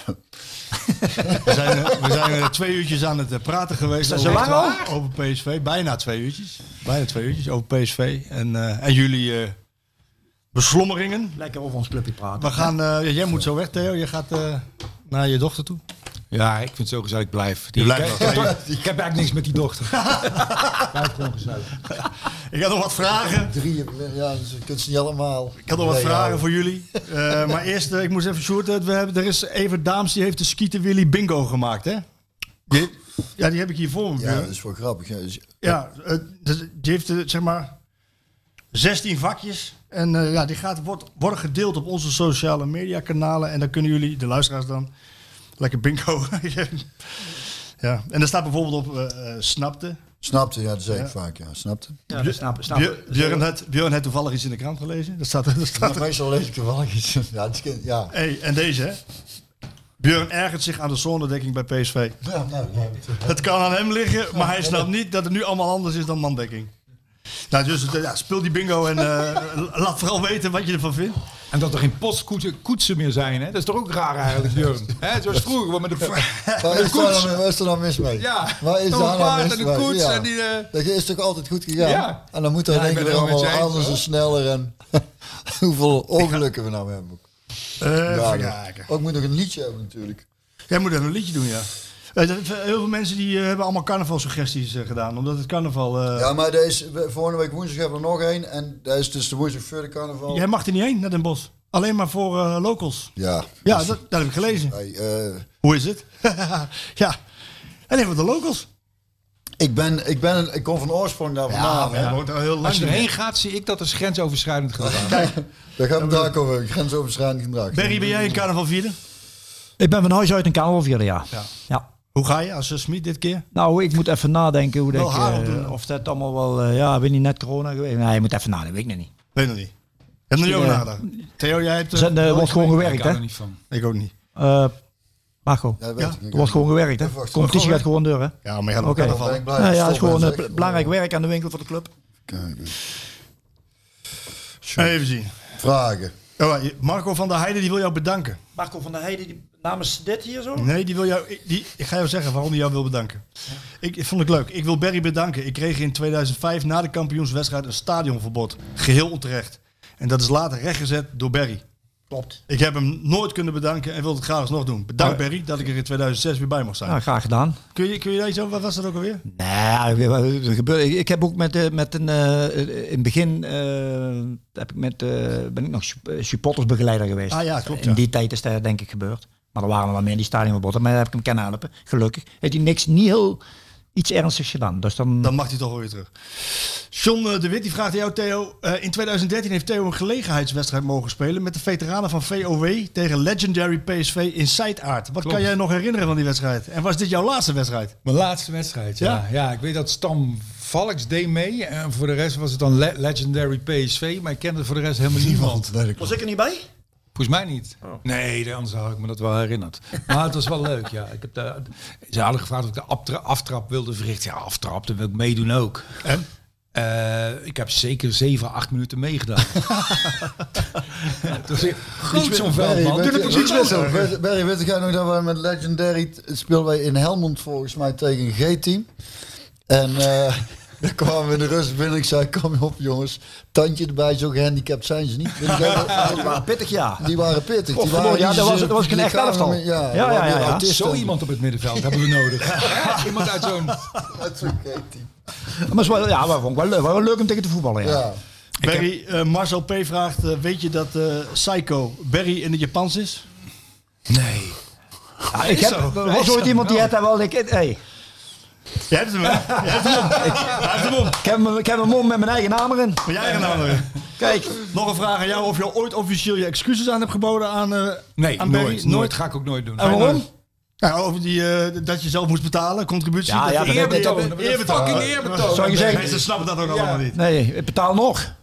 We zijn 2 uurtjes aan het praten geweest dat zo lang over PSV. Bijna 2 uurtjes. Bijna 2 uurtjes over PSV. En jullie beslommeringen. Lekker over ons clubje praten. We gaan, jij moet zo weg, Theo. Je gaat naar je dochter toe. Ja, ik vind het zo gezellig. Ik blijf. Je blijft ik, nog. heb, ik heb eigenlijk niks met die dochter. Blijf gewoon gezellig. Ik had nog wat vragen. Ja, dus je kunt ze niet allemaal. Ik had nog wat vragen voor jullie. Maar eerst, ik moest even shorten. Er is Evert Daams, die heeft de Skieten Willy bingo gemaakt, hè? Die heb ik hier voor me. Ja, dat is wel grappig. Ja, dus- Die heeft zeg maar 16 vakjes. En die worden gedeeld op onze sociale media kanalen. En dan kunnen jullie, de luisteraars dan, lekker bingo. Ja. En er staat bijvoorbeeld op snapte. Snapte, ja, dat zeg ik vaak, ja. Snapte. Ja, dat snap. Björn heeft toevallig iets in de krant gelezen. Dat staat Ja, meestal lees ik toevallig iets. Ja, het is, ja. Hey, en deze, hè? Björn ergert zich aan de zonnedekking bij PSV. Ja, nou, ja, Het kan aan hem liggen, maar hij snapt niet dat het nu allemaal anders is dan mandekking. Nou, dus speel die bingo en laat vooral weten wat je ervan vindt. En dat er geen postkoetsen meer zijn, hè? Dat is toch ook raar eigenlijk, Björn? Hè? Zoals vroeger, maar met de waar is er dan mis mee? Ja, waar is nog daar een nou paard mis en een mee? koets Ja. en die... Dat is toch altijd goed gegaan? Ja. En dan moet er Ja, in één ik keer ben het weer wel met allemaal je eens, anders en hoor. sneller. En hoeveel ongelukken we nou hebben. Even Ja, kijken. ook moet nog een liedje hebben natuurlijk. Jij moet even een liedje doen, ja. Heel veel mensen die hebben allemaal carnavalsuggesties gedaan. Omdat het carnaval... Ja, maar volgende week woensdag hebben we er nog één. En dat is dus de woensdag voor de carnaval. Jij mag er niet heen naar Den Bosch. Alleen maar voor locals. Ja. Ja, dat heb ik gelezen. Hey, Hoe is het? Ja. Alleen voor de locals. Ik kom van oorsprong daar vandaan. Ja, wordt al heel lang Als je niet erheen meer. gaat, zie ik dat als grensoverschrijdend gedrag. Daar gaan we daar over. Grensoverschrijdend gedrag. Berry, ben jij een carnaval vieren? Ik ben van huis uit een carnaval vierde, ja. Hoe ga je als Smit dit keer? Nou, ik moet even nadenken hoe Wel dat haar op doen. of dat allemaal wel... weet niet net corona geweest. Nee, je moet even nadenken, weet ik nog niet. Weet nog niet. Je hebt er niet over nagedacht. Theo, jij hebt... Wordt gewoon Ik gewerkt, hou hè? er niet van. Ik ook niet. Marco, Ja, dat weet ik niet. er wordt gewoon gewerkt, hè? Wacht, Competitie gaat gewoon door, hè? Ja, maar je gaat Oké. ook carnaval. Ben ik blij Ja, dat het is stop gewoon ben, zeg. belangrijk werk aan de winkel voor de club. Kijken. Even zien. Vragen. Oh, Marco van der Heijden die wil jou bedanken. Marco van der Heijden, namens dit hier zo? Nee, die wil jou. Ik ga jou zeggen waarom hij jou wil bedanken. Ik vond het leuk. Ik wil Berry bedanken. Ik kreeg in 2005 na de kampioenswedstrijd een stadionverbod. Geheel onterecht. En dat is later rechtgezet door Berry. Klopt. Ik heb hem nooit kunnen bedanken en wil het graag alsnog doen. Bedankt Berry dat ik er in 2006 weer bij mocht zijn. Ja, graag gedaan. Kun je daar iets over? Wat was dat ook alweer? Nee, er gebeurt. Ik heb ook met in het begin ben ik nog supportersbegeleider geweest. Ah ja, klopt. In die tijd is dat denk ik gebeurd. Maar er waren er wel meer in die stadionverboden. Maar daar heb ik hem kunnen helpen. Gelukkig heeft hij niet heel iets ernstigs gedaan. Dus dan mag hij toch wel weer terug. John de Wit die vraagt aan jou, Theo. In 2013 heeft Theo een gelegenheidswedstrijd mogen spelen met de veteranen van VOW tegen Legendary PSV in Seidaard. Wat kan jij nog herinneren van die wedstrijd? En was dit jouw laatste wedstrijd? Mijn laatste wedstrijd, ja. Ja, ik weet dat Stam Valks deed mee. En voor de rest was het dan Legendary PSV. Maar ik kende voor de rest helemaal niemand. was ik er niet bij? Volgens mij niet. Oh. Nee, anders had ik me dat wel herinnerd. Maar het was wel leuk, ja. Ik heb ze hadden gevraagd of ik de aftrap wilde verrichten. Ja, aftrap, dat wil ik meedoen ook. En? Ik heb zeker 7 à 8 minuten meegedaan. Het was goed zo'n veld, man. Berry, weet jij nog dat we met Legendary speelden wij in Helmond volgens mij tegen een G-team. En dan kwamen we in de rust binnen. Ik zei, kom op jongens, tandje erbij, zo gehandicapt zijn ze niet. Die waren pittig, ja. Die waren pittig. Dat was geen echt elftal. Ja. Zo iemand op het middenveld hebben we nodig. Iemand uit zo'n G-team. Maar vond ik wel leuk om tegen te voetballen, ja. Berry, Marcel P. vraagt, weet je dat Psycho Berry in het Japans is? Nee. Ja, er was ooit iemand die had daar wel... Hey. Je hebt hem, hè? Je hebt hem om. Hij heeft hem om. Ik heb hem om met mijn eigen naam erin. Met je eigen naam erin. Kijk. Nog een vraag aan jou of je ooit officieel je excuses aan hebt geboden aan Nee, aan Berry? nooit. Ga ik ook nooit doen. En waarom? Nou, over dat je zelf moest betalen, contributie. Ja, Eerbetoon. Fucking eerbetoon. Zou je zeggen? Mensen snappen dat ook allemaal niet. Nee, ik betaal nog.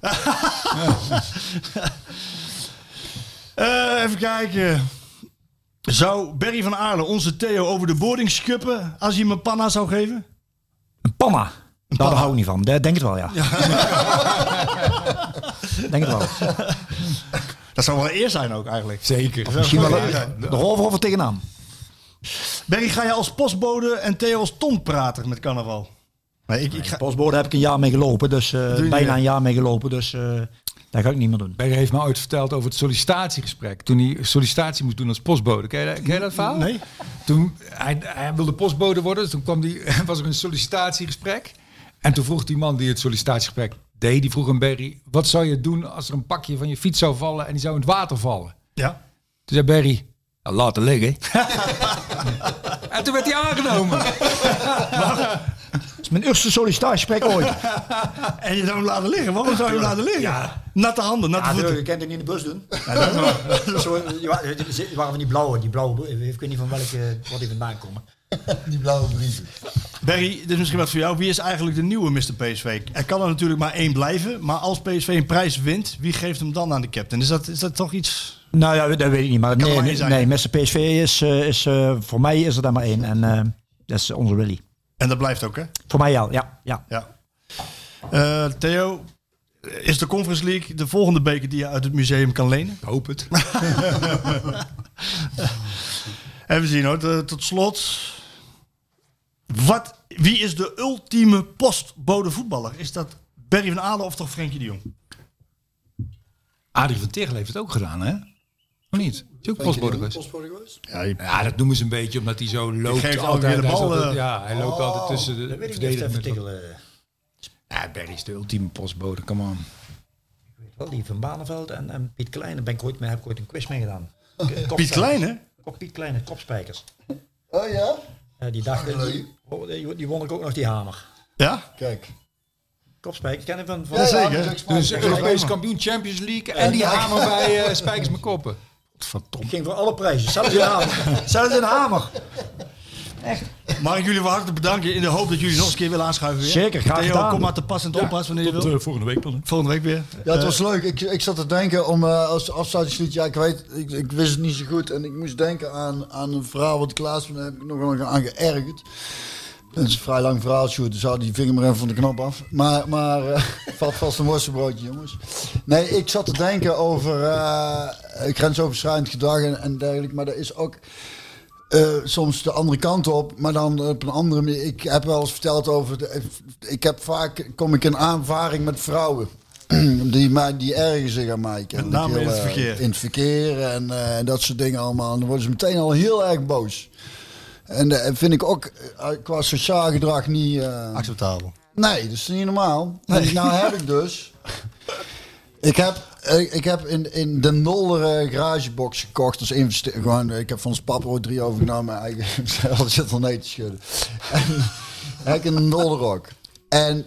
Even kijken. Zou Berry van Aarle onze Theo over de boarding schuppen als hij hem een panna zou geven? Een panna. Daar hou ik niet van. Denk het wel, ja. Denk het wel. Dat zou wel een eer zijn ook eigenlijk. Zeker. Misschien wel de Rolver tegenaan. Berry, ga je als postbode en Theo als tonprater met carnaval? Nee, ik ga... Postbode heb ik een jaar mee gelopen. Dus bijna een jaar mee gelopen. Dus dat ga ik niet meer doen. Berry heeft me ooit verteld over het sollicitatiegesprek. Toen hij sollicitatie moest doen als postbode. Ken je dat verhaal? Nee. Toen hij wilde postbode worden. Dus toen was er een sollicitatiegesprek. En toen vroeg die man die het sollicitatiegesprek deed. Die vroeg aan Berry. Wat zou je doen als er een pakje van je fiets zou vallen. En die zou in het water vallen? Ja. Toen zei Berry. Nou, laten liggen. En toen werd hij aangenomen. Dat is mijn eerste sollicitatiegesprek ooit. En je zou hem laten liggen. Waarom zou je hem laten liggen? Ja. Natte handen, natte voeten. Je kent het niet in de bus doen. Die waren van die blauwe. Ik weet niet van wat die vandaan komen. Die blauwe brieven. Berry, dit is misschien wat voor jou. Wie is eigenlijk de nieuwe Mr. PSV? Er kan er natuurlijk maar 1 blijven. Maar als PSV een prijs wint, wie geeft hem dan aan de captain? Is dat toch iets... Nou ja, dat weet ik niet. Maar nee, Mr. PSV is voor mij is er dan maar 1. En dat is onze Willy. En dat blijft ook, hè? Voor mij al, ja. Theo, is de Conference League de volgende beker die je uit het museum kan lenen? Ik hoop het. Even zien hoor, tot slot. Wie is de ultieme postbode voetballer? Is dat Berry van Aarle of toch Frenkie de Jong? Adrie van Tegel heeft het ook gedaan, hè? Of niet? Is hij ook postbode geweest? Ja, dat noemen ze een beetje omdat hij zo loopt. geeft altijd weer de bal, hij loopt altijd tussen de verdedigers. Ja, Berry is de ultieme postbode, come on. Wel, die Van Barneveld en Piet Kleine heb ik ooit een quiz mee gedaan. Piet Kleine? Piet Kleine, kopspijkers. Oh ja? Die dachten, die won ik ook nog die hamer. Ja? Kijk. Kopspijkers, ken je van? Ja, zeker. Dus Europees kampioen, Champions League en die hamer bij Spijkers met Koppen. Ik ging voor alle prijzen, zelfs een hamer. Zelfs een hamer. Mag ik jullie van harte bedanken in de hoop dat jullie nog eens een keer willen aanschuiven weer. Zeker, graag Theo, gedaan. kom maar te pas en te onpas wanneer je wil. Volgende week wel. Volgende week weer. Ja, het was leuk. Ik zat te denken om als afsluitingslied. Ja, ik wist het niet zo goed. En ik moest denken aan een verhaal wat ik laatst heb ik nog wel aan geërgerd. Het is een vrij lang verhaal, Sjoerd, dus haal die vinger maar even van de knop af. Maar valt vast een worstenbroodje, jongens. Nee, ik zat te denken over grensoverschrijdend gedrag en dergelijke. Maar er is ook soms de andere kant op. Maar dan op een andere manier. Ik heb wel eens verteld over... kom ik in aanvaring met vrouwen. Die ergeren zich aan mij. Met name in het verkeer. In het verkeer en dat soort dingen allemaal. En dan worden ze meteen al heel erg boos. En vind ik ook qua sociaal gedrag niet... Acceptabel. Nee, dat is niet normaal. Nee. Nou heb ik dus... Ik heb in de Nolder garagebox gekocht als investering. Ik heb van ons papa ooit 3 overgenomen. Eigen zit al nee te schudden. En heb ik in de Nolder ook. En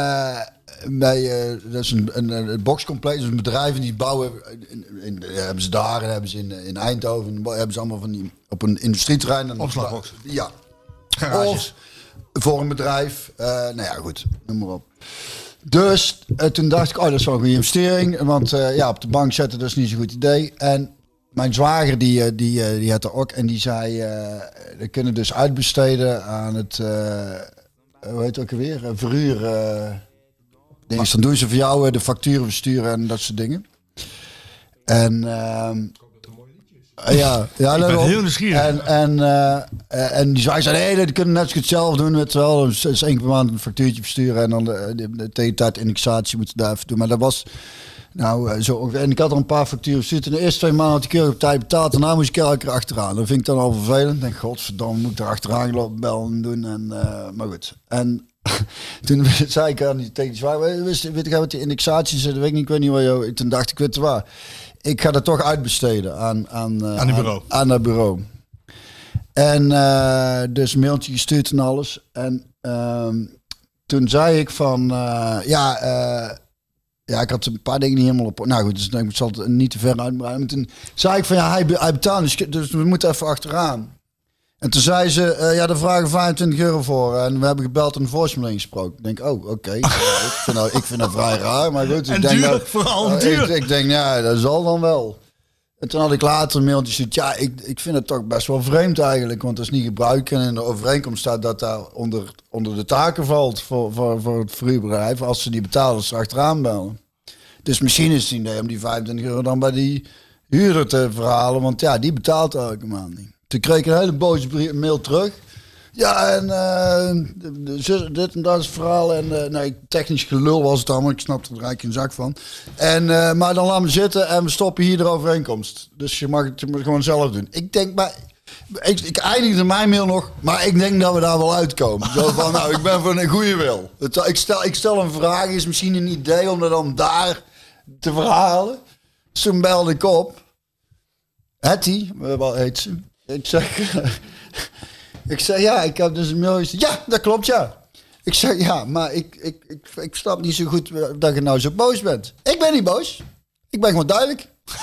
dat is een boxcomplex, dus een bedrijf die bouwen. Hebben ze daar en hebben ze in Eindhoven. Hebben ze allemaal van die op een industrieterrein. Opslagbox. Ja. Garages. Of voor een bedrijf. Nou ja, goed. Noem maar op. Dus toen dacht ik, dat is wel een goede investering. Want op de bank zetten, dat is niet zo'n goed idee. En mijn zwager, die had er ook. En die zei, we kunnen dus uitbesteden aan het, hoe heet het ook alweer? Verhuur. Dan doen ze voor jou de facturen versturen en dat soort dingen. En ja, ik ben heel nieuwsgierig. En die zei, nee, die kunnen net zo goed zelf doen. Weet je wel. Dus 1 keer per maand een factuurtje versturen en dan de tijd indexatie moeten daar even doen. Maar dat was zo. En ik had al een paar facturen verstuurd. In de eerste 2 maanden had ik keurig op tijd betaald. Daarna moest ik elke keer achteraan. Dat vind ik dan al vervelend. Ik denk, godverdomme, moet ik er achteraan gelopen bellen en doen. En, maar goed. En toen zei ik tegen die zwaar, weet je wat die indexatie zit? Ik weet niet waar jou. Toen dacht ik, weet je waar. Ik ga dat toch uitbesteden aan dat bureau. En dus een mailtje gestuurd en alles. En toen zei ik van... ik had een paar dingen niet helemaal op... Nou goed, dus ik zal het niet te ver uitbreiden. Maar toen zei ik van, hij betaalt, dus we moeten even achteraan. En toen zei ze, daar vragen €25 voor. En we hebben gebeld en een voicemail ingesproken. Ik denk, oké. Ik vind dat vrij raar, maar goed. En duur, vooral duur. Ik denk, dat zal dan wel. En toen had ik later een mailtje gestuurd. Ik vind het toch best wel vreemd eigenlijk. Want dat is niet gebruiken. En in de overeenkomst staat dat daar onder de taken valt voor het verhuurbedrijf. Als ze die betalen, ze achteraan bellen. Dus misschien is het idee om die €25 dan bij die huurder te verhalen. Want die betaalt elke maand niet. Toen kreeg ik een hele boze mail terug. Ja, en dit en dat is het verhaal. En technisch gelul was het allemaal. Ik snap er eigenlijk geen zak van. Maar dan laten we zitten en we stoppen hier de overeenkomst. Dus je mag het gewoon zelf doen. Ik denk, maar ik eindigde mijn mail nog. Maar ik denk dat we daar wel uitkomen. Zo van, ik ben voor een goede wil. Ik stel een vraag. Is misschien een idee om dat dan daar te verhalen. Dus toen belde ik op. Hetty, wat heet ze? Ik zeg, ik heb dus een mail gestuurd. Ja, dat klopt, ja. Ik zeg, maar ik snap niet zo goed dat je nou zo boos bent. Ik ben niet boos. Ik ben gewoon duidelijk.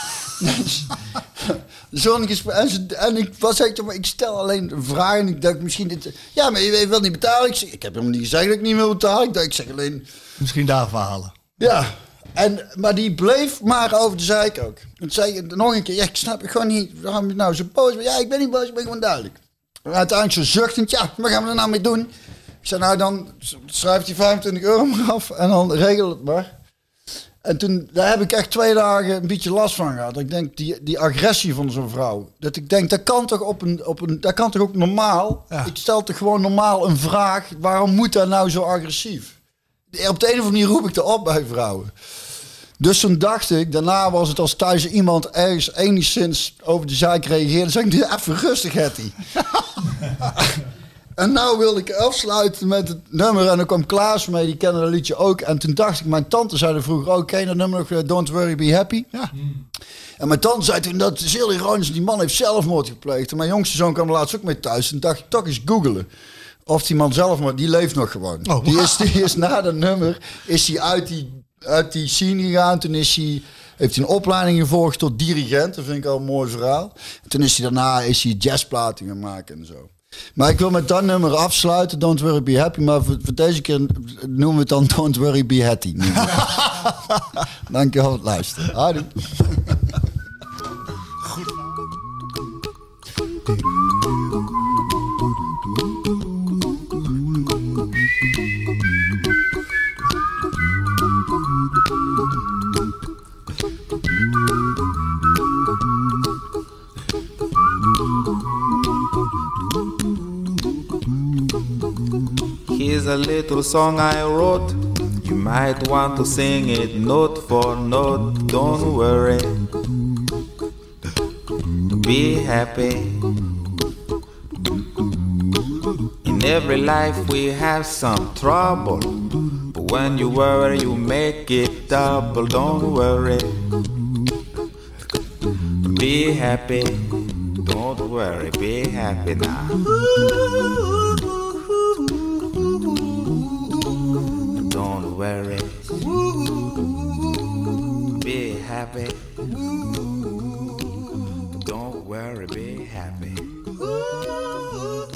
Zo'n gesprek. En ik stel alleen een vraag en ik dacht misschien dit... Ja, maar je wilt niet betalen. Ik heb helemaal niet gezegd dat ik niet wil betalen. Ik zeg alleen... Misschien daar verhalen. Ja. Maar die bleef maar over de zeik ook. En zei ik nog een keer, ik snap het gewoon niet, waarom je nou zo boos bent. Ja, ik ben niet boos, ik ben gewoon duidelijk. En uiteindelijk zo zuchtend, wat gaan we er nou mee doen? Ik zei, dan schrijf die €25 maar af en dan regel het maar. En daar heb ik echt 2 dagen een beetje last van gehad. Ik denk, die agressie van zo'n vrouw. Dat ik denk, dat kan toch ook normaal? Ja. Ik stel toch gewoon normaal een vraag, waarom moet dat nou zo agressief? Op de een of andere manier roep ik dat op bij vrouwen. Dus toen dacht ik, daarna was het als thuis iemand ergens enigszins over de zaak reageerde. Zeg ik, even rustig, Hetty. En nou wilde ik afsluiten met het nummer. En dan kwam Klaas mee, die kende dat liedje ook. En toen dacht ik, mijn tante zei er vroeger ook, ken je dat nummer nog, Don't Worry, Be Happy? Ja. En mijn tante zei toen, dat is heel ironisch, die man heeft zelfmoord gepleegd. En mijn jongste zoon kwam er laatst ook mee thuis. En dacht ik, toch eens googelen. Of die man zelfmoord, die leeft nog gewoon. Oh. Die is na dat nummer, is hij uit die scene gegaan. Toen heeft hij een opleiding gevolgd tot dirigent. Dat vind ik al een mooi verhaal. En toen is hij daarna jazzplaten gaan maken en zo. Maar ik wil met dat nummer afsluiten. Don't Worry, Be Happy. Maar voor deze keer noemen we het dan Don't Worry, Be Happy. Dank je wel voor het luisteren. Houdoe. Here's a little song I wrote. You might want to sing it note for note. Don't worry, be happy. In every life we have some trouble, but when you worry you make it double. Don't worry, be happy. Don't worry, be happy now. Don't worry, be happy. Don't worry, be happy.